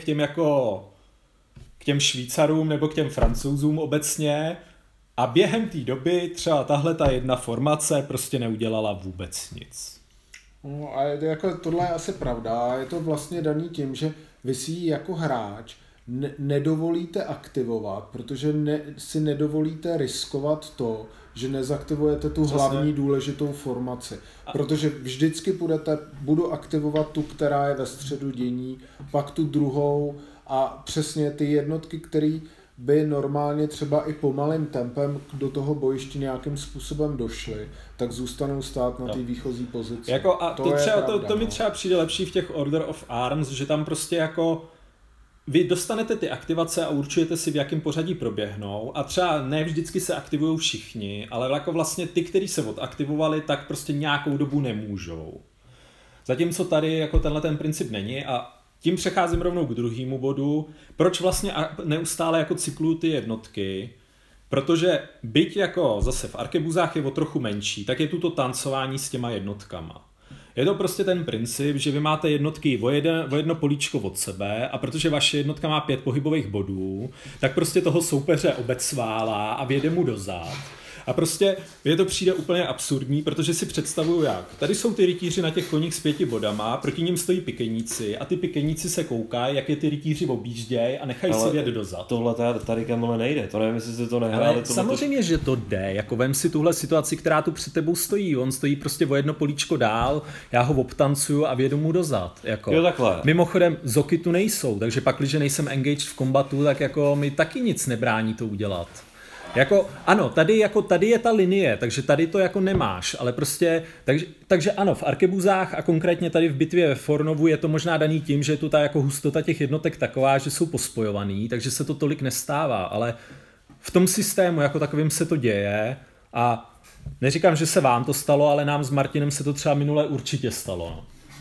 těm Švýcarům nebo k těm Francouzům obecně a během té doby třeba tahle ta jedna formace prostě neudělala vůbec nic. No a jako tohle je asi pravda, je to vlastně daný tím, že vy si jako hráč nedovolíte aktivovat, protože si nedovolíte riskovat to, že nezaktivujete tu hlavní důležitou formaci. Protože vždycky budu aktivovat tu, která je ve středu dění, pak tu druhou a přesně ty jednotky, které by normálně třeba i pomalým tempem do toho bojiště nějakým způsobem došly, tak zůstanou stát na té výchozí pozici. Jako a to mi třeba přijde lepší v těch Order of Arms, že tam prostě jako vy dostanete ty aktivace a určujete si, v jakém pořadí proběhnou a třeba ne vždycky se aktivují všichni, ale jako vlastně ty, kteří se odaktivovali, tak prostě nějakou dobu nemůžou. Zatímco tady jako tenhle ten princip není a tím přecházím rovnou k druhému bodu. Proč vlastně neustále jako cykluju ty jednotky? Protože byť jako zase v arkebuzách je o trochu menší, tak je tu to tancování s těma jednotkama. Je to prostě ten princip, že vy máte jednotky o jedno políčko od sebe a protože vaše jednotka má 5 pohybových bodů, tak prostě toho soupeře obecválá a vjede mu do zád. A prostě je to přijde úplně absurdní, protože si představuju jak. Tady jsou ty rytíři na těch koních s 5 bodama, proti nim stojí pikeníci a ty pikeníci se koukají, jak je ty rytíři objíždějí a nechají si vjet dozad. Tohle tady Kamile nejde, to nevím, jestli si to nehráli. Samozřejmě, že to jde, jako vem si tuhle situaci, která tu před tebou stojí, on stojí prostě o jedno políčko dál, já ho obtancuju a vjedu mu dozad. Jako. Jo, takhle. Mimochodem, zoky tu nejsou, takže pak, když nejsem engaged v kombatu, tak jako mi taky nic nebrání to udělat. Jako, ano, tady je ta linie, takže tady to jako nemáš, ale prostě, takže ano, v arkebuzách a konkrétně tady v bitvě ve Fornovu je to možná daný tím, že je tu ta jako hustota těch jednotek taková, že jsou pospojovaný, takže se to tolik nestává, ale v tom systému jako takovým se to děje a neříkám, že se vám to stalo, ale nám s Martinem se to třeba minule určitě stalo.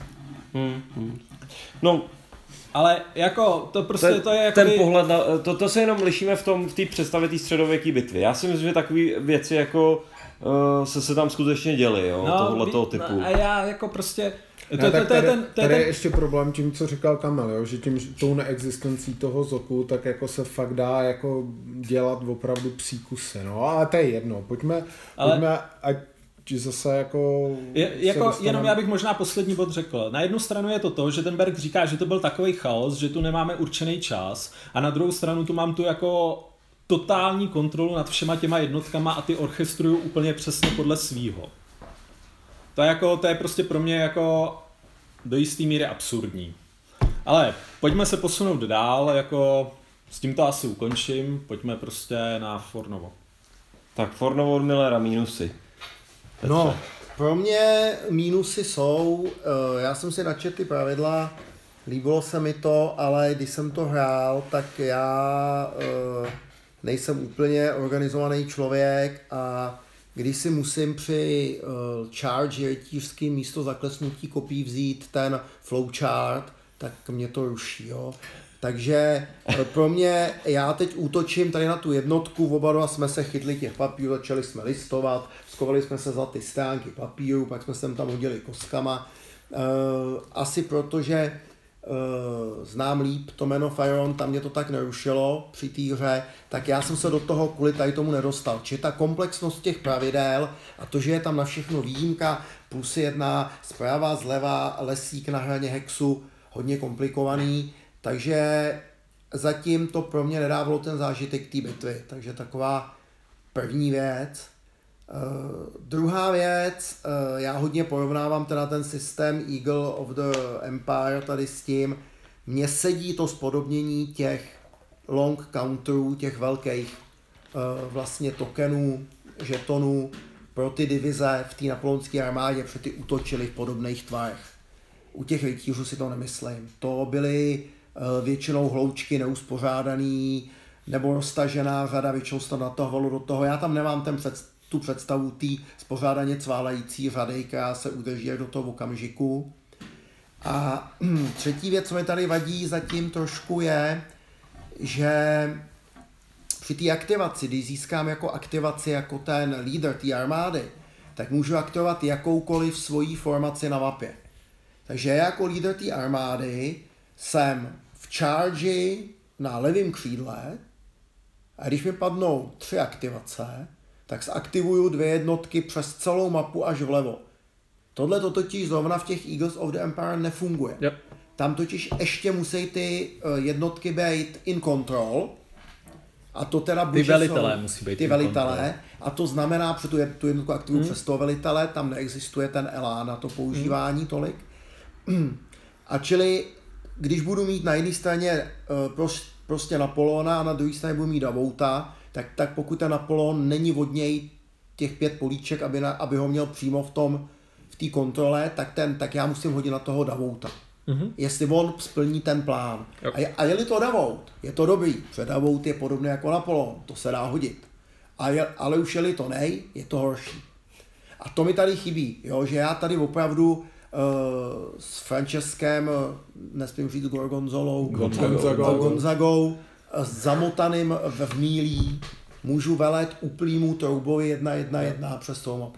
No, ale jako to prostě to je jako ten pohled na, to se jenom lišíme v té představě té středověké bitvy. Já si myslím, že takové věci jako se tam skutečně děly, jo, tohoto typu. A já jako prostě... Tady je ještě problém tím, co říkal Kamil, jo? Že tím tou neexistencí toho Zoku, tak jako se fakt dá jako dělat opravdu psí kusy, no, ale to je jedno, pojďme ať zase jako jenom já bych možná poslední bod řekl. Na jednu stranu je to, že ten Berg říká, že to byl takový chaos, že tu nemáme určený čas, a na druhou stranu tu mám tu jako totální kontrolu nad všema těma jednotkama a ty orchestruju úplně přesně podle svýho. To je prostě pro mě jako do jistý míry absurdní. Ale pojďme se posunout dál, jako s tím to asi ukončím, pojďme prostě na Fornovo. Tak Fornovo od Millera mínusy. Petře. No, pro mě mínusy jsou, já jsem si načetl ty pravidla, líbilo se mi to, ale když jsem to hrál, tak já nejsem úplně organizovaný člověk a když si musím při charge rytířským místo zaklesnutí kopí vzít ten flowchart, tak mě to ruší, jo. Takže pro mě, já teď útočím tady na tu jednotku, oba dva jsme se chytli těch papírů, začali jsme listovat, skovali jsme se za ty stránky papíru, pak jsme se tam hodili kostkama. Asi protože znám líp to jméno Fireon, tam mě to tak nerušilo při té hře, tak já jsem se do toho kvůli tady tomu nedostal. Či ta komplexnost těch pravidel a to, že je tam na všechno výjimka, plus jedna zprava, zleva, lesík na hraně hexu, hodně komplikovaný, takže zatím to pro mě nedávalo ten zážitek té bitvy, takže taková první věc. Druhá věc, já hodně porovnávám teda ten systém Eagle of the Empire tady s tím, mně sedí to spodobnění těch long counterů, těch velkých vlastně tokenů, žetonů pro ty divize v té napoleonské armádě, protože ty útočili v podobných tvarech. U těch rytířů si to nemyslím. To byly většinou hloučky neuspořádaný nebo roztažená řada, většinou se to natahovalo do toho. Já tam nemám tu představu té spořádaně cválající řady, která se udrží do toho okamžiku. A třetí věc, co mi tady vadí zatím trošku je, že při té aktivaci, když získám jako aktivaci jako ten lídr té armády, tak můžu aktivovat jakoukoliv svoji formaci na mapě. Takže já jako lídr té armády jsem v charge na levém křídle a když mi padnou 3 aktivace, tak zaktivuju 2 jednotky přes celou mapu až vlevo. Tohle to totiž zrovna v těch Eagles of the Empire nefunguje. Yep. Tam totiž ještě musí ty jednotky být in control a to teda ty velitelé musí být ty velitelé a to znamená, že tu jednotku aktivuju přes toho velitele, tam neexistuje ten elán na to používání tolik. A čili, když budu mít na jedné straně prostě Napoleona a na druhé straně budu mít Davouta, tak pokud ten Napoleon není od něj těch 5 políček, aby ho měl přímo v té kontrole, tak já musím hodit na toho Davouta. Mm-hmm. Jestli on splní ten plán. A je-li to Davout, je to dobrý, protože Davout je podobný jako Napoleon, to se dá hodit. Ale už je-li to nej, je to horší. A to mi tady chybí, jo, že já tady opravdu s Franceskem, nesmím říct Gonzagou, zamotaným v mílí, můžu velet úplnému troubovi 1-1-1 přes toho mapu.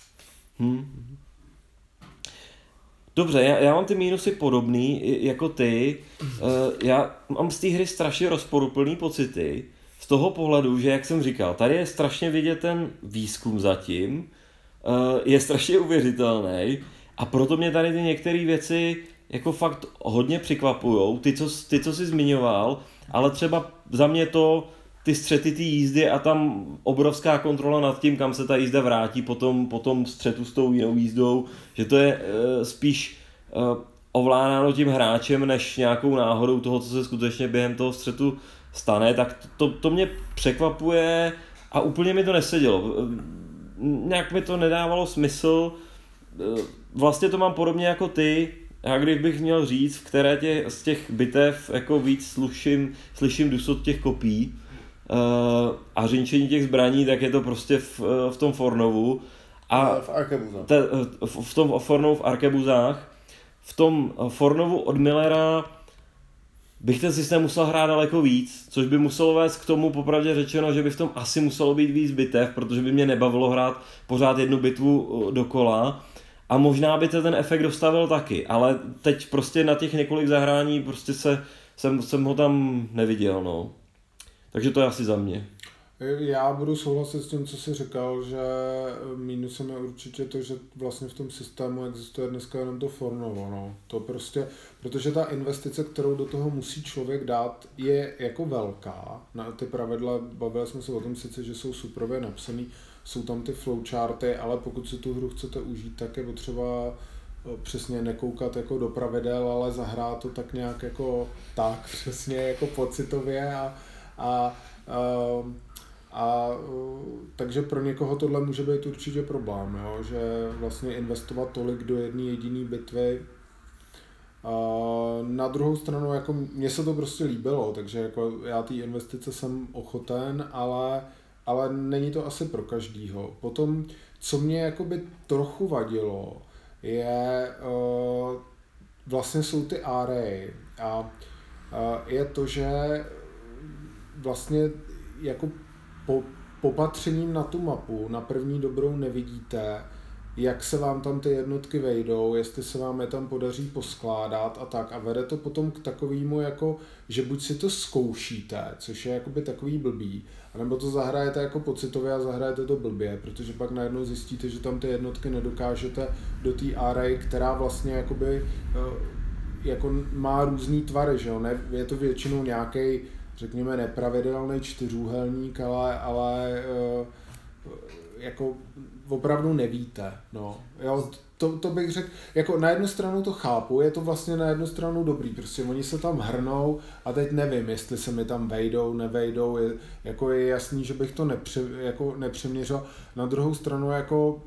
Dobře, já mám ty mínusy podobný jako ty. Já mám z té hry strašně rozporuplný pocity. Z toho pohledu, že jak jsem říkal, tady je strašně vidět ten výzkum zatím. Je strašně uvěřitelný. A proto mě tady ty některé věci jako fakt hodně překvapujou. Ty, co jsi zmiňoval, ale třeba za mě ty střety té jízdy a tam obrovská kontrola nad tím, kam se ta jízda vrátí po tom střetu s tou jinou jízdou, že to je spíš ovládáno tím hráčem, než nějakou náhodou toho, co se skutečně během toho střetu stane, tak to mě překvapuje a úplně mi to nesedělo. Nějak mi to nedávalo smysl. Vlastně to mám podobně jako ty. Já kdybych měl říct, v které z těch bitev jako víc slyším dusot těch kopí a řinčení těch zbraní, tak je to prostě v tom Fornovu. A v Arkebuzách. V tom Fornovu v Arkebuzách. V tom Fornovu od Millera bych ten systém musel hrát daleko víc, což by muselo vést k tomu, popravdě řečeno, že by v tom asi muselo být víc bitev, protože by mě nebavilo hrát pořád jednu bitvu dokola a možná by ten efekt dostavil taky, ale teď prostě na těch několik zahrání prostě jsem ho tam neviděl, no. Takže to je asi za mě. Já budu souhlasit s tím, co jsi říkal, že mínusem je určitě to, že vlastně v tom systému existuje dneska jenom to Fornovo, no. To prostě, protože ta investice, kterou do toho musí člověk dát, je jako velká. Na ty pravidla, bavili jsme se o tom sice, že jsou suprově napsaný, jsou tam ty flowcharty, ale pokud si tu hru chcete užít, tak je potřeba přesně nekoukat jako do pravidel, ale zahrát to tak nějak jako tak, přesně jako pocitově takže pro někoho tohle může být určitě problém, jo? Že vlastně investovat tolik do jedné jediné bitvy. Na druhou stranu, jako mně se to prostě líbilo, takže jako já té investice jsem ochoten, ale není to asi pro každýho. Potom, co mě jakoby trochu vadilo, vlastně jsou ty array a je to, že vlastně jako popatřením na tu mapu na první dobrou nevidíte, jak se vám tam ty jednotky vejdou, jestli se vám je tam podaří poskládat a tak. A vede to potom k takovému, jako, že buď si to zkoušíte, což je jakoby takový blbý, anebo to zahrajete jako pocitově a zahrajete to blbě, protože pak najednou zjistíte, že tam ty jednotky nedokážete do té array, která vlastně jakoby, jako má různý tvary, že jo? Je to většinou nějaký, řekněme, nepravidelný čtyřúhelník, ale jako opravdu nevíte, no. Jo, to bych řekl, jako na jednu stranu to chápu, je to vlastně na jednu stranu dobrý, prostě oni se tam hrnou a teď nevím, jestli se mi tam vejdou, nevejdou, je jasný, že bych to nepřeměřil. Na druhou stranu jako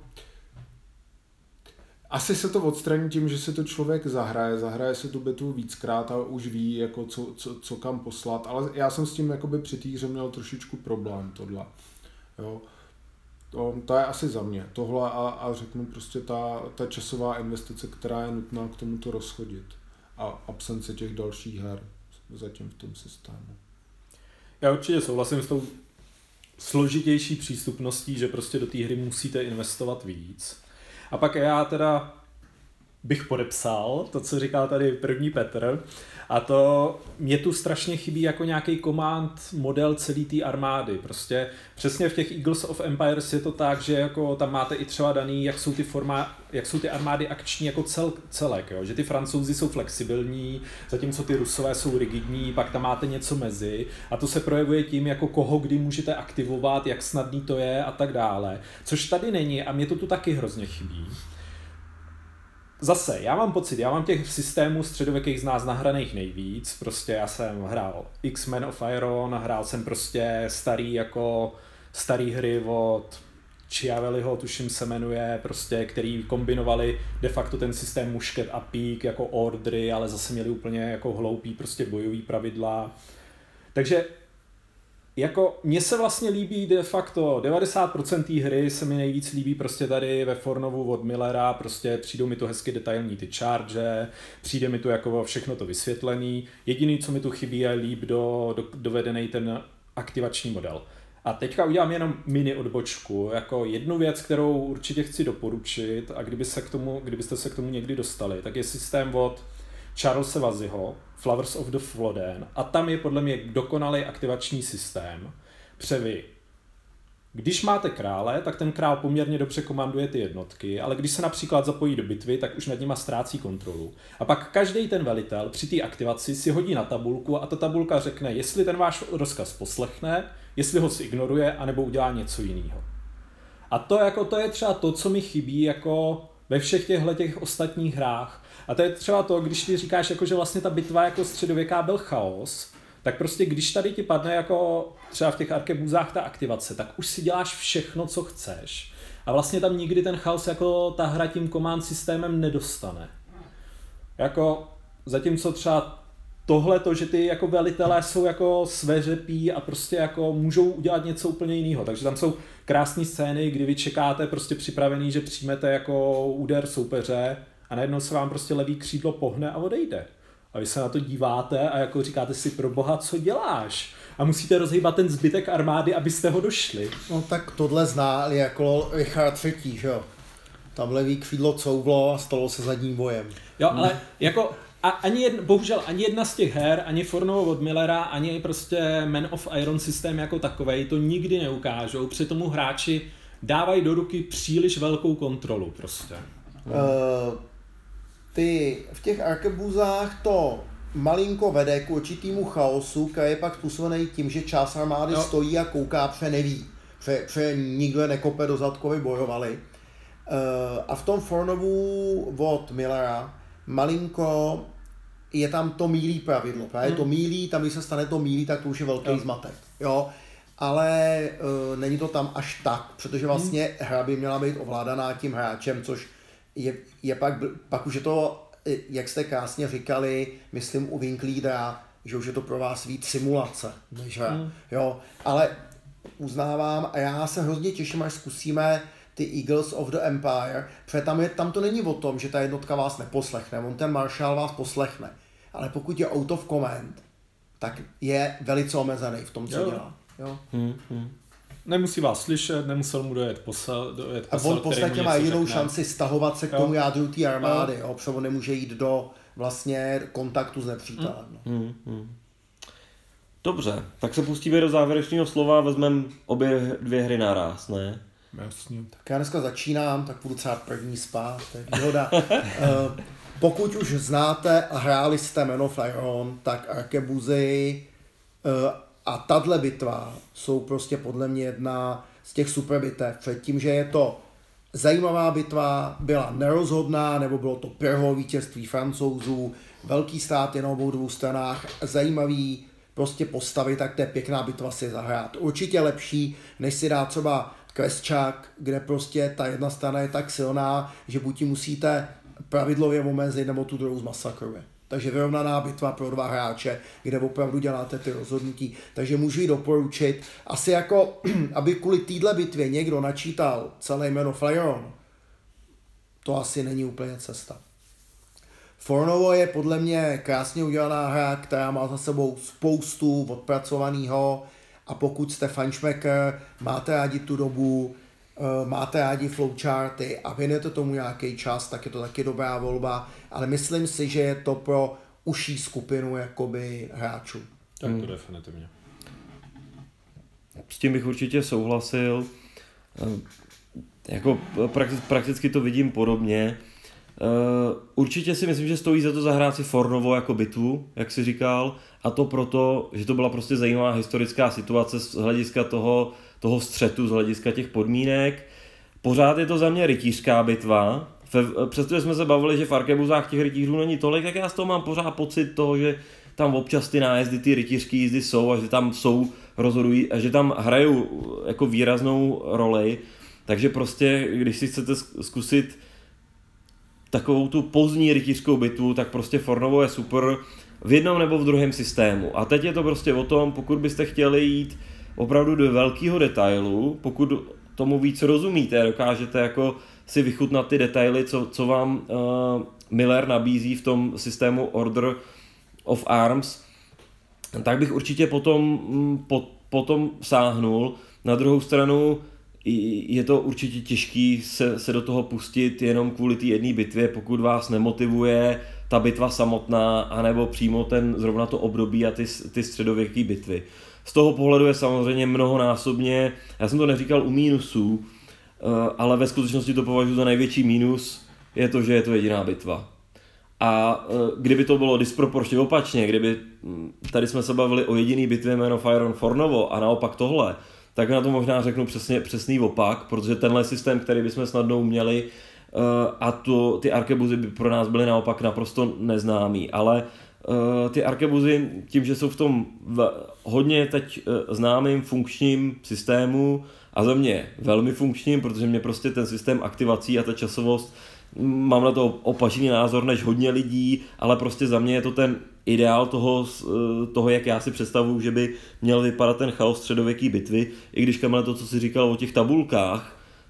asi se to odstraní tím, že si to člověk zahraje si tu bitvu víckrát a už ví, jako co kam poslat, ale já jsem s tím jakoby při té hře měl trošičku problém tohle, jo. To je asi za mě, tohle a řeknu prostě ta časová investice, která je nutná k tomu to rozchodit a absence těch dalších her zatím v tom systému. Já určitě souhlasím s tou složitější přístupností, že prostě do té hry musíte investovat víc. A pak já teda bych podepsal to, co říkal tady první Petr, a to mě tu strašně chybí jako nějaký command model celý té armády. Prostě přesně v těch Eagles of Empires je to tak, že jako tam máte i třeba daný, jak jsou ty armády akční jako celek, jo? Že ty Francouzi jsou flexibilní, zatímco ty Rusové jsou rigidní, pak tam máte něco mezi a to se projevuje tím, jako koho kdy můžete aktivovat, jak snadný to je a tak dále. Což tady není a mě to tu taky hrozně chybí. Zase, já mám pocit, já mám těch systémů středověkých z nás nahraných nejvíc, prostě já jsem hrál X-Men of Iron, hrál jsem prostě starý hry od Chiavelliho, tuším se jmenuje, prostě, který kombinovali de facto ten systém mušket a pík jako ordery, ale zase měli úplně jako hloupý prostě bojový pravidla. Takže jako mně se vlastně líbí de facto 90% té hry se mi nejvíc líbí prostě tady ve Fornovu od Millera, prostě přijdou mi tu hezky detailní ty charge, přijde mi tu jako všechno to vysvětlený. Jediný, co mi tu chybí, je líp dovedený ten aktivační model. A teďka udělám jenom mini odbočku, jako jednu věc, kterou určitě chci doporučit a kdybyste se k tomu někdy dostali, tak je systém od Charlesa Vazyho, Flowers of the Floden, a tam je podle mě dokonalý aktivační systém. Když máte krále, tak ten král poměrně dobře komanduje ty jednotky, ale když se například zapojí do bitvy, tak už nad nima ztrácí kontrolu. A pak každý ten velitel při té aktivaci si hodí na tabulku a ta tabulka řekne, jestli ten váš rozkaz poslechne, jestli ho ignoruje, anebo udělá něco jiného. A to je třeba to, co mi chybí jako ve všech těch ostatních hrách. A to je třeba to, když ty říkáš, jako, že vlastně ta bitva jako středověká byl chaos, tak prostě když tady ti padne jako třeba v těch arkebuzách ta aktivace, tak už si děláš všechno, co chceš. A vlastně tam nikdy ten chaos jako ta hra tím command systémem nedostane. Jako zatímco třeba tohleto, že ty jako velitelé jsou jako sveřepí a prostě jako můžou udělat něco úplně jiného. Takže tam jsou krásné scény, kdy vy čekáte prostě připravený, že přijmete jako úder soupeře a najednou se vám prostě levý křídlo pohne a odejde. A vy se na to díváte a jako říkáte si, pro boha, co děláš? A musíte rozhýbat ten zbytek armády, abyste ho došli. No tak tohle zná jako Richard III, že jo? Tamhle křídlo couvlo a stalo se zadním bojem. Jo, ale jako bohužel ani jedna z těch her, ani Fornovo od Millera, ani prostě Man of Iron systém jako takovej to nikdy neukážou. Při tomu hráči dávají do ruky příliš velkou kontrolu prostě. V těch arkebuzách to malinko vede k určitýmu chaosu, který je pak způsobený tím, že část armády stojí a kouká, protože neví. Protože nikdo je nekope do zadku, aby bojovali. A v tom Fornovu od Millera malinko je tam to mílí pravidlo. Právě to mílí, tam když se stane to mílí, tak to už je velký zmatek. Jo? Ale není to tam až tak, protože vlastně hra by měla být ovládaná tím hráčem, což je pak už je to, jak jste krásně říkali, myslím u Winkleadera, že už je to pro vás víc simulace než hra. Jo? Ale uznávám a já se hrozně těším, až zkusíme ty Eagles of the Empire, protože tam to není o tom, že ta jednotka vás neposlechne, on ten maršál vás poslechne, ale pokud je out of command, tak je velice omezený v tom, co dělá. Jo? Nemusí vás slyšet, nemusel mu dojet posel, a on v podstatě má jinou šanci stahovat se k tomu jádru té armády, protože on nemůže jít do vlastně kontaktu s nepřítelem. Dobře, tak se pustíme do závěrečného slova a vezmeme obě dvě hry naraz, ne? Jasně. Tak já dneska začínám, tak budu třeba první spát, to je výhoda. Pokud už znáte a hráli jste Man of Iron, tak arkebuzy a tahle bitva jsou prostě podle mě jedna z těch super bitev. Před tím, že je to zajímavá bitva, byla nerozhodná, nebo bylo to první vítězství Francouzů, velký stát na obou dvou stranách, zajímavý prostě postavy, tak to je pěkná bitva si zahrát. Určitě lepší, než si dát třeba Quesčák, kde prostě ta jedna strana je tak silná, že buď ji musíte pravidlově omezit, nebo tu druhou zmasakruje. Takže vyrovnaná bitva pro dva hráče, kde opravdu děláte ty rozhodnutí. Takže můžu ji doporučit. Asi jako, aby kvůli téhle bitvě někdo načítal celý Man of Iron, to asi není úplně cesta. Fornovo je podle mě krásně udělaná hra, která má za sebou spoustu odpracovaného, a pokud jste fanšmeker, máte rádi tu dobu, máte rádi flowcharty a věnujete tomu nějaký čas, tak je to taky dobrá volba, ale myslím si, že je to pro užší skupinu jakoby hráčů. Tak to definitivně. S tím bych určitě souhlasil. Jako prakticky to vidím podobně. Určitě si myslím, že stojí za to zahrát si Fornovo jako bitvu, jak jsi říkal, a to proto, že to byla prostě zajímavá historická situace z hlediska toho střetu, z hlediska těch podmínek. Pořád je to za mě rytířská bitva, přestože jsme se bavili, že v arkebuzách těch rytířů není tolik, tak já z toho mám pořád pocit toho, že tam občas ty nájezdy, ty rytířské jízdy jsou a že tam jsou rozhodují a že tam hrajou jako výraznou roli, takže prostě, když si chcete zkusit takovou tu pozdní rytířskou bitvu, tak prostě Fornovo je super v jednom nebo v druhém systému. A teď je to prostě o tom, pokud byste chtěli jít opravdu do velkého detailu, pokud tomu víc rozumíte, dokážete jako si vychutnat ty detaily, co vám Miller nabízí v tom systému Order of Arms, tak bych určitě potom sáhnul. Na druhou stranu je to určitě těžký se do toho pustit jenom kvůli té jedné bitvě, pokud vás nemotivuje ta bitva samotná, anebo přímo zrovna to období a ty středověké bitvy. Z toho pohledu je samozřejmě mnohonásobně, já jsem to neříkal u mínusů, ale ve skutečnosti to považuji za největší mínus, je to, že je to jediná bitva. A kdyby to bylo disproporčně opačně, kdyby tady jsme se bavili o jediný bitvě Man of Iron Fornovo a naopak tohle, tak na to možná řeknu přesný opak, protože tenhle systém, který bychom snadno měli, a ty arkebuzy by pro nás byly naopak naprosto neznámý, ale ty arkebuzy tím, že jsou v tom hodně teď známým funkčním systému a za mě velmi funkčním, protože mě prostě ten systém aktivací a ta časovost, mám na to opačný názor než hodně lidí, ale prostě za mě je to ten ideál toho, jak já si představuju, že by měl vypadat ten chaos středověký bitvy, i když Kamile to, co jsi říkal o těch tabulkách,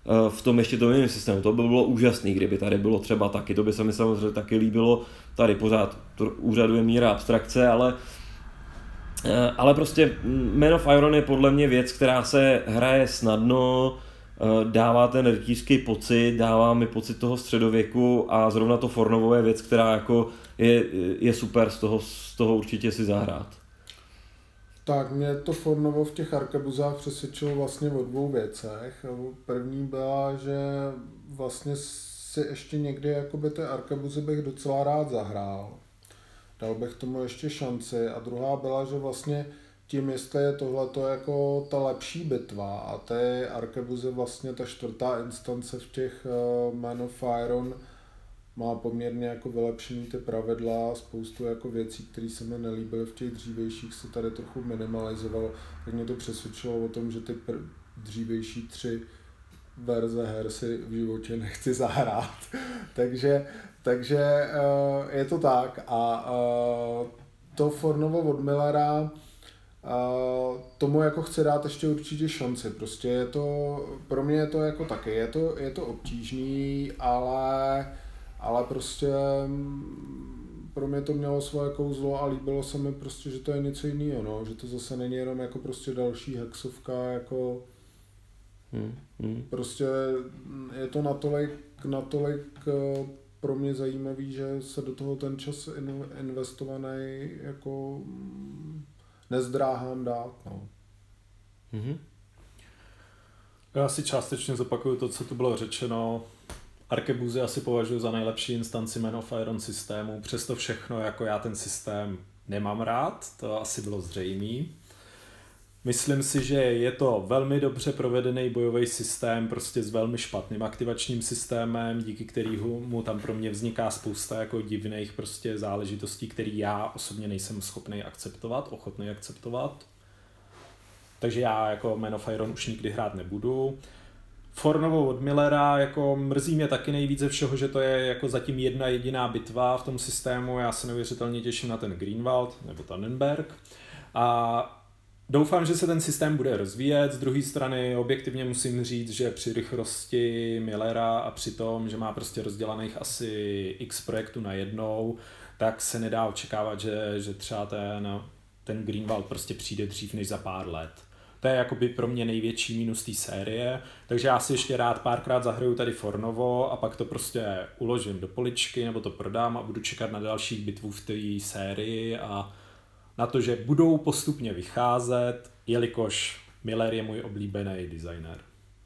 v tom ještě tom jiném systému. To by bylo úžasný, kdyby tady bylo třeba taky, to by se mi samozřejmě taky líbilo. Tady pořád úřaduje míra abstrakce, ale prostě Man of Iron je podle mě věc, která se hraje snadno, dává ten rytířský pocit, dává mi pocit toho středověku a zrovna to Fornovo je věc, která jako je super z toho určitě si zahrát. Tak mě to Fornovo v těch arkebuzách přesvědčilo vlastně o dvou věcech. První byla, že vlastně si ještě někdy jakoby ty arkebuzy bych docela rád zahrál. Dal bych tomu ještě šanci. A druhá byla, že vlastně tím, jestli je tohleto jako ta lepší bitva a ty arkebuzy vlastně ta 4. instance v těch Man of Iron má poměrně jako vylepšený ty pravidla, spoustu jako věcí, které se mi nelíbily v těch dřívějších, se tady trochu minimalizovalo, tak mě to přesvědčilo o tom, že ty dřívější 3 verze her si v životě nechci zahrát. takže je to tak a to Fornovo od Millera tomu jako chci dát ještě určitě šanci, prostě je to, pro mě je to jako taky, je to obtížný, ale prostě pro mě to mělo svoje kouzlo a líbilo se mi prostě, že to je něco jiného, no, že to zase není jenom jako prostě další hexovka, jako prostě je to natolik pro mě zajímavý, že se do toho ten čas investovaný jako nezdráhám dát, no. Já si částečně zopakuju to, co tu bylo řečeno. Arkebuzy asi považuji za nejlepší instanci Man of Iron systému, přesto všechno, jako já ten systém nemám rád, to asi bylo zřejmé. Myslím si, že je to velmi dobře provedený bojový systém, prostě s velmi špatným aktivačním systémem, díky kterému tam pro mě vzniká spousta jako divných prostě záležitostí, které já osobně nejsem schopný akceptovat, ochotný akceptovat. Takže já jako Man of Iron už nikdy hrát nebudu. Fornovo od Millera jako mrzí mě taky nejvíc ze všeho, že to je jako zatím jedna jediná bitva v tom systému. Já se neuvěřitelně těším na ten Greenwald nebo Tannenberg. A doufám, že se ten systém bude rozvíjet. Z druhé strany objektivně musím říct, že při rychlosti Millera a při tom, že má prostě rozdělaných asi x projektů na jednou, tak se nedá očekávat, že třeba ten Greenwald prostě přijde dřív než za pár let. To je jakoby pro mě největší mínus té série, takže já si ještě rád párkrát zahraju tady Fornovo a pak to prostě uložím do poličky nebo to prodám a budu čekat na dalších bitvu v té sérii a na to, že budou postupně vycházet, jelikož Miller je můj oblíbený designer.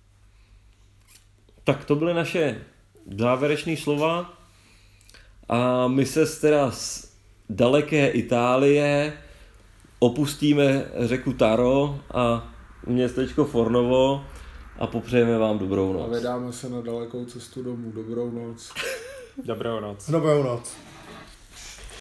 Tak to byly naše závěrečné slova a my se teda z daleké Itálie opustíme řeku Taro a městečko Fornovo a popřejeme vám dobrou noc. A vydáme se na dalekou cestu domů. Dobrou noc. Dobrou noc. Dobrou noc.